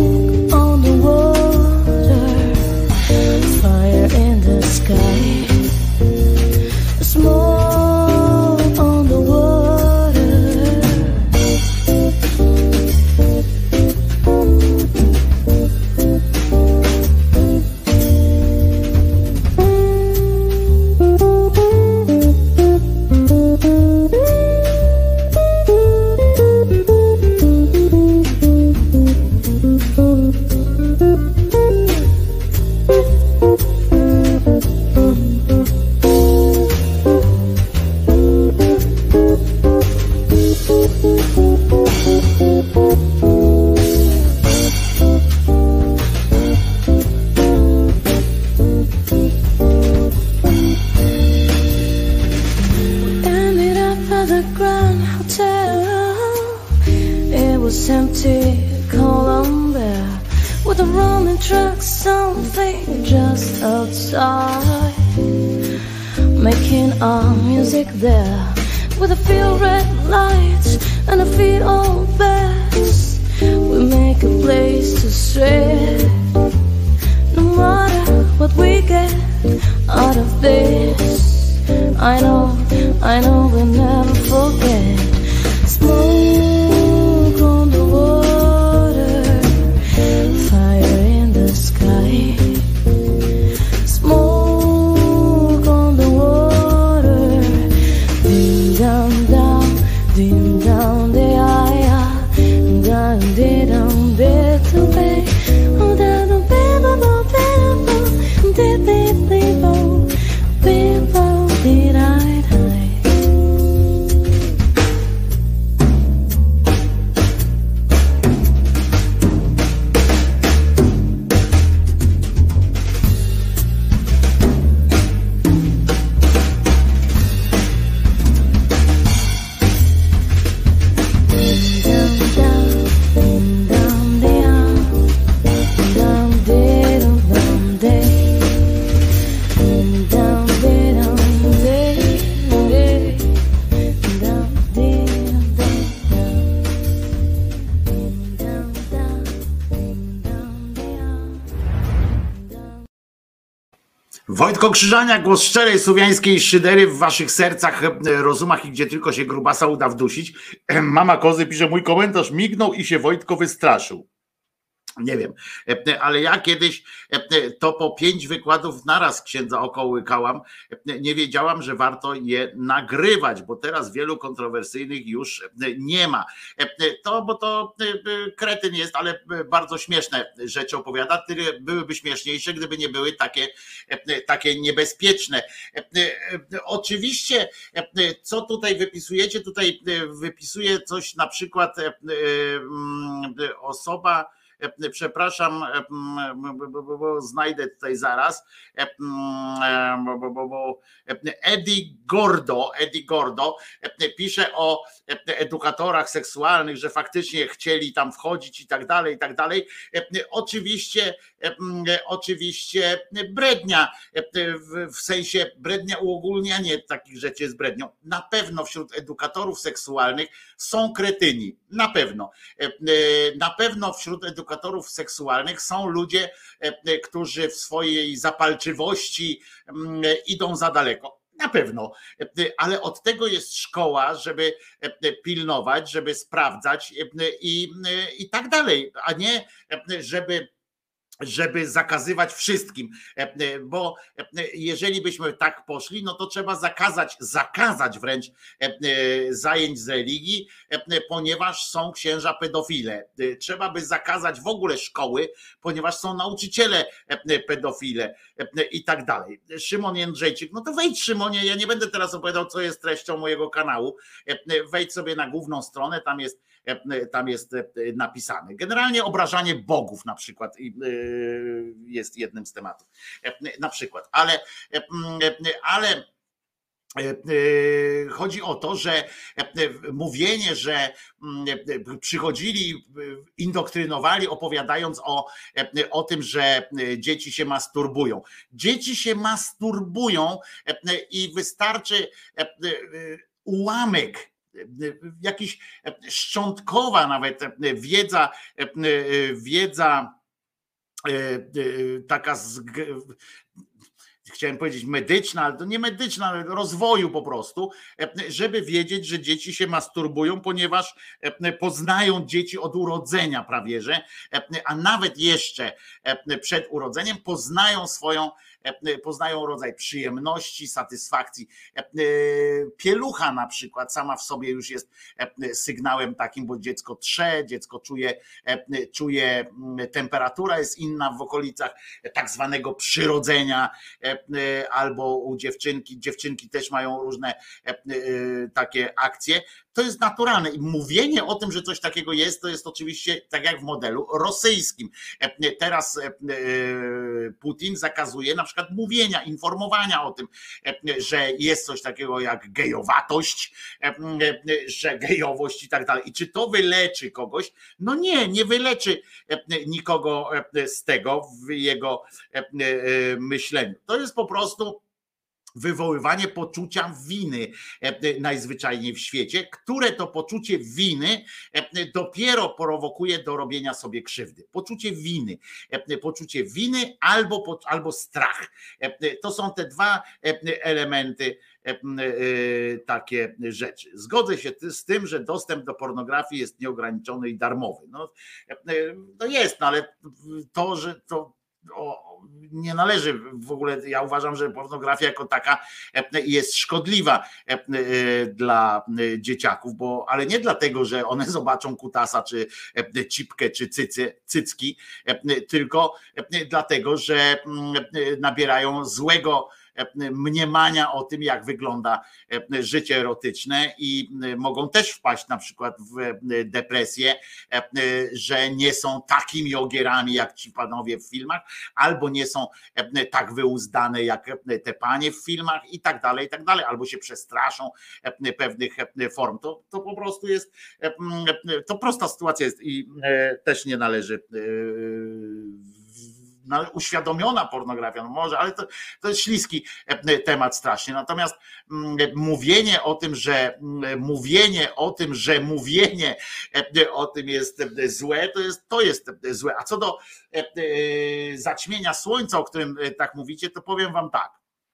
sky, smoke on the water. There with a few red lights and a feet all beds, we make a place to stray. No matter what we get out of this, I know, I know we'll never forget. Smoke on the water, fire in the sky. Smoke on the water, ding dong dong, ding dong de aya, dong de dong de to be, oh da dong be bo bo be bo, de be be bo, be bo de dai dai. Wojtko Krzyżania, głos szczerej słowiańskiej szydery w waszych sercach, rozumach i gdzie tylko się grubasa uda wdusić. Mama Kozy pisze, mój komentarz mignął i się Wojtko wystraszył. Nie wiem, ale ja kiedyś to po pięć wykładów naraz księdza okołykałam. Nie wiedziałam, że warto je nagrywać, bo teraz wielu kontrowersyjnych już nie ma. To, bo to kretyn jest, ale bardzo śmieszne rzeczy opowiada. Byłyby śmieszniejsze, gdyby nie były takie, takie niebezpieczne. Oczywiście, co tutaj wypisujecie? Tutaj wypisuje coś na przykład osoba, przepraszam, bo znajdę tutaj zaraz, bo Eddie Gordo, Eddie Gordo pisze o edukatorach seksualnych, że faktycznie chcieli tam wchodzić i tak dalej, i tak dalej. Oczywiście, oczywiście brednia, w sensie brednia, uogólnianie takich rzeczy jest brednią. Na pewno wśród edukatorów seksualnych są kretyni, na pewno. Na pewno wśród edukatorów seksualnych są ludzie, którzy w swojej zapalczywości idą za daleko. Na pewno, ale od tego jest szkoła, żeby pilnować, żeby sprawdzać i, i tak dalej, a nie żeby żeby zakazywać wszystkim, bo jeżeli byśmy tak poszli, no to trzeba zakazać, zakazać wręcz zajęć z religii, ponieważ są księża pedofile. Trzeba by zakazać w ogóle szkoły, ponieważ są nauczyciele pedofile i tak dalej. Szymon Jędrzejczyk, no to wejdź Szymonie, ja nie będę teraz opowiadał, co jest treścią mojego kanału. Wejdź sobie na główną stronę, tam jest tam jest napisane. Generalnie obrażanie bogów na przykład jest jednym z tematów. Na przykład, ale, ale chodzi o to, że mówienie, że przychodzili, indoktrynowali, opowiadając o, o tym, że dzieci się masturbują. Dzieci się masturbują i wystarczy ułamek, jakiś szczątkowa nawet wiedza, wiedza taka z, chciałem powiedzieć medyczna, ale to nie medyczna, ale rozwoju po prostu, żeby wiedzieć, że dzieci się masturbują, ponieważ poznają dzieci od urodzenia prawie, że, a nawet jeszcze przed urodzeniem poznają swoją, poznają rodzaj przyjemności, satysfakcji. Pielucha na przykład sama w sobie już jest sygnałem takim, bo dziecko trze, dziecko czuje, czuje temperatura jest inna w okolicach tak zwanego przyrodzenia, albo u dziewczynki, dziewczynki też mają różne takie akcje. To jest naturalne i mówienie o tym, że coś takiego jest, to jest oczywiście tak jak w modelu rosyjskim. Teraz Putin zakazuje na przykład mówienia, informowania o tym, że jest coś takiego jak gejowatość, że gejowość i tak dalej. I czy to wyleczy kogoś? No nie, nie wyleczy nikogo z tego w jego myśleniu. To jest po prostu wywoływanie poczucia winy najzwyczajniej w świecie, które to poczucie winy dopiero prowokuje do robienia sobie krzywdy. Poczucie winy. Poczucie winy albo, albo strach. To są te dwa elementy takie rzeczy. Zgodzę się z tym, że dostęp do pornografii jest nieograniczony i darmowy. No, to jest, no ale to, że to O, nie należy w ogóle, ja uważam, że pornografia jako taka jest szkodliwa dla dzieciaków, bo, ale nie dlatego, że one zobaczą kutasa, czy cipkę, czy cycy, cycki, tylko dlatego, że nabierają złego mniemania o tym, jak wygląda życie erotyczne i mogą też wpaść na przykład w depresję, że nie są takimi ogierami jak ci panowie w filmach, albo nie są tak wyuzdane jak te panie w filmach i tak dalej, i tak dalej, albo się przestraszą pewnych form. To, to po prostu jest, to prosta sytuacja jest i też nie należy uświadomiona pornografia, no może, ale to, to jest śliski temat strasznie. Natomiast mówienie o tym, że mówienie o tym, że mówienie o tym jest złe, to jest, to jest złe. A co do zaćmienia słońca, o którym tak mówicie, to powiem wam tak.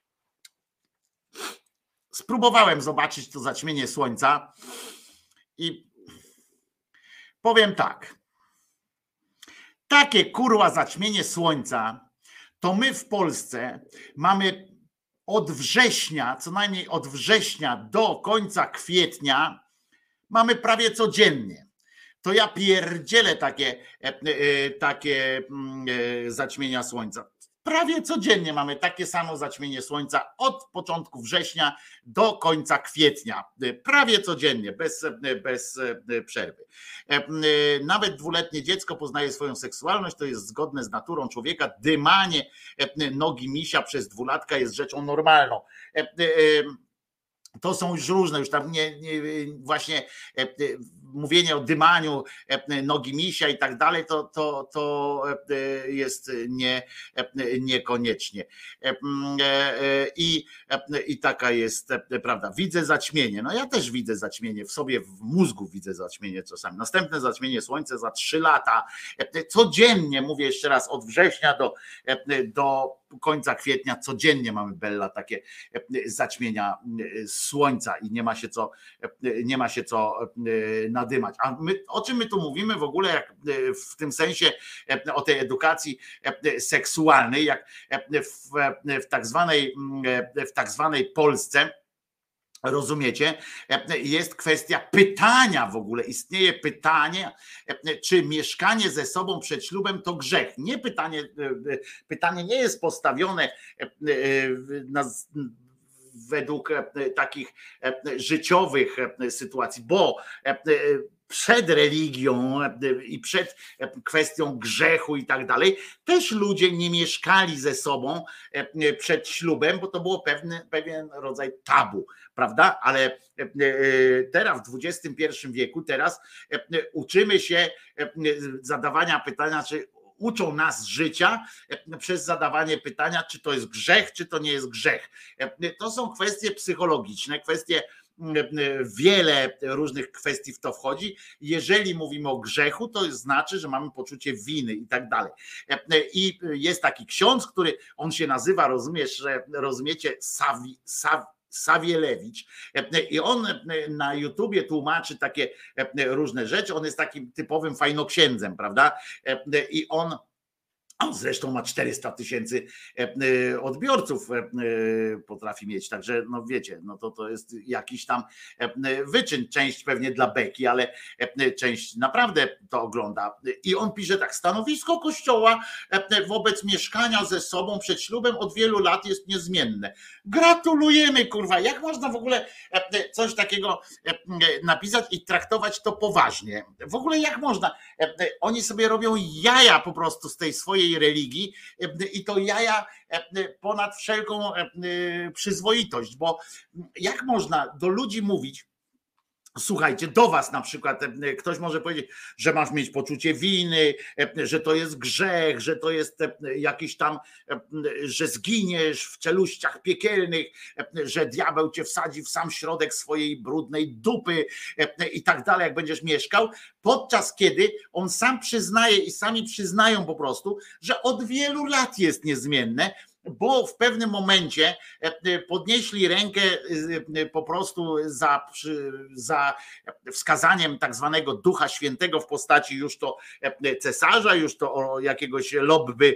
Spróbowałem zobaczyć to zaćmienie słońca i powiem tak. Takie kurwa zaćmienie słońca, to my w Polsce mamy od września, co najmniej od września do końca kwietnia, mamy prawie codziennie. To ja pierdzielę takie, takie zaćmienia słońca. Prawie codziennie mamy takie samo zaćmienie słońca od początku września do końca kwietnia. Prawie codziennie, bez, bez przerwy. Nawet dwuletnie dziecko poznaje swoją seksualność, to jest zgodne z naturą człowieka. Dymanie nogi misia przez dwulatka jest rzeczą normalną. To są już różne, już tam nie, nie właśnie mówienie o dymaniu nogi misia i tak dalej, to, to, to jest nie, niekoniecznie. I, I taka jest prawda. Widzę zaćmienie. No ja też widzę zaćmienie, w sobie, w mózgu widzę zaćmienie czasami. Następne zaćmienie słońca za trzy lata. Codziennie, mówię jeszcze raz, od września do, do końca kwietnia codziennie mamy, Bella, takie zaćmienia słońca i nie ma się co, nie ma się co nadymać. A my, o czym my tu mówimy w ogóle, jak w tym sensie o tej edukacji seksualnej, jak w, w tak zwanej, w tak zwanej Polsce, rozumiecie, jest kwestia pytania w ogóle, istnieje pytanie, czy mieszkanie ze sobą przed ślubem to grzech. Nie pytanie, pytanie nie jest postawione na, według takich życiowych sytuacji, bo przed religią i przed kwestią grzechu i tak dalej, też ludzie nie mieszkali ze sobą przed ślubem, bo to było pewny, pewien rodzaj tabu, prawda? Ale teraz w dwudziestym pierwszym wieku, teraz uczymy się zadawania pytania, czy uczą nas życia przez zadawanie pytania, czy to jest grzech, czy to nie jest grzech. To są kwestie psychologiczne, kwestie, wiele różnych kwestii w to wchodzi. Jeżeli mówimy o grzechu, to znaczy, że mamy poczucie winy i tak dalej. I jest taki ksiądz, który, on się nazywa, rozumiesz, że rozumiecie, Sawi, Sawi, Sawielewicz, i on na YouTubie tłumaczy takie różne rzeczy. On jest takim typowym fajnoksiędzem, prawda? I on On zresztą ma czterysta tysięcy odbiorców, potrafi mieć, także no wiecie, no to to jest jakiś tam wyczyn, część pewnie dla beki, ale część naprawdę to ogląda. I on pisze tak: stanowisko Kościoła wobec mieszkania ze sobą przed ślubem od wielu lat jest niezmienne. Gratulujemy, kurwa, jak można w ogóle coś takiego napisać i traktować to poważnie? W ogóle jak można? Oni sobie robią jaja po prostu z tej swojej religii i to jaja ponad wszelką przyzwoitość, bo jak można do ludzi mówić, słuchajcie, do was na przykład ktoś może powiedzieć, że masz mieć poczucie winy, że to jest grzech, że to jest jakiś tam, że zginiesz w czeluściach piekielnych, że diabeł cię wsadzi w sam środek swojej brudnej dupy i tak dalej, jak będziesz mieszkał, podczas kiedy on sam przyznaje i sami przyznają po prostu, że od wielu lat jest niezmienne, bo w pewnym momencie podnieśli rękę po prostu za, za wskazaniem tak zwanego Ducha Świętego w postaci już to cesarza, już to jakiegoś lobby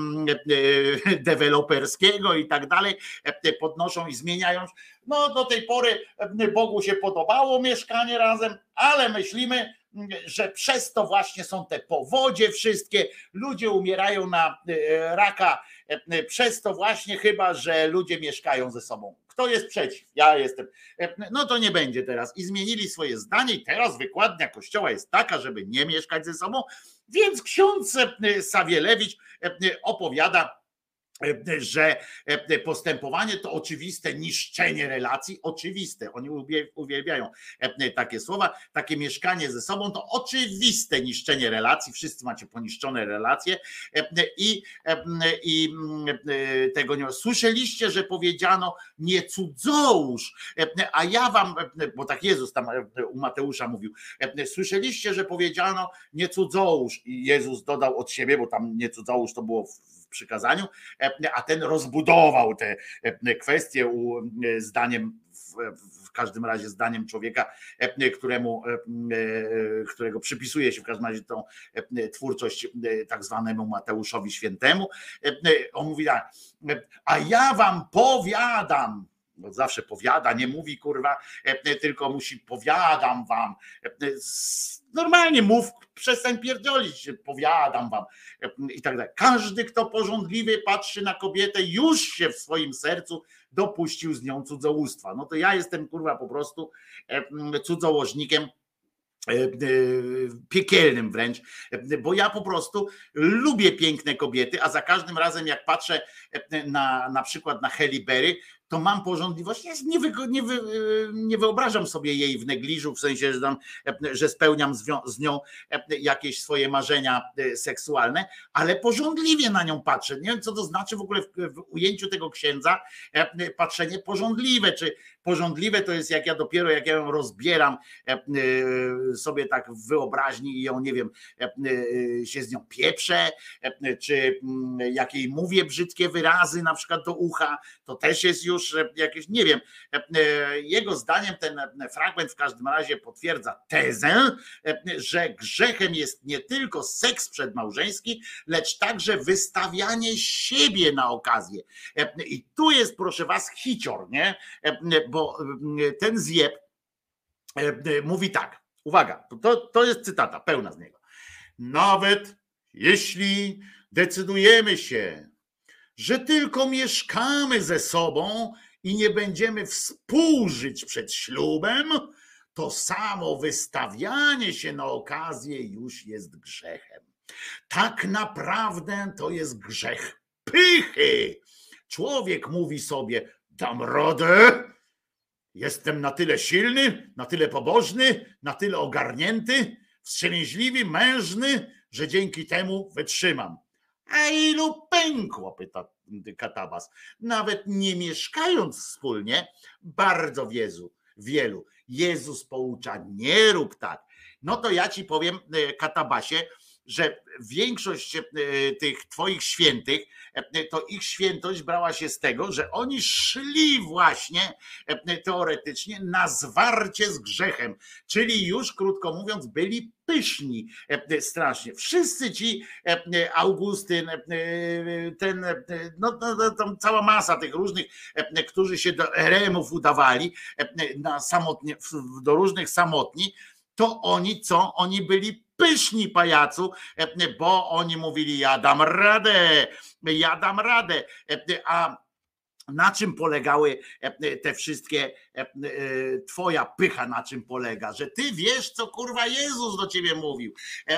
deweloperskiego i tak dalej, podnoszą i zmieniają. No do tej pory Bogu się podobało mieszkanie razem, ale myślimy, że przez to właśnie są te powodzie wszystkie, ludzie umierają na raka, przez to właśnie chyba, że ludzie mieszkają ze sobą. Kto jest przeciw? Ja jestem. No to nie będzie teraz. I zmienili swoje zdanie i teraz wykładnia Kościoła jest taka, żeby nie mieszkać ze sobą, więc ksiądz Sawielewicz opowiada, że postępowanie to oczywiste niszczenie relacji, oczywiste, oni uwielbiają takie słowa, takie mieszkanie ze sobą to oczywiste niszczenie relacji, wszyscy macie poniszczone relacje i, i tego nie. Słyszeliście, że powiedziano nie cudzołóż, a ja wam, bo tak Jezus tam u Mateusza mówił, słyszeliście, że powiedziano nie cudzołóż i Jezus dodał od siebie, bo tam nie cudzołóż to było w przykazaniu, a ten rozbudował te kwestie zdaniem, w każdym razie zdaniem człowieka, któremu, którego przypisuje się w każdym razie tą twórczość tak zwanemu Mateuszowi Świętemu. On mówi tak: a ja wam powiadam, bo zawsze powiada, nie mówi kurwa, tylko musi powiadam wam. Normalnie mów, przestań pierdziolić, powiadam wam i tak dalej. Każdy, kto pożądliwie patrzy na kobietę, już się w swoim sercu dopuścił z nią cudzołóstwa. No to ja jestem kurwa po prostu cudzołożnikiem piekielnym wręcz, bo ja po prostu lubię piękne kobiety, a za każdym razem jak patrzę na na przykład na Halle Berry, to mam pożądliwość, ja nie, wy, nie, wy, nie wyobrażam sobie jej w negliżu, w sensie, że, tam, że spełniam z, z nią jakieś swoje marzenia seksualne, ale pożądliwie na nią patrzę. Nie wiem, co to znaczy w ogóle w, w ujęciu tego księdza patrzenie pożądliwe, czy pożądliwe to jest jak ja dopiero, jak ja ją rozbieram sobie tak w wyobraźni i ją, nie wiem, się z nią pieprzę, czy jak jej mówię brzydkie wyrazy na przykład do ucha, to też jest już jakieś, nie wiem, jego zdaniem ten fragment w każdym razie potwierdza tezę, że grzechem jest nie tylko seks przedmałżeński, lecz także wystawianie siebie na okazję. I tu jest, proszę was, hicior, nie? Bo ten zjeb mówi tak, uwaga, to, to jest cytata, pełna z niego. Nawet jeśli decydujemy się, że tylko mieszkamy ze sobą i nie będziemy współżyć przed ślubem, to samo wystawianie się na okazję już jest grzechem. Tak naprawdę to jest grzech pychy. Człowiek mówi sobie, dam radę, jestem na tyle silny, na tyle pobożny, na tyle ogarnięty, wstrzemięźliwy, mężny, że dzięki temu wytrzymam. A ilu pękło, pyta Katabas. Nawet nie mieszkając wspólnie, bardzo wielu, wielu. Jezus poucza, nie rób tak. No to ja ci powiem, Katabasie, że większość tych twoich świętych, to ich świętość brała się z tego, że oni szli właśnie teoretycznie na zwarcie z grzechem, czyli już krótko mówiąc byli pyszni strasznie. Wszyscy ci Augustyn, ten, no, tam cała masa tych różnych, którzy się do eremów udawali na samotnie, do różnych samotni, to oni co? Oni byli pyszni, pajacu, bo oni mówili, ja dam radę, ja dam radę, a na czym polegały te wszystkie, twoja pycha na czym polega, że ty wiesz, co kurwa Jezus do ciebie mówił.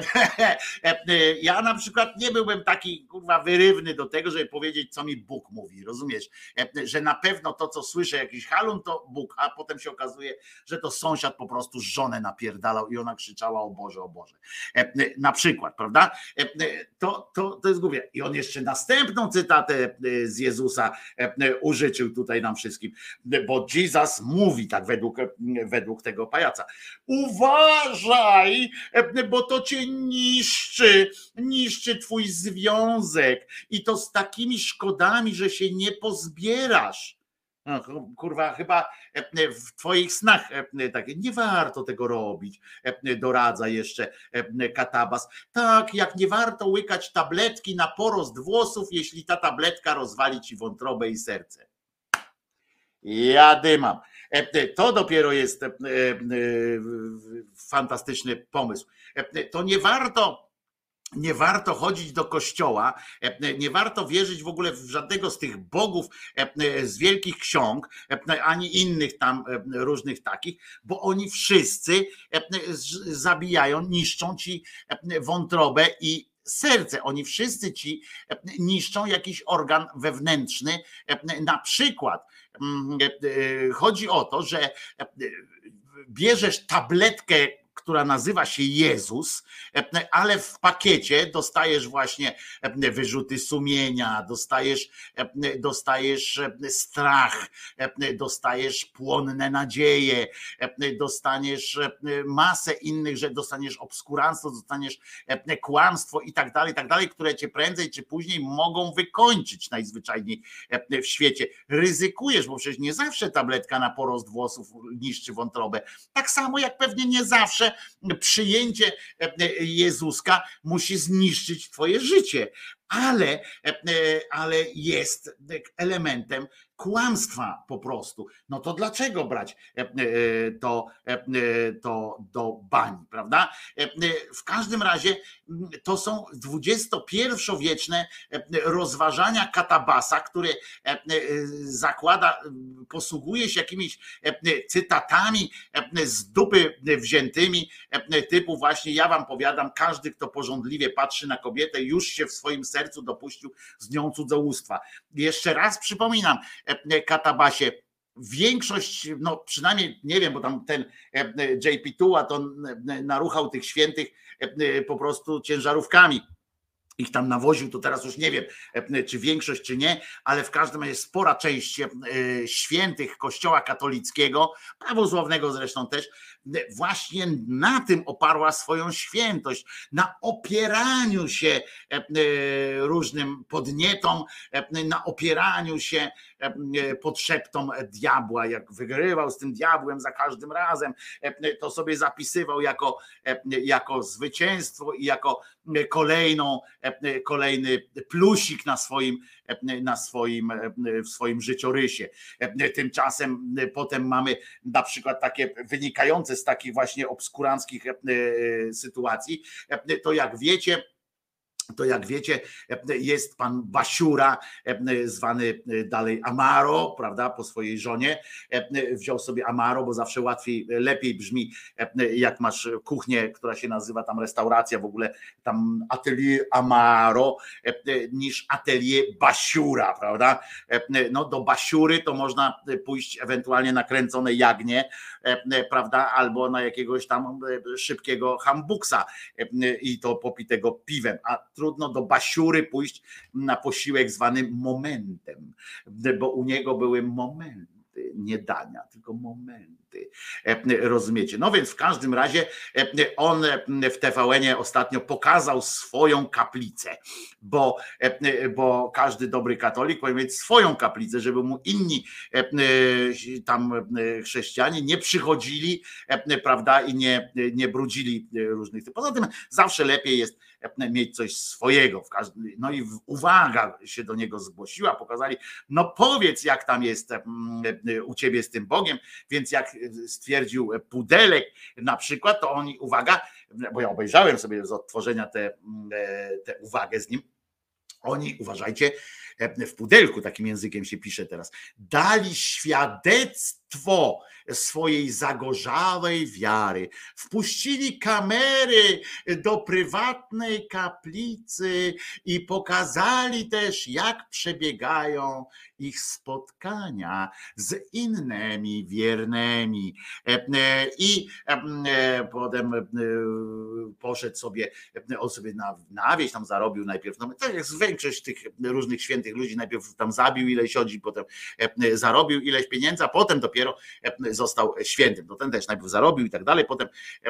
Ja na przykład nie byłbym taki kurwa wyrywny do tego, żeby powiedzieć, co mi Bóg mówi, rozumiesz, że na pewno to, co słyszę, jakiś halun, to Bóg, a potem się okazuje, że to sąsiad po prostu żonę napierdalał i ona krzyczała, o Boże, o Boże. Na przykład, prawda? To, to, to jest głupie. I on jeszcze następną cytatę z Jezusa użyczył tutaj nam wszystkim, bo Jezus mówi tak według, według tego pajaca. Uważaj, bo to cię niszczy, niszczy twój związek i to z takimi szkodami, że się nie pozbierasz. No, kurwa, chyba w twoich snach takie, nie warto tego robić, doradza jeszcze Katabas. Tak, jak nie warto łykać tabletki na porost włosów, jeśli ta tabletka rozwali ci wątrobę i serce. Ja dymam. To dopiero jest fantastyczny pomysł. To nie warto Nie warto chodzić do kościoła, nie warto wierzyć w ogóle w żadnego z tych bogów z wielkich ksiąg, ani innych tam różnych takich, bo oni wszyscy zabijają, niszczą ci wątrobę i serce. Oni wszyscy ci niszczą jakiś organ wewnętrzny. Na przykład chodzi o to, że bierzesz tabletkę, która nazywa się Jezus, ale w pakiecie dostajesz właśnie wyrzuty sumienia, dostajesz, dostajesz strach, dostajesz płonne nadzieje, dostaniesz masę innych, że dostaniesz obskuranstwo, dostaniesz kłamstwo i tak dalej, i tak dalej, które cię prędzej czy później mogą wykończyć najzwyczajniej w świecie. Ryzykujesz, bo przecież nie zawsze tabletka na porost włosów niszczy wątrobę. Tak samo jak pewnie nie zawsze przyjęcie Jezuska musi zniszczyć twoje życie, ale, ale jest elementem kłamstwa po prostu. No to dlaczego brać to, to do bani, prawda? W każdym razie to są dwudziestopierwowieczne rozważania Katabasa, który zakłada, posługuje się jakimiś cytatami z dupy wziętymi, typu właśnie ja wam powiadam, każdy, kto pożądliwie patrzy na kobietę, już się w swoim sercu dopuścił z nią cudzołóstwa. Jeszcze raz przypominam, Katabasie, większość, no przynajmniej nie wiem, bo tam ten J P Tuła to naruchał tych świętych po prostu ciężarówkami. Ich tam nawoził, to teraz już nie wiem, czy większość, czy nie, ale w każdym razie spora część świętych Kościoła katolickiego, prawosławnego zresztą też, właśnie na tym oparła swoją świętość, na opieraniu się różnym podnietom, na opieraniu się podszeptom diabła, jak wygrywał z tym diabłem za każdym razem, to sobie zapisywał jako, jako zwycięstwo i jako kolejną, kolejny plusik na swoim, na swoim, w swoim życiorysie. Tymczasem potem mamy na przykład takie wynikające z takich właśnie obskuranckich sytuacji, to jak wiecie, to jak wiecie, jest pan Basiura, zwany dalej Amaro, prawda, po swojej żonie, wziął sobie Amaro, bo zawsze łatwiej, lepiej brzmi, jak masz kuchnię, która się nazywa tam restauracja, w ogóle tam atelier Amaro, niż atelier Basiura, prawda, no do Basiury to można pójść ewentualnie na kręcone jagnię, prawda, albo na jakiegoś tam szybkiego hambuksa i to popitego piwem, a trudno do Basiury pójść na posiłek zwany momentem, bo u niego były momenty, nie dania, tylko momenty. Rozumiecie? No więc w każdym razie on w T V N-ie ostatnio pokazał swoją kaplicę, bo, bo każdy dobry katolik powinien mieć swoją kaplicę, żeby mu inni tam chrześcijanie nie przychodzili, prawda, i nie, nie brudzili różnych. Poza tym zawsze lepiej jest mieć coś swojego. W każdym, no i uwaga się do niego zgłosiła, pokazali, no powiedz jak tam jest u ciebie z tym Bogiem, więc jak stwierdził Pudelek na przykład, to oni, uwaga, bo ja obejrzałem sobie z odtworzenia tę te, uwagę z nim, oni, uważajcie, w Pudelku, takim językiem się pisze teraz, dali świadectwo swojej zagorzałej wiary. Wpuścili kamery do prywatnej kaplicy i pokazali też, jak przebiegają ich spotkania z innymi wiernymi. I potem poszedł sobie, on sobie na, na wieś tam zarobił najpierw, no, tak jak większość tych różnych świętych ludzi, najpierw tam zabił ileś ludzi, potem zarobił ileś pieniędzy, a potem dopiero został świętym. To ten też najpierw zarobił i tak dalej, potem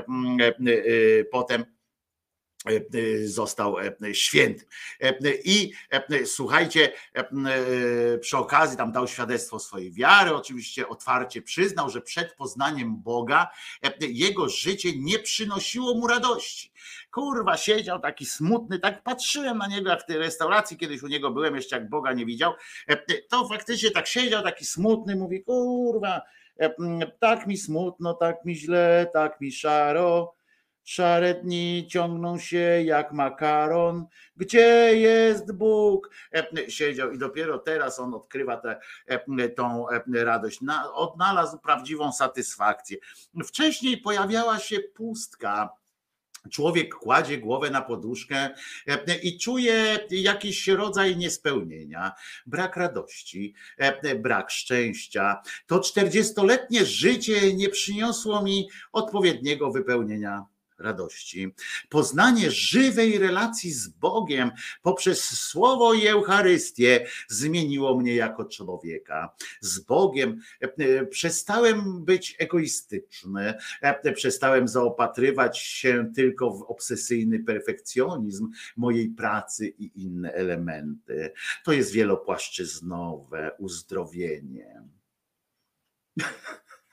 potem został świętym. I słuchajcie, przy okazji tam dał świadectwo swojej wiary, oczywiście otwarcie przyznał, że przed poznaniem Boga jego życie nie przynosiło mu radości. Kurwa, siedział taki smutny, tak patrzyłem na niego, jak w tej restauracji kiedyś u niego byłem, jeszcze jak Boga nie widział, to faktycznie tak siedział taki smutny, mówi, kurwa, tak mi smutno, tak mi źle, tak mi szaro, szare dni ciągną się jak makaron, gdzie jest Bóg? Siedział i dopiero teraz on odkrywa tę, tą radość, odnalazł prawdziwą satysfakcję. Wcześniej pojawiała się pustka. Człowiek kładzie głowę na poduszkę i czuje jakiś rodzaj niespełnienia, brak radości, brak szczęścia. To czterdziestoletnie życie nie przyniosło mi odpowiedniego wypełnienia radości. Poznanie żywej relacji z Bogiem poprzez Słowo i Eucharystię zmieniło mnie jako człowieka. Z Bogiem przestałem być egoistyczny, przestałem zaopatrywać się tylko w obsesyjny perfekcjonizm mojej pracy i inne elementy. To jest wielopłaszczyznowe uzdrowienie.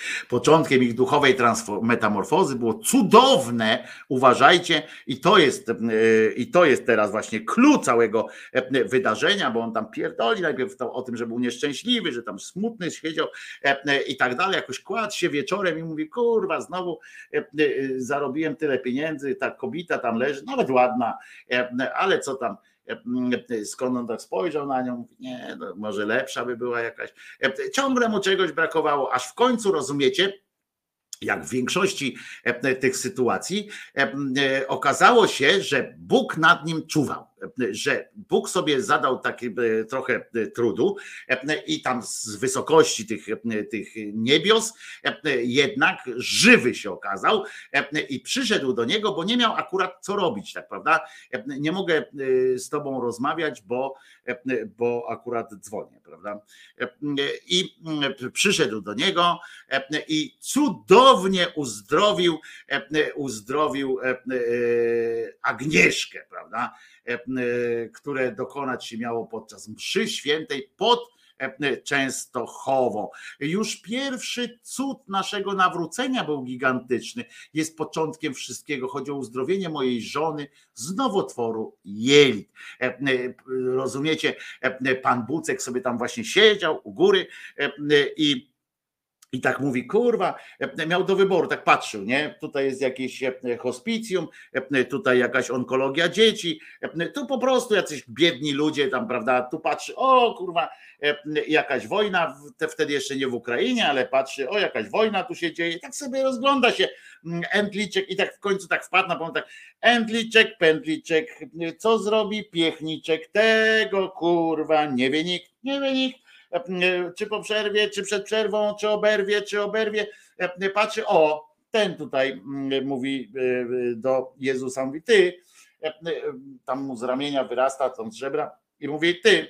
Początkiem ich duchowej metamorfozy było cudowne, uważajcie, i to jest i to jest teraz właśnie klucz całego wydarzenia, bo on tam pierdoli najpierw to, o tym, że był nieszczęśliwy, że tam smutny siedział i tak dalej, jakoś kładł się wieczorem i mówi, kurwa, znowu zarobiłem tyle pieniędzy, ta kobieta tam leży, nawet ładna, ale co tam, skąd on tak spojrzał na nią, mówi, nie, no może lepsza by była jakaś, ciągle mu czegoś brakowało, aż w końcu, rozumiecie, jak w większości tych sytuacji, okazało się, że Bóg nad nim czuwał, że Bóg sobie zadał taki trochę trudu i tam z wysokości tych, tych niebios jednak żywy się okazał i przyszedł do niego, bo nie miał akurat co robić, tak prawda? Nie mogę z tobą rozmawiać, bo, bo akurat dzwonię, prawda? I przyszedł do niego i cudownie uzdrowił, uzdrowił Agnieszkę, prawda? Które dokonać się miało podczas mszy świętej pod Częstochową. Już pierwszy cud naszego nawrócenia był gigantyczny. Jest początkiem wszystkiego. Chodzi o uzdrowienie mojej żony z nowotworu jelit. Rozumiecie? Pan Bucek sobie tam właśnie siedział u góry i I tak mówi, kurwa, miał do wyboru, tak patrzył, nie? Tutaj jest jakieś hospicjum, tutaj jakaś onkologia dzieci, tu po prostu jacyś biedni ludzie tam, prawda, tu patrzy, o kurwa, jakaś wojna, wtedy jeszcze nie w Ukrainie, ale patrzy, o jakaś wojna tu się dzieje, tak sobie rozgląda się Entliczek i tak w końcu tak wpadł na pomysł, tak, Entliczek, Pętliczek, co zrobi Piechniczek, tego kurwa nie wie nikt, nie wie nikt, czy po przerwie, czy przed przerwą, czy oberwie, czy oberwie, patrzy, o, ten tutaj mówi do Jezusa, mówi, ty, tam mu z ramienia wyrasta, tam z żebra i mówi, ty,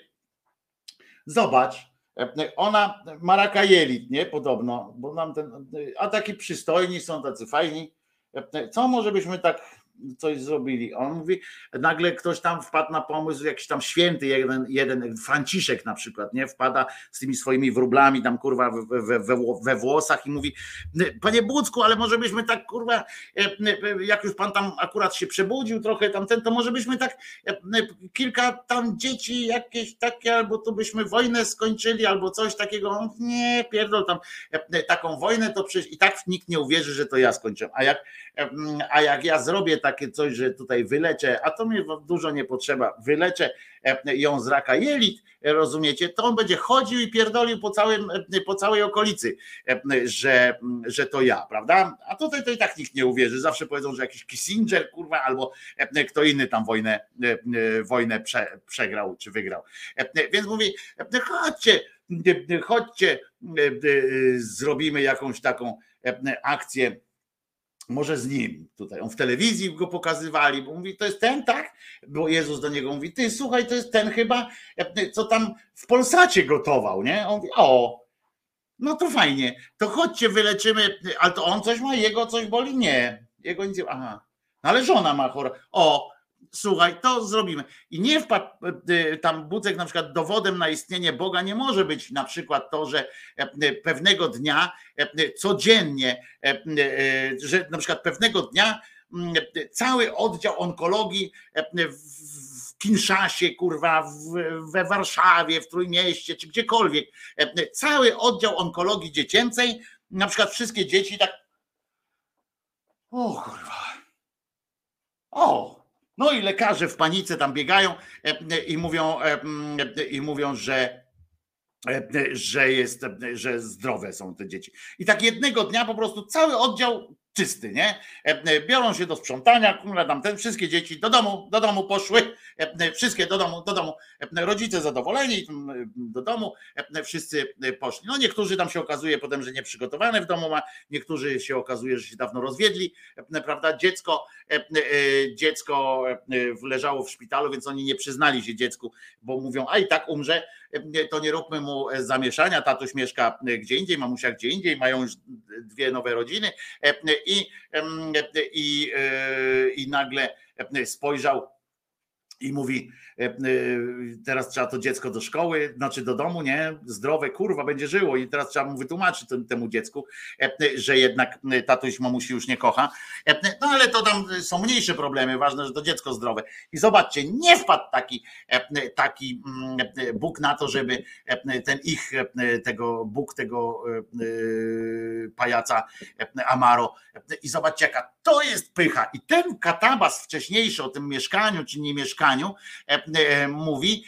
zobacz, ona ma raka jelit, nie, podobno, bo nam ten, a taki przystojni są, tacy fajni, co może byśmy tak coś zrobili. On mówi, nagle ktoś tam wpadł na pomysł, jakiś tam święty, jeden, jeden Franciszek na przykład, nie, wpada z tymi swoimi wróblami tam kurwa we, we, we, we włosach i mówi, panie Bucku, ale może byśmy tak kurwa, jak już pan tam akurat się przebudził trochę tamten, to może byśmy tak kilka tam dzieci jakieś takie, albo to byśmy wojnę skończyli, albo coś takiego. Nie, pierdol tam, taką wojnę to przecież i tak nikt nie uwierzy, że to ja skończyłem, a jak, a jak ja zrobię takie coś, że tutaj wyleczę, a to mi dużo nie potrzeba, wyleczę ją z raka jelit, rozumiecie, to on będzie chodził i pierdolił po, całym, po całej okolicy, że, że to ja, prawda? A tutaj to i tak nikt nie uwierzy, zawsze powiedzą, że jakiś Kissinger, kurwa, albo kto inny tam wojnę, wojnę prze, przegrał czy wygrał. Więc mówi, chodźcie, chodźcie, zrobimy jakąś taką akcję, może z nim tutaj, on w telewizji go pokazywali, bo mówi, to jest ten, tak? Bo Jezus do niego mówi, ty słuchaj, to jest ten chyba, co tam w Polsacie gotował, nie? On mówi, o, no to fajnie, to chodźcie, wyleczymy, ale to on coś ma, jego coś boli? Nie, jego nic nie, aha, no ale żona ma chorobę, o, słuchaj, to zrobimy. I nie wpadł tam Bucek, na przykład dowodem na istnienie Boga nie może być na przykład to, że pewnego dnia codziennie, że na przykład pewnego dnia cały oddział onkologii w Kinszasie, kurwa, we Warszawie, w Trójmieście, czy gdziekolwiek, cały oddział onkologii dziecięcej, na przykład wszystkie dzieci tak, o kurwa, o, no i lekarze w panice tam biegają i mówią, i mówią, że, że, jest, że zdrowe są te dzieci. I tak jednego dnia po prostu cały oddział czysty, nie? Biorą się do sprzątania, tam ten, wszystkie dzieci do domu, do domu poszły, wszystkie do domu, do domu. Rodzice zadowoleni, do domu, wszyscy poszli. No niektórzy tam się okazuje potem, że nieprzygotowane w domu ma, niektórzy się okazuje, że się dawno rozwiedli, prawda? Dziecko, dziecko leżało w szpitalu, więc oni nie przyznali się dziecku, bo mówią, a i tak umrze, to nie róbmy mu zamieszania, tatuś mieszka gdzie indziej, mamusia gdzie indziej, mają już dwie nowe rodziny i, i, i nagle spojrzał I mówi, teraz trzeba to dziecko do szkoły, znaczy do domu, nie, zdrowe, kurwa, będzie żyło i teraz trzeba mu wytłumaczyć temu dziecku, że jednak tatuś mamusi już nie kocha, no ale to tam są mniejsze problemy, ważne, że to dziecko zdrowe. I zobaczcie, nie wpadł taki, taki Bóg na to, żeby ten ich, tego Bóg tego pajaca Amaro, i zobaczcie, jaka to jest pycha. I ten katabas wcześniejszy o tym mieszkaniu czy nie mieszkaniu mówi,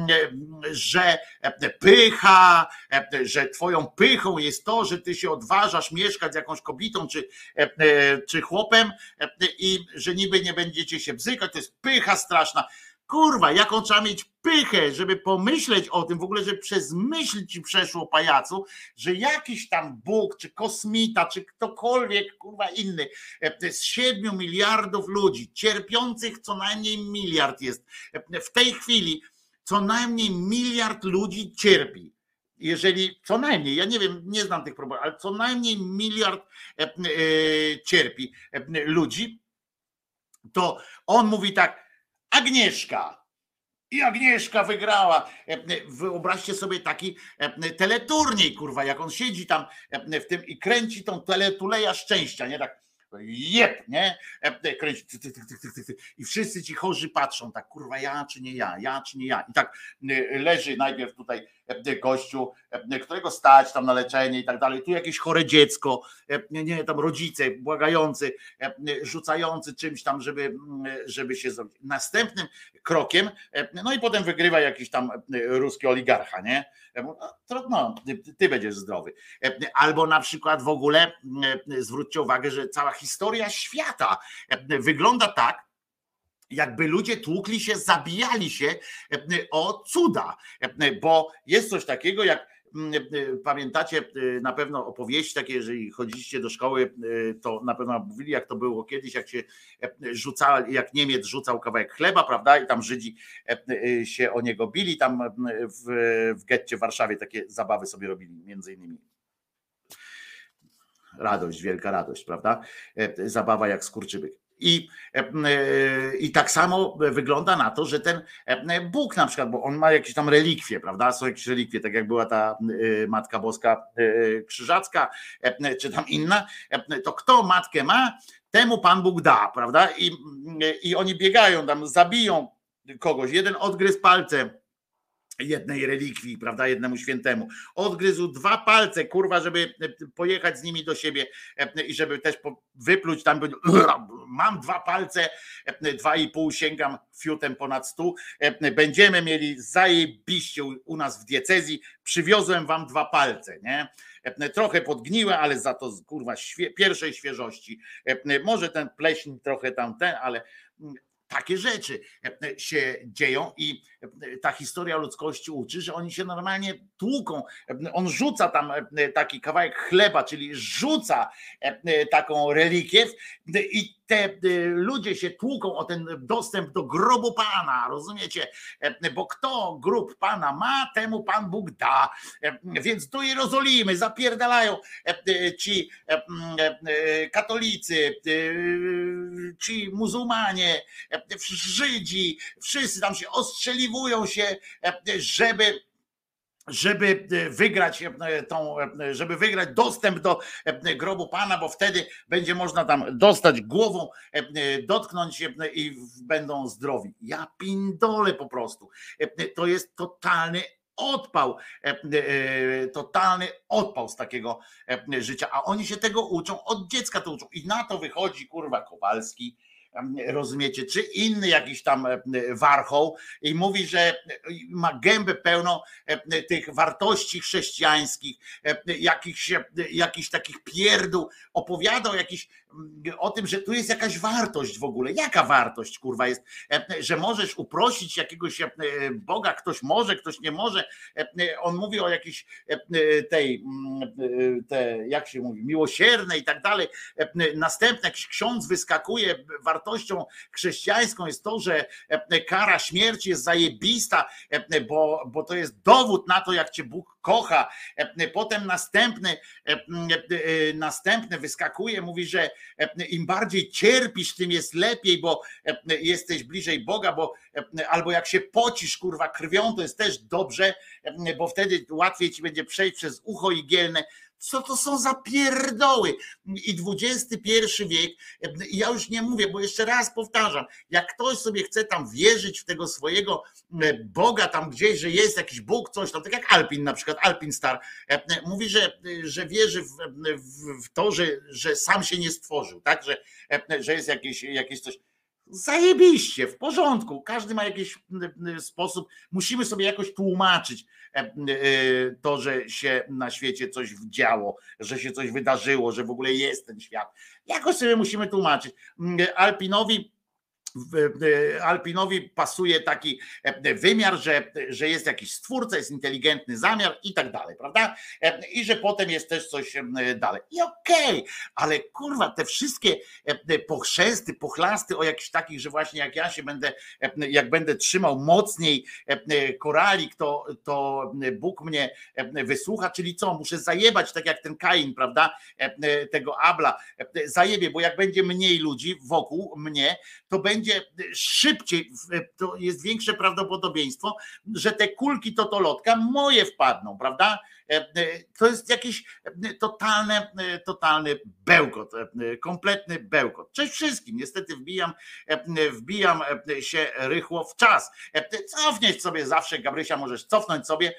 że pycha, że twoją pychą jest to, że ty się odważasz mieszkać z jakąś kobietą czy, czy chłopem i że niby nie będziecie się bzykać, to jest pycha straszna. Kurwa, jaką trzeba mieć pychę, żeby pomyśleć o tym, w ogóle, że przez myśl ci przeszło, pajacu, że jakiś tam Bóg, czy kosmita, czy ktokolwiek, kurwa, inny, z siedmiu miliardów ludzi, cierpiących co najmniej miliard jest. W tej chwili co najmniej miliard ludzi cierpi. Jeżeli co najmniej, ja nie wiem, nie znam tych problemów, ale co najmniej miliard cierpi ludzi, to on mówi tak, Agnieszka. I Agnieszka wygrała. Wyobraźcie sobie taki teleturniej, kurwa, jak on siedzi tam w tym i kręci tą teletuleja szczęścia, nie tak jeb, nie? Kręci, ty, ty, ty, ty, ty, i wszyscy ci chorzy patrzą, tak, kurwa, ja czy nie ja, ja czy nie ja. I tak leży najpierw tutaj gościu, którego stać tam na leczenie i tak dalej. Tu jakieś chore dziecko, nie, nie, tam rodzice błagający, rzucający czymś tam, żeby, żeby się zrobić. Następnym krokiem, no i potem wygrywa jakiś tam ruski oligarcha, nie? No, ty będziesz zdrowy. Albo na przykład w ogóle zwróćcie uwagę, że cała historia świata wygląda tak, jakby ludzie tłukli się, zabijali się o cuda, bo jest coś takiego jak, pamiętacie na pewno opowieści takie, jeżeli chodziliście do szkoły, to na pewno mówili, jak to było kiedyś, jak się rzucał, jak Niemiec rzucał kawałek chleba, prawda, i tam Żydzi się o niego bili, tam w, w getcie w Warszawie takie zabawy sobie robili, między innymi. Radość, wielka radość, prawda? Zabawa jak skurczybyk. I, I tak samo wygląda na to, że ten Bóg na przykład, bo on ma jakieś tam relikwie, prawda? Są jakieś relikwie, tak jak była ta Matka Boska Krzyżacka, czy tam inna, to kto matkę ma, temu Pan Bóg da, prawda? I, i oni biegają tam, zabiją kogoś, jeden odgryzł palce jednej relikwii, prawda, jednemu świętemu. Odgryzł dwa palce, kurwa, żeby pojechać z nimi do siebie i żeby też wypluć tam, mam dwa palce, dwa i pół, sięgam fiutem ponad stu, będziemy mieli zajebiście u nas w diecezji, przywiozłem wam dwa palce, nie? Trochę podgniłe, ale za to, kurwa, świe, pierwszej świeżości. Może ten pleśń trochę tam ten, ale takie rzeczy się dzieją i ta historia ludzkości uczy, że oni się normalnie tłuką. On rzuca tam taki kawałek chleba, czyli rzuca taką relikiew i te ludzie się tłuką o ten dostęp do grobu Pana, rozumiecie? Bo kto grób Pana ma, temu Pan Bóg da. Więc do Jerozolimy zapierdalają ci katolicy, ci muzułmanie, Żydzi, wszyscy tam się ostrzeliwują się, żeby żeby wygrać tą, żeby wygrać dostęp do grobu Pana, bo wtedy będzie można tam dostać głową, dotknąć się i będą zdrowi. Ja pindolę po prostu. To jest totalny odpał, totalny odpał z takiego życia, a oni się tego uczą, od dziecka to uczą i na to wychodzi, kurwa, Kowalski, rozumiecie, czy inny jakiś tam warchoł i mówi, że ma gębę pełną tych wartości chrześcijańskich, jakichś, jakichś takich pierdół, opowiada o, jakiś, o tym, że tu jest jakaś wartość w ogóle. Jaka wartość, kurwa, jest, że możesz uprosić jakiegoś Boga, ktoś może, ktoś nie może. On mówi o jakiejś tej, tej jak się mówi, miłosiernej i tak dalej. Następny jakiś ksiądz wyskakuje, wartości wartością chrześcijańską jest to, że kara śmierci jest zajebista, bo, bo to jest dowód na to, jak cię Bóg kocha. Potem następny, następny wyskakuje, mówi, że im bardziej cierpisz, tym jest lepiej, bo jesteś bliżej Boga, bo albo jak się pocisz, kurwa, krwią, to jest też dobrze, bo wtedy łatwiej ci będzie przejść przez ucho igielne. Co to są za pierdoły? I dwudziesty pierwszy wiek, ja już nie mówię, bo jeszcze raz powtarzam, jak ktoś sobie chce tam wierzyć w tego swojego Boga tam gdzieś, że jest jakiś Bóg, coś tam, tak jak Alpin na przykład, Alpin Star, mówi, że, że wierzy w, w, w to, że, że sam się nie stworzył, tak, że, że jest jakieś, jakieś coś. Zajebiście, w porządku, każdy ma jakiś sposób, musimy sobie jakoś tłumaczyć to, że się na świecie coś działo, że się coś wydarzyło, że w ogóle jest ten świat. Jakoś sobie musimy tłumaczyć. Alpinowi Alpinowi pasuje taki wymiar, że, że jest jakiś stwórca, jest inteligentny zamiar i tak dalej, prawda? I że potem jest też coś dalej. I okej, okay, ale kurwa, te wszystkie pochrzesty, pochlasty o jakichś takich, że właśnie jak ja się będę, jak będę trzymał mocniej koralik, to, to Bóg mnie wysłucha, czyli co? Muszę zajebać, tak jak ten Kain, prawda? Tego Abla. Zajebie, bo jak będzie mniej ludzi wokół mnie, to będzie szybciej, to jest większe prawdopodobieństwo, że te kulki totolotka moje wpadną, prawda? To jest jakiś totalny, totalny bełkot, kompletny bełkot. Cześć wszystkim, niestety wbijam, wbijam się rychło w czas. Cofnąć sobie zawsze, Gabrysia, możesz cofnąć sobie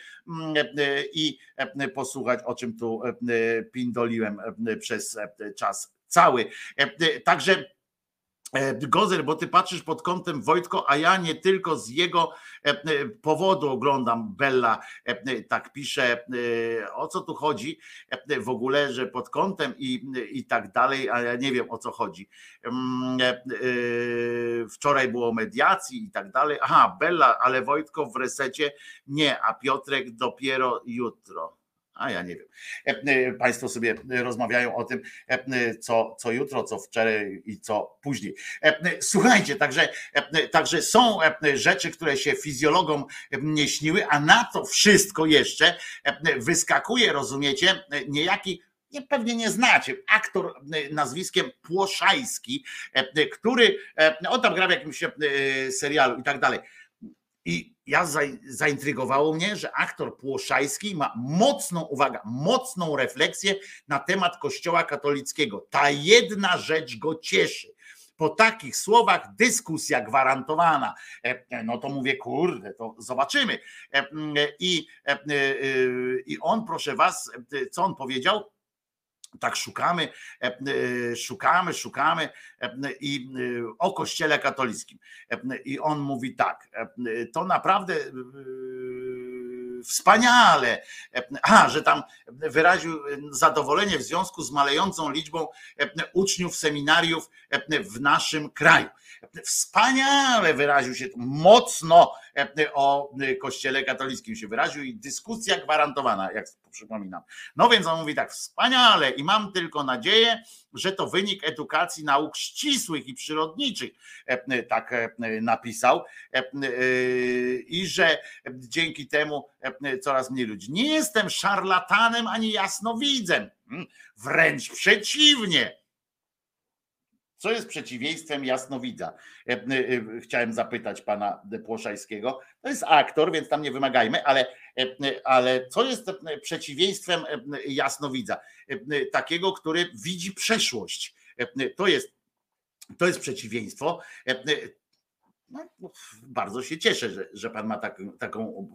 i posłuchać, o czym tu pindoliłem przez czas cały. Także Gozer, bo ty patrzysz pod kątem Wojtko, a ja nie tylko z jego powodu oglądam. Bella tak pisze, o co tu chodzi w ogóle, że pod kątem i, i tak dalej, a ja nie wiem, o co chodzi. Wczoraj było mediacji i tak dalej. Aha, Bella, ale Wojtko w resecie nie, a Piotrek dopiero jutro. A ja nie wiem. Państwo sobie rozmawiają o tym, co, co jutro, co wczoraj i co później. Słuchajcie, także, także są rzeczy, które się fizjologom nie śniły, a na to wszystko jeszcze wyskakuje, rozumiecie, niejaki, nie, pewnie nie znacie, aktor nazwiskiem Płoszajski, który, on tam gra w jakimś serialu i tak dalej. I ja zaintrygowało mnie, że aktor Płoszajski ma mocną, uwaga, mocną refleksję na temat Kościoła katolickiego. Ta jedna rzecz go cieszy. Po takich słowach dyskusja gwarantowana. No to mówię, kurde, to zobaczymy. I, i on, proszę was, co on powiedział? Tak szukamy, szukamy, szukamy i o Kościele katolickim. I on mówi tak, to naprawdę wspaniale, a, że tam wyraził zadowolenie w związku z malejącą liczbą uczniów seminariów w naszym kraju. Wspaniale wyraził się, mocno o Kościele katolickim się wyraził i dyskusja gwarantowana, jak przypominam. No więc on mówi tak, wspaniale i mam tylko nadzieję, że to wynik edukacji nauk ścisłych i przyrodniczych, tak napisał, i że dzięki temu coraz mniej ludzi. Nie jestem szarlatanem ani jasnowidzem, wręcz przeciwnie. Co jest przeciwieństwem jasnowidza? Chciałem zapytać pana Płoszajskiego. To jest aktor, więc tam nie wymagajmy, ale, ale co jest przeciwieństwem jasnowidza? Takiego, który widzi przeszłość. To jest, to jest przeciwieństwo. No, bardzo się cieszę, że, że pan ma tak, taką...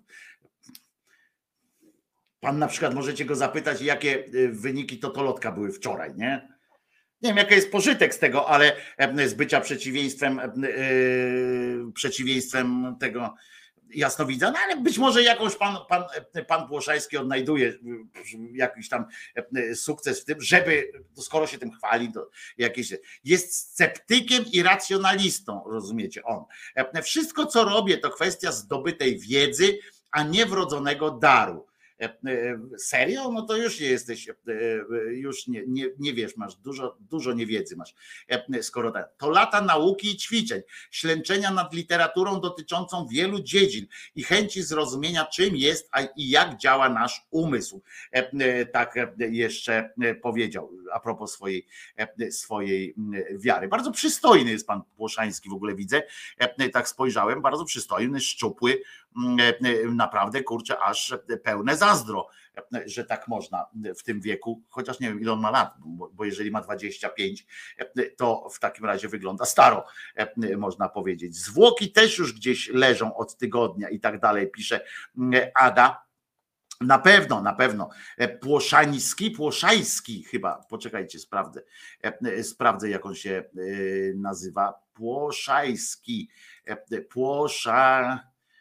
Pan na przykład możecie go zapytać, jakie wyniki totolotka były wczoraj, nie? Nie wiem, jaki jest pożytek z tego, ale z bycia przeciwieństwem, yy, przeciwieństwem tego jasnowidza, no ale być może jakąś pan, pan, pan Płoszajski odnajduje jakiś tam sukces w tym, żeby, skoro się tym chwali, to jakieś, jest sceptykiem i racjonalistą, rozumiecie, on. Wszystko, co robię, to kwestia zdobytej wiedzy, a nie wrodzonego daru. Serio? No to już nie jesteś, już nie, nie, nie wiesz, masz dużo, dużo niewiedzy masz. Skoro tak, to lata nauki i ćwiczeń, ślęczenia nad literaturą dotyczącą wielu dziedzin i chęci zrozumienia, czym jest a i jak działa nasz umysł. Tak jeszcze powiedział a propos swojej, swojej wiary. Bardzo przystojny jest pan Płoszański, w ogóle widzę, tak spojrzałem, bardzo przystojny, szczupły, naprawdę, kurczę, aż pełne zazdro, że tak można w tym wieku, chociaż nie wiem ile on ma lat, bo, bo jeżeli ma dwadzieścia pięć, to w takim razie wygląda staro, można powiedzieć. Zwłoki też już gdzieś leżą od tygodnia i tak dalej, pisze Ada. Na pewno, na pewno. Płoszański, Płoszański chyba, poczekajcie, sprawdzę, sprawdzę jak on się nazywa. Płoszański, Płosza...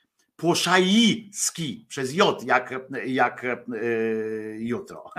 Płoszajski przez J, jak, jak y, jutro.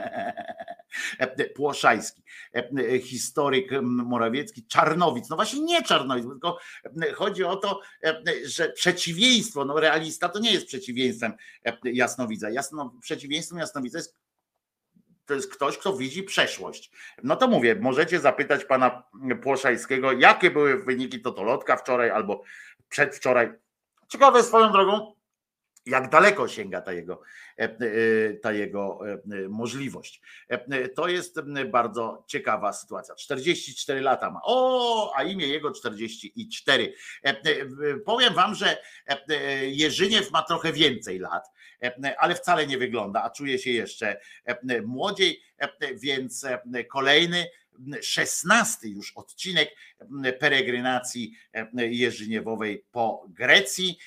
Płoszajski, historyk Morawiecki, Czarnowic. No właśnie nie Czarnowic, tylko chodzi o to, że przeciwieństwo, no realista to nie jest przeciwieństwem jasnowidza. Jasno, przeciwieństwem jasnowidza jest to jest ktoś, kto widzi przeszłość. No to mówię, możecie zapytać pana Płoszajskiego, jakie były wyniki totolotka wczoraj albo przedwczoraj. Ciekawe swoją drogą, jak daleko sięga ta jego, ta jego możliwość. To jest bardzo ciekawa sytuacja. czterdzieści cztery lata ma. O, a imię jego czterdzieści cztery. Powiem wam, że Jerzyniew ma trochę więcej lat, ale wcale nie wygląda, a czuje się jeszcze młodziej, więc kolejny szesnasty już odcinek peregrynacji jerzyniewowej po Grecji.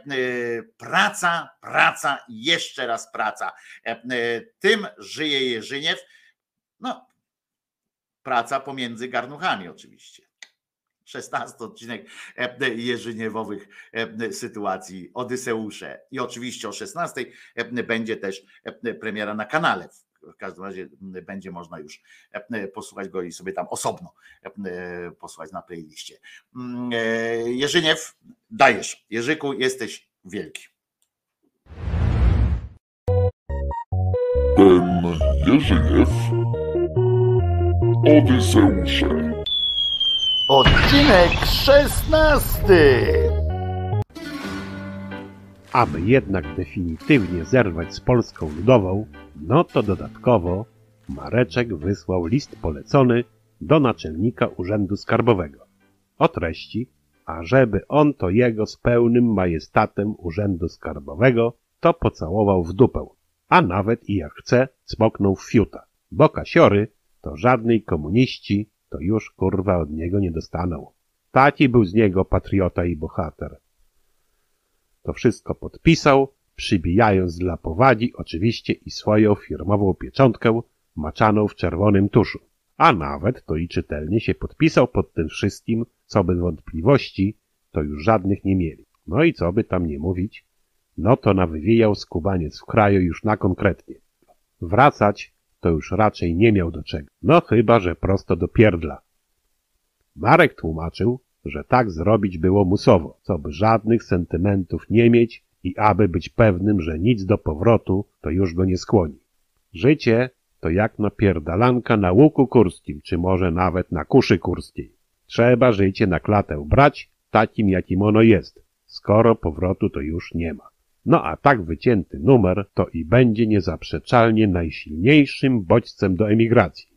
Praca, praca i jeszcze raz praca. Tym żyje Jerzyniew. No, praca pomiędzy garnuchami oczywiście. szesnasty odcinek jerzyniewowych sytuacji Odyseusze. I oczywiście o szesnastej będzie też premiera na kanale. W każdym razie będzie można już posłuchać go i sobie tam osobno posłuchać na playliście. Jerzyniew, dajesz. Jerzyku, jesteś wielki. Ten Jerzyniew, Odyseusze. Odcinek szesnasty. Aby jednak definitywnie zerwać z Polską Ludową, no to dodatkowo Mareczek wysłał list polecony do naczelnika Urzędu Skarbowego o treści, ażeby on to jego z pełnym majestatem Urzędu Skarbowego to pocałował w dupę, a nawet i jak chce cmoknął w fiuta, bo kasiory to żadnej komuniści to już kurwa od niego nie dostaną. Taki był z niego patriota i bohater. To wszystko podpisał, przybijając dla powadzi oczywiście i swoją firmową pieczątkę maczaną w czerwonym tuszu. A nawet to i czytelnie się podpisał pod tym wszystkim, co by wątpliwości, to już żadnych nie mieli. No i co by tam nie mówić, no to nawywijał skubaniec w kraju już na konkretnie. Wracać to już raczej nie miał do czego, no chyba że prosto do pierdla. Marek tłumaczył, że tak zrobić było musowo, co by żadnych sentymentów nie mieć i aby być pewnym, że nic do powrotu to już go nie skłoni. Życie to jak napierdalanka na łuku kurskim, czy może nawet na kuszy kurskiej. Trzeba życie na klatę brać, takim jakim ono jest, skoro powrotu to już nie ma. No a tak wycięty numer to i będzie niezaprzeczalnie najsilniejszym bodźcem do emigracji.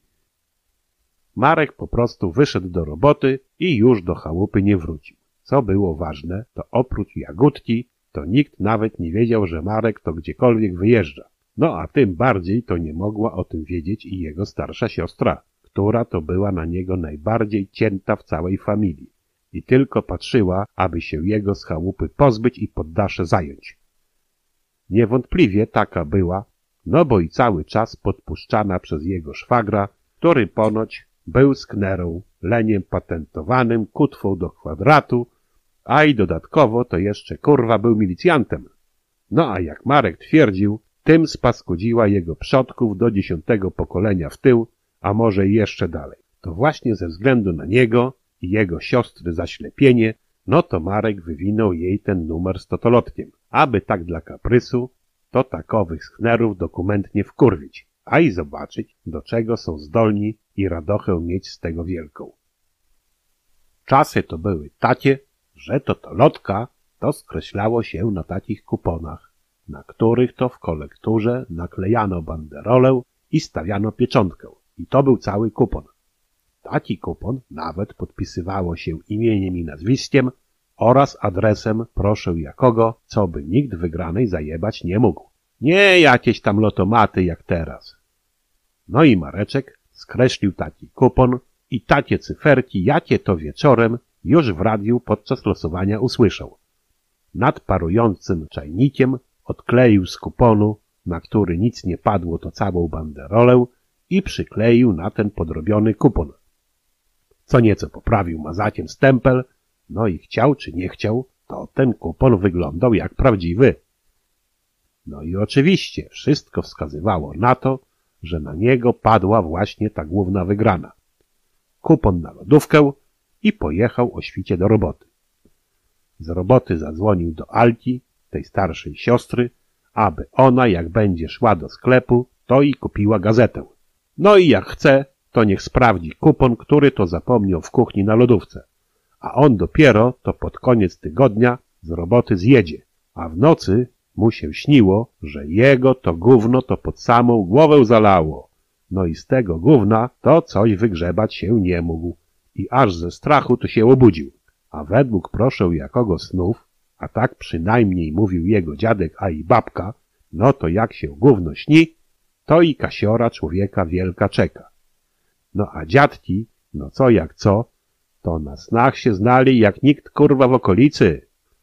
Marek po prostu wyszedł do roboty i już do chałupy nie wrócił. Co było ważne, to oprócz Jagódki, to nikt nawet nie wiedział, że Marek to gdziekolwiek wyjeżdża. No a tym bardziej to nie mogła o tym wiedzieć i jego starsza siostra, która to była na niego najbardziej cięta w całej familii i tylko patrzyła, aby się jego z chałupy pozbyć i poddasze zająć. Niewątpliwie taka była, no bo i cały czas podpuszczana przez jego szwagra, który ponoć był sknerą, leniem patentowanym, kutwą do kwadratu, a i dodatkowo to jeszcze kurwa był milicjantem. No a jak Marek twierdził, tym spaskudziła jego przodków do dziesiątego pokolenia w tył, a może i jeszcze dalej. To właśnie ze względu na niego i jego siostry zaślepienie, no to Marek wywinął jej ten numer z totolotkiem, aby tak dla kaprysu to takowych sknerów dokumentnie wkurwić, a i zobaczyć, do czego są zdolni i radochę mieć z tego wielką. Czasy to były takie, że to to lotka, to skreślało się na takich kuponach, na których to w kolekturze naklejano banderolę i stawiano pieczątkę. I to był cały kupon. Taki kupon nawet podpisywało się imieniem i nazwiskiem oraz adresem proszę jakogo, co by nikt wygranej zajebać nie mógł. Nie jakieś tam lotomaty jak teraz. No i Mareczek skreślił taki kupon i takie cyferki, jakie to wieczorem już w radiu podczas losowania usłyszał. Nad parującym czajnikiem odkleił z kuponu, na który nic nie padło, to całą banderolę i przykleił na ten podrobiony kupon. Co nieco poprawił mazakiem stempel, no i chciał czy nie chciał, to ten kupon wyglądał jak prawdziwy. No i oczywiście wszystko wskazywało na to, że na niego padła właśnie ta główna wygrana. Kupon na lodówkę i pojechał o świcie do roboty. Z roboty zadzwonił do Alki, tej starszej siostry, aby ona, jak będzie szła do sklepu, to i kupiła gazetę. No i jak chce, to niech sprawdzi kupon, który to zapomniał w kuchni na lodówce. A on dopiero to pod koniec tygodnia z roboty zjedzie, a w nocy mu się śniło, że jego to gówno to pod samą głowę zalało. No i z tego gówna to coś wygrzebać się nie mógł i aż ze strachu to się obudził. A według proszę jakogo snów, a tak przynajmniej mówił jego dziadek, a i babka, no to jak się gówno śni, to i kasiora człowieka wielka czeka. No a dziadki, no co jak co, to na snach się znali jak nikt kurwa w okolicy.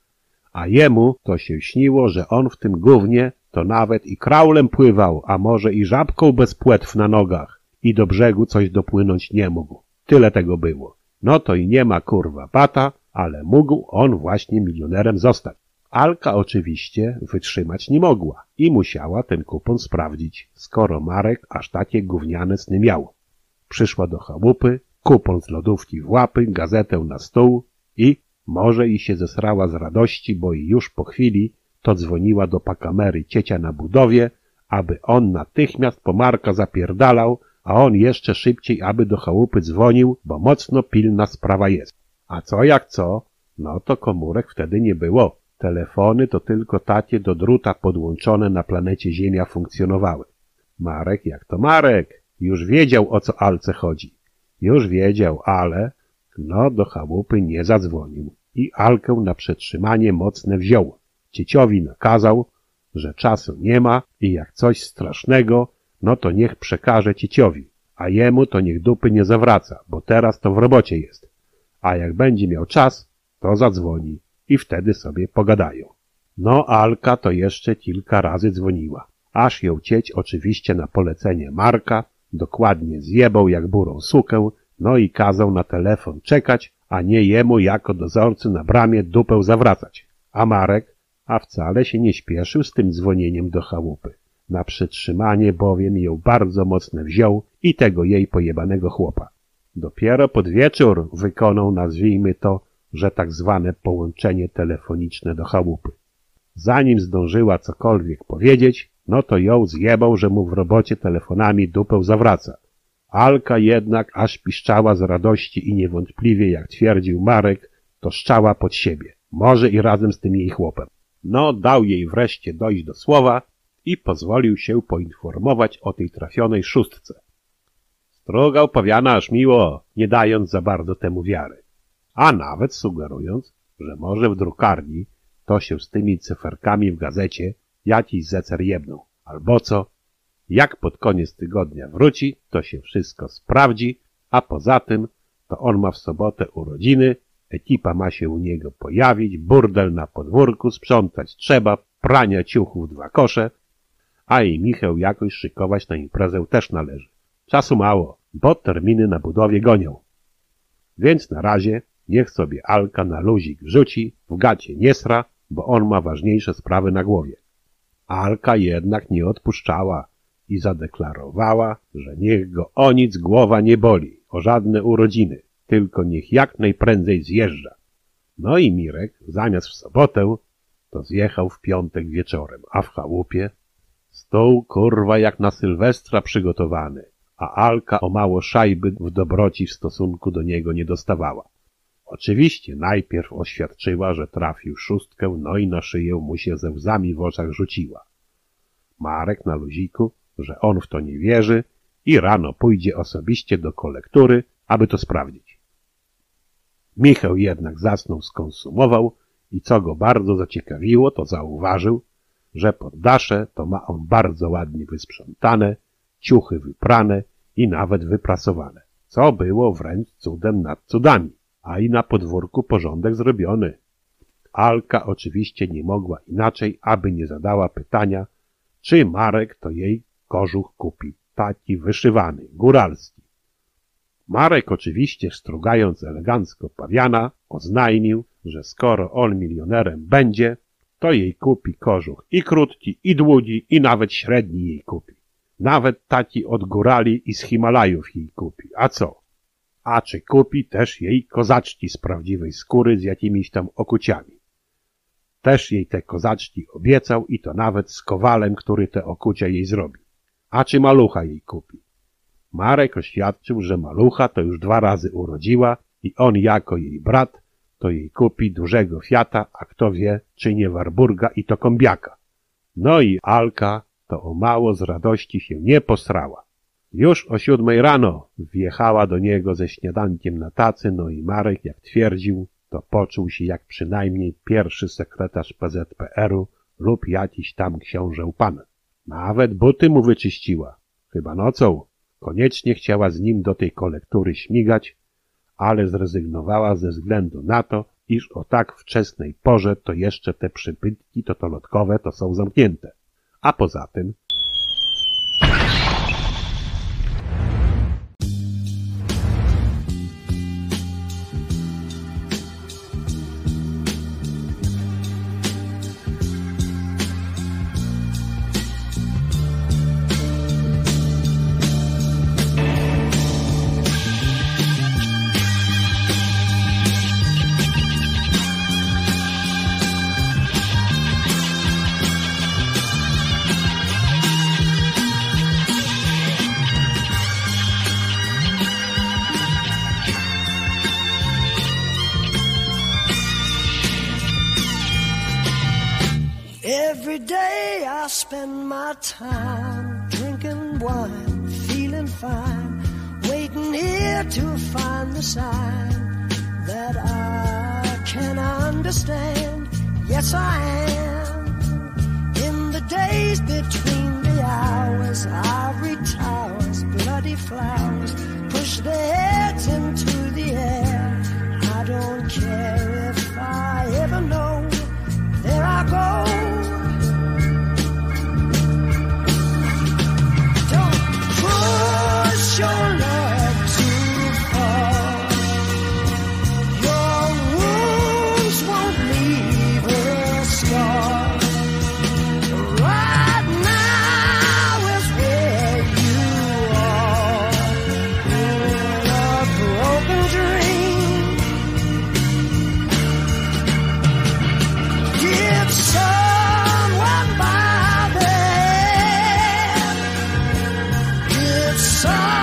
A jemu to się śniło, że on w tym gównie to nawet i kraulem pływał, a może i żabką bez płetw na nogach i do brzegu coś dopłynąć nie mógł. Tyle tego było. No to i nie ma kurwa bata, ale mógł on właśnie milionerem zostać. Alka oczywiście wytrzymać nie mogła i musiała ten kupon sprawdzić, skoro Marek aż takie gówniane sny miał. Przyszła do chałupy, kupon z lodówki w łapy, gazetę na stół i może i się zesrała z radości, bo i już po chwili to dzwoniła do pakamery ciecia na budowie, aby on natychmiast po Marka zapierdalał, a on jeszcze szybciej, aby do chałupy dzwonił, bo mocno pilna sprawa jest. A co jak co, no to komórek wtedy nie było. Telefony to tylko takie do druta podłączone na planecie Ziemia funkcjonowały. Marek jak to Marek, już wiedział o co Alce chodzi. Już wiedział, ale no do chałupy nie zadzwonił i Alkę na przetrzymanie mocne wziął. Cieciowi nakazał, że czasu nie ma i jak coś strasznego, no to niech przekaże cieciowi, a jemu to niech dupy nie zawraca, bo teraz to w robocie jest. A jak będzie miał czas, to zadzwoni i wtedy sobie pogadają. No Alka to jeszcze kilka razy dzwoniła, aż ją cieć oczywiście na polecenie Marka dokładnie zjebał jak burą sukę, no i kazał na telefon czekać, a nie jemu jako dozorcy na bramie dupę zawracać. A Marek, a wcale się nie śpieszył z tym dzwonieniem do chałupy. Na przytrzymanie bowiem ją bardzo mocno wziął i tego jej pojebanego chłopa. Dopiero pod wieczór wykonał, nazwijmy to, że tak zwane połączenie telefoniczne do chałupy. Zanim zdążyła cokolwiek powiedzieć, no to ją zjebał, że mu w robocie telefonami dupę zawraca. Alka jednak aż piszczała z radości i niewątpliwie, jak twierdził Marek, to szczała pod siebie. Może i razem z tym jej chłopem. No, dał jej wreszcie dojść do słowa i pozwolił się poinformować o tej trafionej szóstce. Strugał powiana aż miło, nie dając za bardzo temu wiary. A nawet sugerując, że może w drukarni to się z tymi cyferkami w gazecie jakiś zecer jebnął. Albo co? Jak pod koniec tygodnia wróci, to się wszystko sprawdzi, a poza tym to on ma w sobotę urodziny, ekipa ma się u niego pojawić, burdel na podwórku, sprzątać trzeba, prania ciuchów dwa kosze, a i Michał jakoś szykować na imprezę też należy. Czasu mało, bo terminy na budowie gonią. Więc na razie niech sobie Alka na luzik rzuci, w gacie nie sra, bo on ma ważniejsze sprawy na głowie. Alka jednak nie odpuszczała i zadeklarowała, że niech go o nic głowa nie boli, o żadne urodziny, tylko niech jak najprędzej zjeżdża. No i Mirek zamiast w sobotę, to zjechał w piątek wieczorem, a w chałupie stół kurwa jak na Sylwestra przygotowany, a Alka o mało szajby w dobroci w stosunku do niego nie dostawała. Oczywiście najpierw oświadczyła, że trafił szóstkę, no i na szyję mu się ze łzami w oczach rzuciła. Marek na luziku, że on w to nie wierzy i rano pójdzie osobiście do kolektury, aby to sprawdzić. Michał jednak zasnął, skonsumował i co go bardzo zaciekawiło, to zauważył, że poddasze to ma on bardzo ładnie wysprzątane, ciuchy wyprane i nawet wyprasowane, co było wręcz cudem nad cudami, a i na podwórku porządek zrobiony. Alka oczywiście nie mogła inaczej, aby nie zadała pytania, czy Marek to jej kożuch kupi, taki wyszywany, góralski. Marek oczywiście, strugając elegancko pawiana, oznajmił, że skoro on milionerem będzie, to jej kupi kożuch i krótki, i długi, i nawet średni jej kupi. Nawet taki od górali i z Himalajów jej kupi. A co? A czy kupi też jej kozaczki z prawdziwej skóry z jakimiś tam okuciami. Też jej te kozaczki obiecał i to nawet z kowalem, który te okucia jej zrobi. A czy malucha jej kupi? Marek oświadczył, że malucha to już dwa razy urodziła i on jako jej brat to jej kupi dużego Fiata, a kto wie, czy nie Warburga i to kombiaka. No i Alka to o mało z radości się nie posrała. Już o siódmej rano wjechała do niego ze śniadankiem na tacy, no i Marek, jak twierdził, to poczuł się jak przynajmniej pierwszy sekretarz P Z P R-u lub jakiś tam książę pan. Nawet buty mu wyczyściła, chyba nocą. Koniecznie chciała z nim do tej kolektury śmigać, ale zrezygnowała ze względu na to, iż o tak wczesnej porze to jeszcze te przybytki totolotkowe to są zamknięte. A poza tym every day I spend my time drinking wine, feeling fine, waiting here to find the sign that I can understand. Yes, I am. In the days between the hours, ivory towers, bloody flowers, push their heads into the air. I don't care if I ever know. There I go. Your love too far. Your wounds won't leave a scar. Right now is where you are, in a broken dream. Did someone buy there? Did someone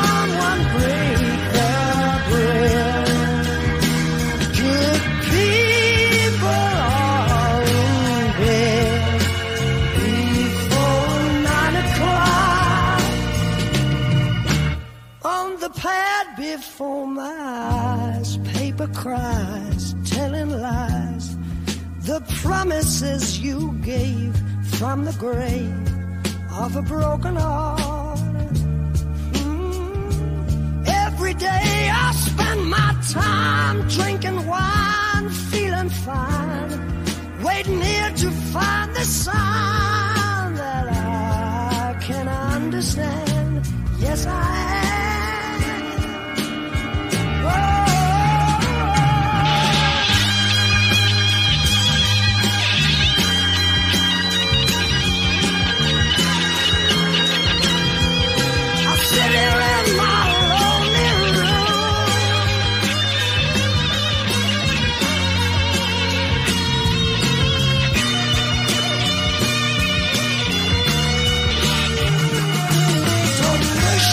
before my eyes, paper cries, telling lies, the promises you gave from the grave of a broken heart. Mm. Every day I spend my time drinking wine, feeling fine, waiting here to find the sign that I can understand. Yes, I am.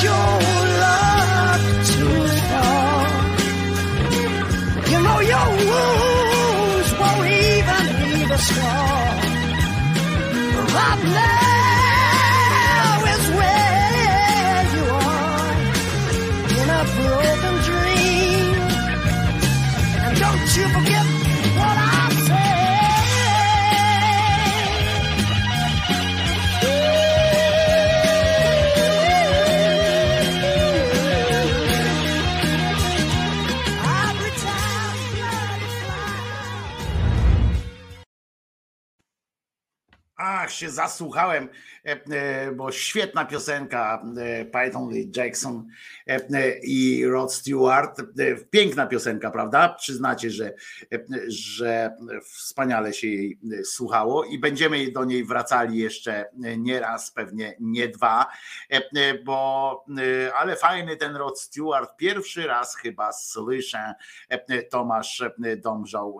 your love too far. You know your wounds won't even leave a scar. Right now is where you are, in a broken dream. And don't you forget what I said. Ach, się zasłuchałem, bo świetna piosenka, Python Lee Jackson i Rod Stewart. Piękna piosenka, prawda? Przyznacie, że, że wspaniale się jej słuchało i będziemy do niej wracali jeszcze nie raz, pewnie nie dwa, bo ale fajny ten Rod Stewart. Pierwszy raz chyba słyszę. Tomasz Domżał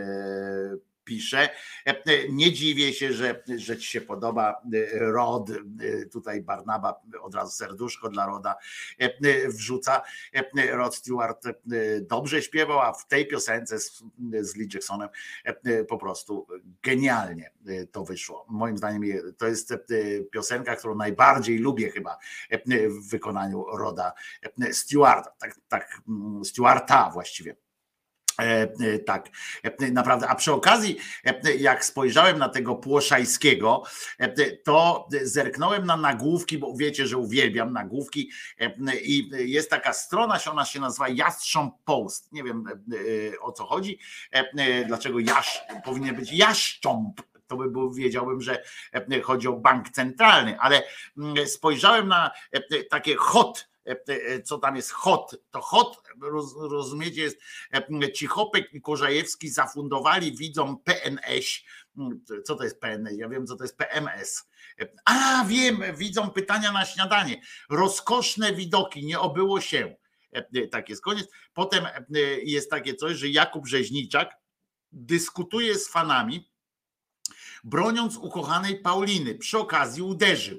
pisze. Nie dziwię się, że, że ci się podoba Rod. Tutaj Barnaba od razu serduszko dla Roda wrzuca. Rod Stewart dobrze śpiewał, a w tej piosence z, z Lee Jacksonem po prostu genialnie to wyszło. Moim zdaniem to jest piosenka, którą najbardziej lubię chyba w wykonaniu Roda Stewarta. Tak, tak Stewarta właściwie. E, tak, e, naprawdę. A przy okazji, e, jak spojrzałem na tego Płoszajskiego, e, to zerknąłem na nagłówki, bo wiecie, że uwielbiam nagłówki e, i jest taka strona, ona się nazywa Jastrząb Post. Nie wiem e, o co chodzi, e, dlaczego jasz, powinien być Jaszcząb. To by był, wiedziałbym, że chodzi o bank centralny, ale spojrzałem na takie hot, co tam jest hot, to hot, rozumiecie, jest Cichopek i Korzajewski zafundowali widzom P N S, co to jest P N S, ja wiem co to jest P M S, a wiem, widzą pytania na śniadanie, rozkoszne widoki, nie obyło się, tak jest koniec. Potem jest takie coś, że Jakub Rzeźniczak dyskutuje z fanami, broniąc ukochanej Pauliny, przy okazji uderzył.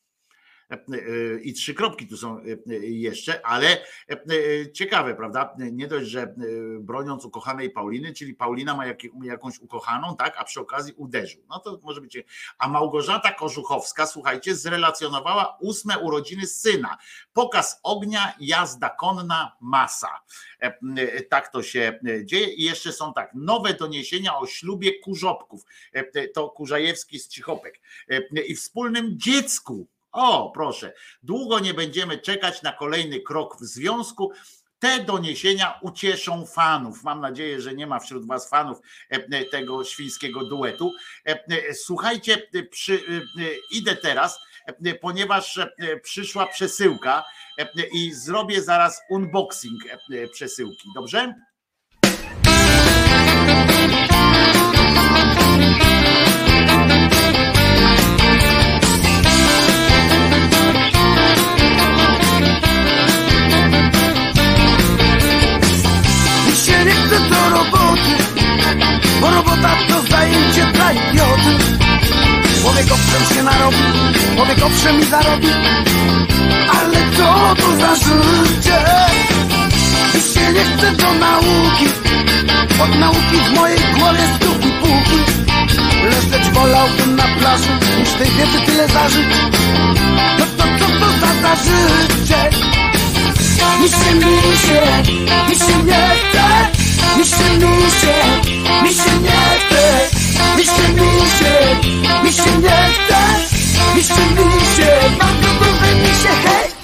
I trzy kropki tu są jeszcze, ale ciekawe, prawda? Nie dość, że broniąc ukochanej Pauliny, czyli Paulina ma jak, jakąś ukochaną, tak, a przy okazji uderzył. No to może być. A Małgorzata Korzuchowska, słuchajcie, zrelacjonowała ósme urodziny syna. Pokaz ognia, jazda konna, masa. Tak to się dzieje. I jeszcze są tak, nowe doniesienia o ślubie Kurzopków. To Kurzajewski z Cichopek. I wspólnym dziecku. O, proszę, długo nie będziemy czekać na kolejny krok w związku. Te doniesienia ucieszą fanów. Mam nadzieję, że nie ma wśród was fanów tego świńskiego duetu. Słuchajcie, przy, idę teraz, ponieważ przyszła przesyłka i zrobię zaraz unboxing przesyłki. Dobrze? Nie chcę do roboty, bo robota to zajęcie dla idioty. Człowiek owszem się narobi, człowiek owszem i zarobi, ale co to za życie? Mi się nie chce do nauki, od nauki w mojej głowie stuki puki. Leżeć wolałbym na plaży, niż tej wiedzy tyle zażyć. No to co to za za życie? Mi się, mi się, mi się nie chce, mi się, mi się, mi się nie chce, mi się, mi się, mi się nie chce, mi się, mi się, bardzo duże mi się, hej!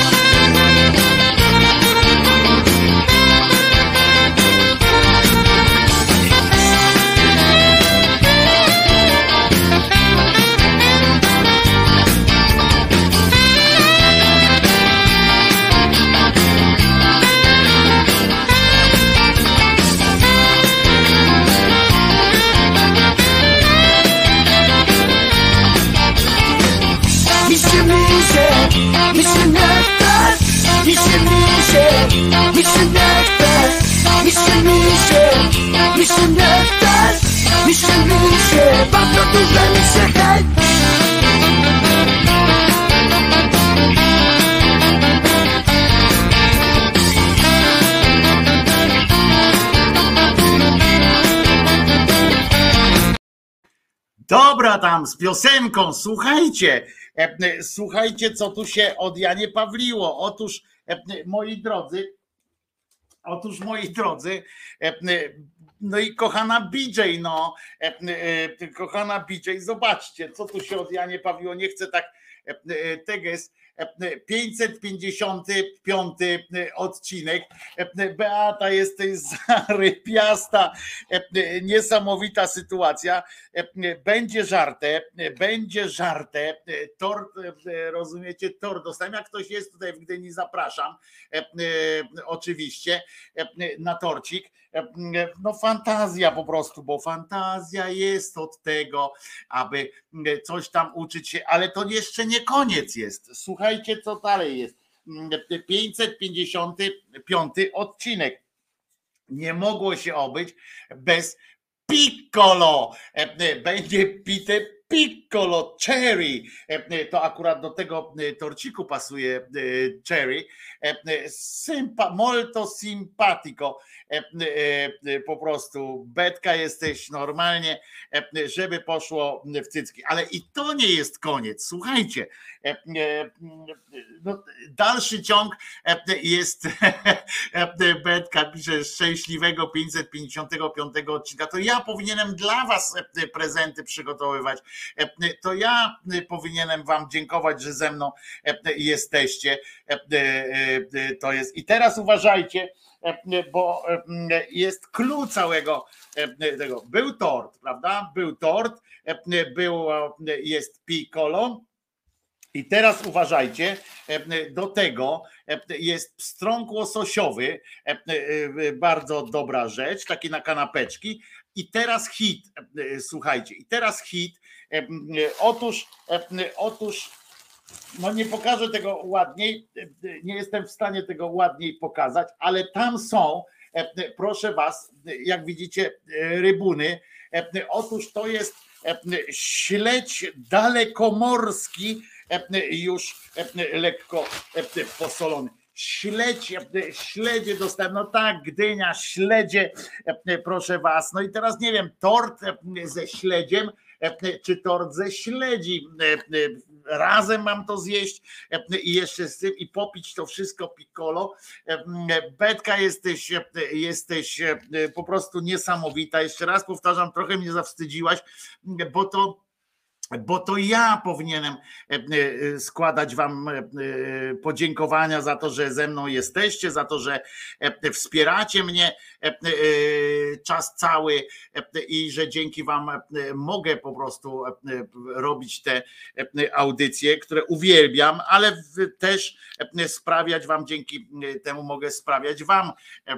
Mi się nie chce, mi się, mi się, mi się nie chce, mi się, mi się, mi się nie chce, mi się, mi się, bardzo duże mi się, hej! dobra tam z piosenką, słuchajcie, słuchajcie, co tu się od Janie Pawliło. Otóż, moi drodzy, otóż, moi drodzy, no i kochana B J, no, kochana B J, zobaczcie, co tu się od Janie Pawliło, nie chcę tak, teges, pięćset pięćdziesiąty piąty odcinek. Beata, jesteś zarypiasta, niesamowita sytuacja. Będzie żartę, będzie żartę. Tort, rozumiecie, tort dostałem. Jak ktoś jest tutaj w Gdyni, zapraszam. Oczywiście na torcik. No fantazja po prostu, bo fantazja jest od tego, aby coś tam uczyć się, ale to jeszcze nie koniec jest. Słuchajcie, co dalej jest. pięćset pięćdziesiąty piąty odcinek. Nie mogło się obyć bez piccolo. Będzie pite piccolo cherry. To akurat do tego torciku pasuje cherry. Sympa, molto simpatico. Po prostu Betka, jesteś normalnie, żeby poszło w cycki. Ale i to nie jest koniec. Słuchajcie, no, dalszy ciąg jest. Betka pisze, szczęśliwego pięćset pięćdziesiątego piątego odcinka. To ja powinienem dla was prezenty przygotowywać. To ja powinienem wam dziękować, że ze mną jesteście. To jest. I teraz uważajcie, bo jest clue całego tego. Był tort, prawda? Był tort, był, jest piccolo. I teraz uważajcie, do tego jest pstrąg łososiowy, bardzo dobra rzecz, taki na kanapeczki. I teraz hit, słuchajcie, i teraz hit. Otóż, otóż, no nie pokażę tego ładniej, nie jestem w stanie tego ładniej pokazać, ale tam są, proszę was, jak widzicie, rybuny. Otóż to jest śledź dalekomorski, już lekko posolony. Śledź, śledzie dostałem, no tak, Gdynia, śledzie, proszę was. No i teraz nie wiem, tort ze śledziem, czy tort ze śledzi. Razem mam to zjeść i jeszcze z tym i popić to wszystko piccolo. Betka, jesteś, jesteś po prostu niesamowita. Jeszcze raz powtarzam, trochę mnie zawstydziłaś, bo to Bo to ja powinienem składać wam podziękowania za to, że ze mną jesteście, za to, że wspieracie mnie czas cały i że dzięki wam mogę po prostu robić te audycje, które uwielbiam, ale też sprawiać wam, dzięki temu mogę sprawiać wam,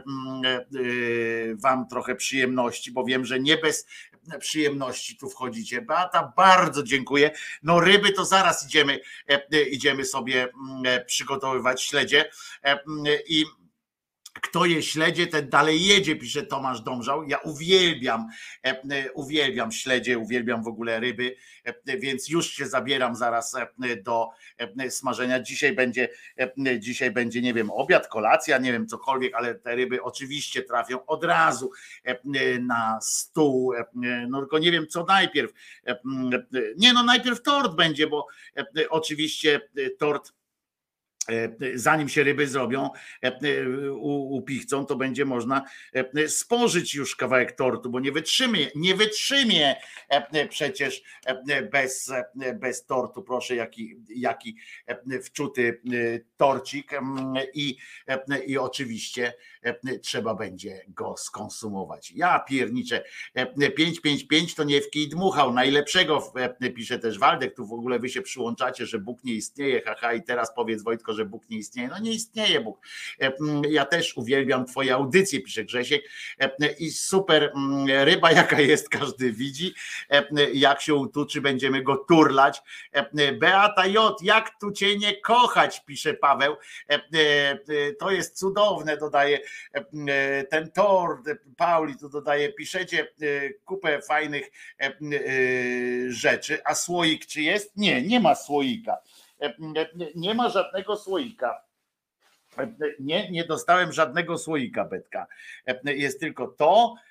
wam trochę przyjemności, bo wiem, że nie bez przyjemności tu wchodzicie. Beata, bardzo dziękuję. No ryby to zaraz idziemy, idziemy sobie przygotowywać śledzie i kto je śledzie, ten dalej jedzie, pisze Tomasz Domżał. Ja uwielbiam, uwielbiam śledzie, uwielbiam w ogóle ryby, więc już się zabieram zaraz do smażenia. Dzisiaj będzie, dzisiaj będzie, nie wiem, obiad, kolacja, nie wiem, cokolwiek, ale te ryby oczywiście trafią od razu na stół. No tylko nie wiem, co najpierw. Nie, no najpierw tort będzie, bo oczywiście tort, zanim się ryby zrobią, upichcą, to będzie można spożyć już kawałek tortu, bo nie wytrzymie, nie wytrzymie przecież bez, bez tortu. Proszę, jaki, jaki wczuty torcik i, i oczywiście trzeba będzie go skonsumować. Ja pierniczę, pięć pięć pięć to nie w kij dmuchał, najlepszego, pisze też Waldek, tu w ogóle wy się przyłączacie, że Bóg nie istnieje, haha, i teraz powiedz, Wojtko, że Bóg nie istnieje. No nie istnieje Bóg. Ja też uwielbiam twoje audycje, pisze Grzesiek, i super ryba jaka jest, każdy widzi, jak się utuczy, będziemy go turlać. Beata J, jak tu cię nie kochać, pisze Paweł. To jest cudowne, dodaje ten tort, Pauli tu dodaje, piszecie kupę fajnych rzeczy, a słoik czy jest? Nie, nie ma słoika. Nie ma żadnego słoika. Nie, nie dostałem żadnego słoika, Betka. Jest tylko to,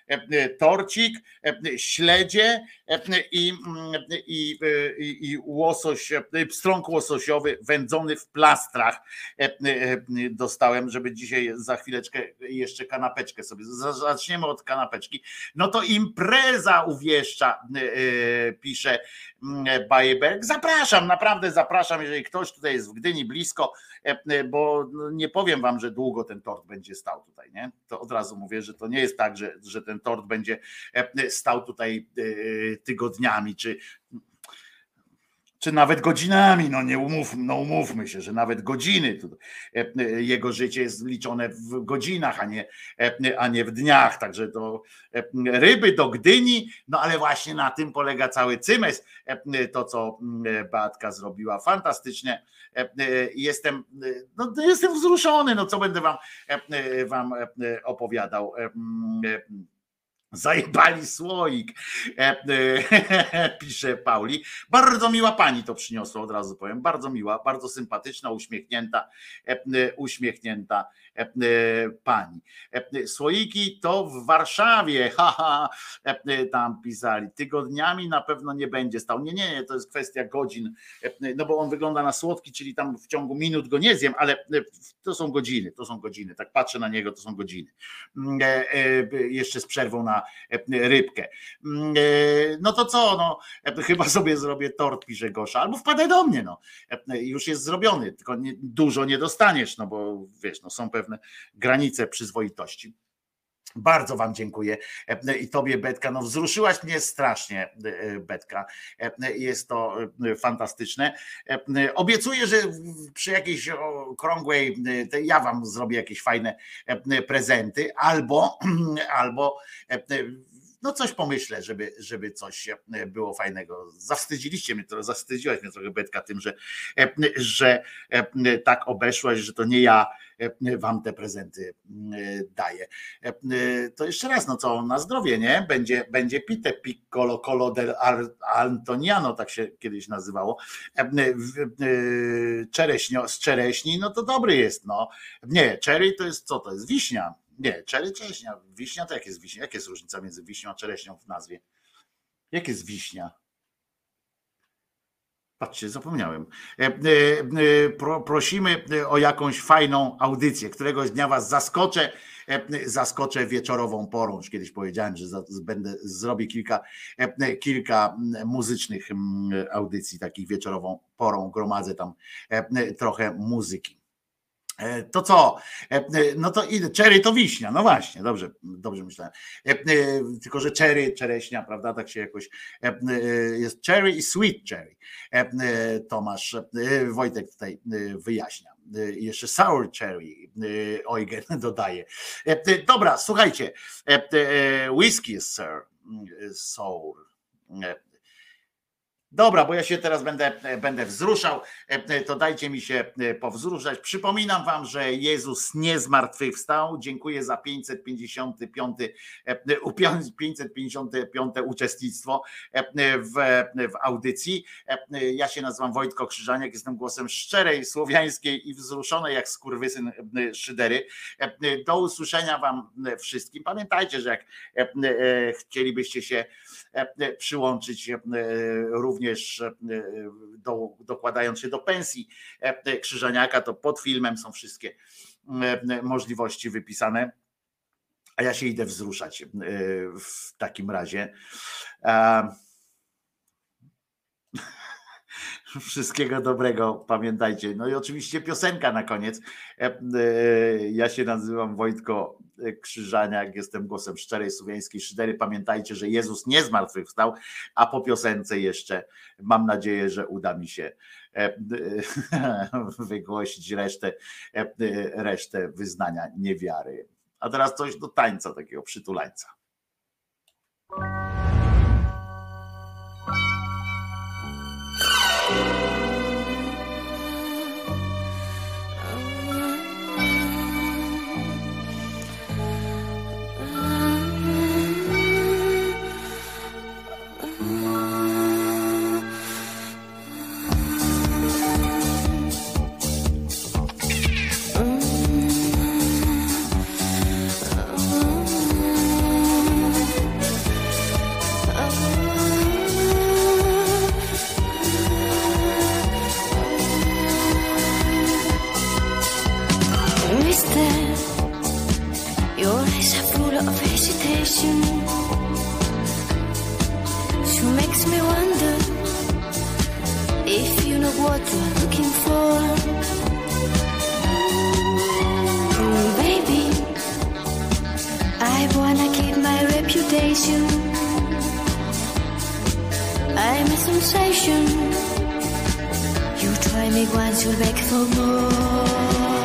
torcik, śledzie i, i, i, i łosoś, pstrąg łososiowy wędzony w plastrach dostałem, żeby dzisiaj za chwileczkę jeszcze kanapeczkę sobie, zaczniemy od kanapeczki. No to impreza uwieszcza, pisze Bajeberg. Zapraszam, naprawdę zapraszam, jeżeli ktoś tutaj jest w Gdyni blisko, bo nie powiem wam, że długo ten tort będzie stał tutaj, nie? To od razu mówię, że to nie jest tak, że, że ten tort będzie stał tutaj tygodniami, czy czy nawet godzinami, no nie umówmy, no umówmy się, że nawet godziny, jego życie jest liczone w godzinach, a nie, a nie w dniach, także to ryby do Gdyni, no ale właśnie na tym polega cały cymes, to co Beatka zrobiła, fantastycznie, jestem, no, jestem wzruszony, no co będę wam, wam opowiadał. Zajebali słoik, pisze Pauli. Bardzo miła pani to przyniosła, od razu powiem. Bardzo miła, bardzo sympatyczna, uśmiechnięta, uśmiechnięta pani. Słoiki to w Warszawie, haha, tam pisali. Tygodniami na pewno nie będzie stał. Nie, nie, nie, to jest kwestia godzin, no bo on wygląda na słodki, czyli tam w ciągu minut go nie zjem, ale to są godziny, to są godziny. Tak patrzę na niego, to są godziny. Jeszcze z przerwą na rybkę. No to co, no chyba sobie zrobię tort, pisze Gosza, albo wpadaj do mnie, no. Już jest zrobiony, tylko nie, dużo nie dostaniesz, no bo wiesz, no są pewne granice przyzwoitości. Bardzo wam dziękuję i tobie, Betka, no wzruszyłaś mnie strasznie, Betka, jest to fantastyczne. Obiecuję, że przy jakiejś okrągłej, ja wam zrobię jakieś fajne prezenty, albo albo no coś pomyślę, żeby, żeby coś było fajnego. Zawstydziliście mnie, to zawstydziłaś mnie trochę, Betka, tym, że, że tak obeszłaś, że to nie ja wam te prezenty daję. To jeszcze raz, no co, na zdrowie, nie? Będzie, będzie Pite Piccolo Colo del Antoniano, tak się kiedyś nazywało. Czereśnio, z czereśni, no to dobry jest, no. Nie, cherry to jest co? To jest wiśnia. Nie, cherry, czereśnia. Wiśnia to jak jest wiśnia? Jaka jest różnica między wiśnią a czereśnią w nazwie? Jak jest wiśnia? Patrzcie, zapomniałem. Pro, prosimy o jakąś fajną audycję. Któregoś dnia was zaskoczę, zaskoczę wieczorową porą. Już kiedyś powiedziałem, że za, będę zrobię kilka, kilka muzycznych audycji, takich wieczorową porą. Gromadzę tam trochę muzyki. To co? No to idę. Cherry to wiśnia, no właśnie, dobrze, dobrze myślałem. Tylko że cherry, czereśnia, prawda? Tak się jakoś jest cherry i sweet cherry. Tomasz, Wojtek tutaj wyjaśnia. Jeszcze sour cherry, Eugen dodaje. Dobra, słuchajcie. Whisky, sir, sour. Dobra, bo ja się teraz będę, będę wzruszał, to dajcie mi się powzruszać. Przypominam wam, że Jezus nie zmartwychwstał. Dziękuję za pięćset pięćdziesiąte piąte, pięćset pięćdziesiąte piąte uczestnictwo w, w audycji. Ja się nazywam Wojtko Krzyżaniak, jestem głosem szczerej, słowiańskiej i wzruszonej jak skurwysyn szydery. Do usłyszenia wam wszystkim. Pamiętajcie, że jak chcielibyście się przyłączyć również również do, dokładając się do pensji Krzyżaniaka, to pod filmem są wszystkie możliwości wypisane, a ja się idę wzruszać w takim razie. Wszystkiego dobrego, pamiętajcie. No i oczywiście piosenka na koniec. Ja się nazywam Wojtko Krzyżaniak, jestem głosem szczerej słowiańskiej szydery. Pamiętajcie, że Jezus nie zmartwychwstał, a po piosence jeszcze mam nadzieję, że uda mi się wygłosić resztę, resztę wyznania niewiary. A teraz coś do tańca, takiego przytulańca. Mm-hmm. there? Your eyes are full of hesitation. She makes me wonder if you know what you're looking for. Mm, baby, I wanna keep my reputation. I'm a sensation. You try me once, you'll beg for more.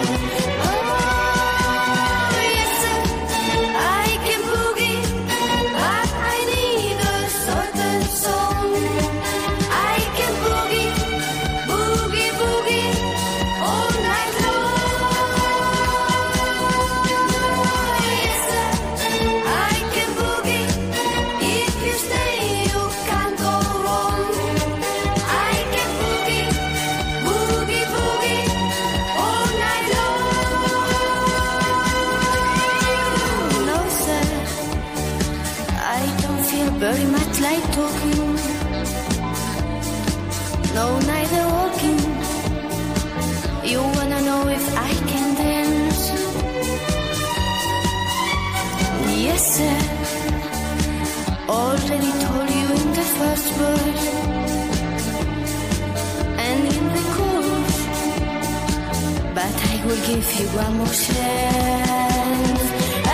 Very much like talking, no, neither walking. You wanna know if I can dance? Yes, sir. Already told you in the first verse and in the chorus, but I will give you one more chance.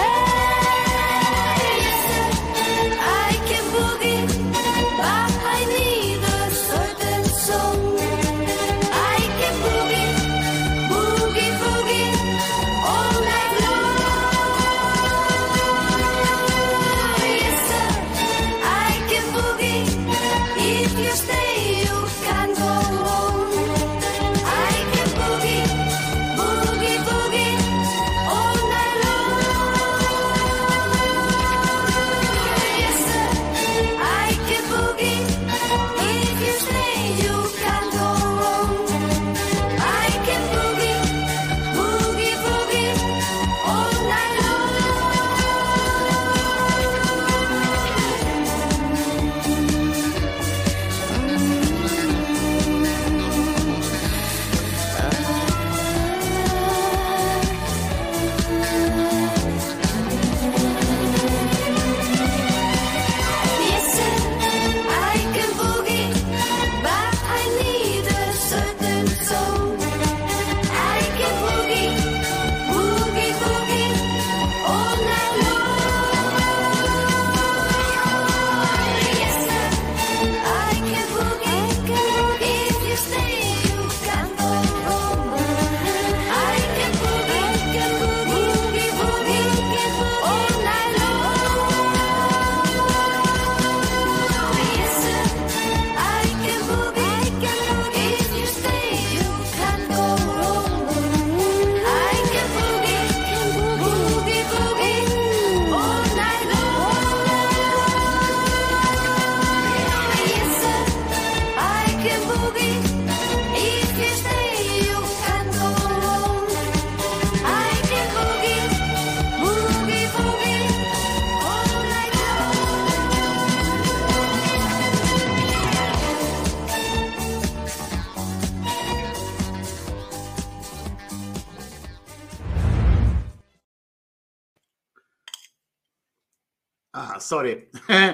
A, sorry.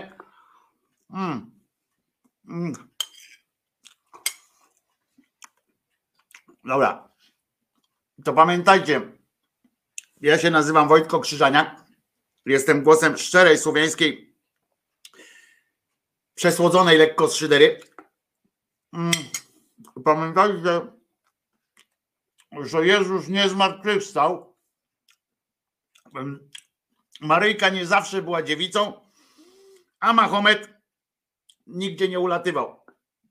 mm. Mm. Dobra. To pamiętajcie, ja się nazywam Wojtko Krzyżaniak. Jestem głosem szczerej słowiańskiej, przesłodzonej lekko z szydery. Mm. Pamiętajcie, że Jezus nie zmartwychwstał. Maryjka nie zawsze była dziewicą, a Mahomet nigdzie nie ulatywał.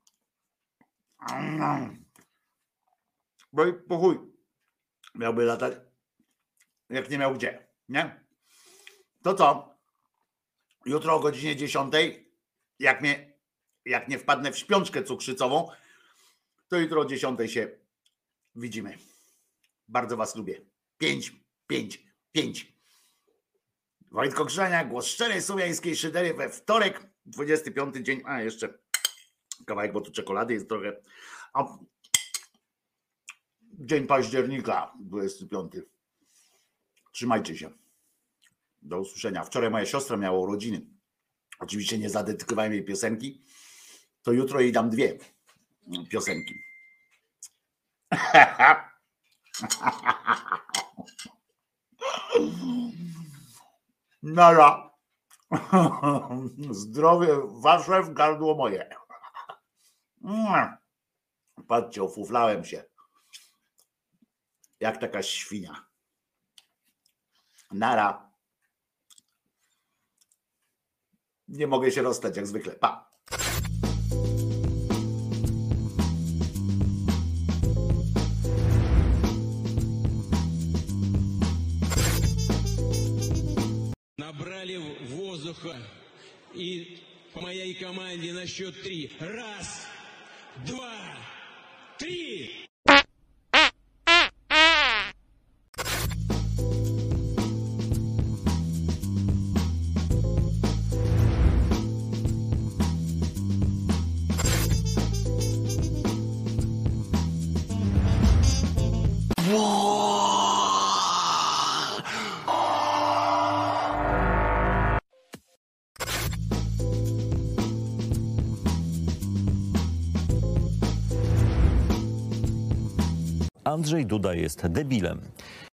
Bo i po chuj miałby latać, jak nie miał gdzie, nie? To co? Jutro o godzinie dziesiątej, jak, mnie, jak nie wpadnę w śpiączkę cukrzycową, to jutro o dziesiątej się widzimy. Bardzo was lubię. Pięć, pięć, pięć. Wojtko Krzyżaniak, głos szczerej słowiańskiej szydery we wtorek, dwudziesty piąty dzień, a jeszcze kawałek, bo tu czekolady jest trochę, a dzień października, dwudziesty piąty. Trzymajcie się. Do usłyszenia. Wczoraj moja siostra miała urodziny. Oczywiście nie zadedykowałem jej piosenki. To jutro jej dam dwie piosenki. Nara. Zdrowie wasze w gardło moje. Patrzcie, ofuflałem się. Jak taka świnia. Nara. Nie mogę się rozstać jak zwykle. Pa. Набрали воздуха и по моей команде на счет три. Раз, два, три. Andrzej Duda jest debilem.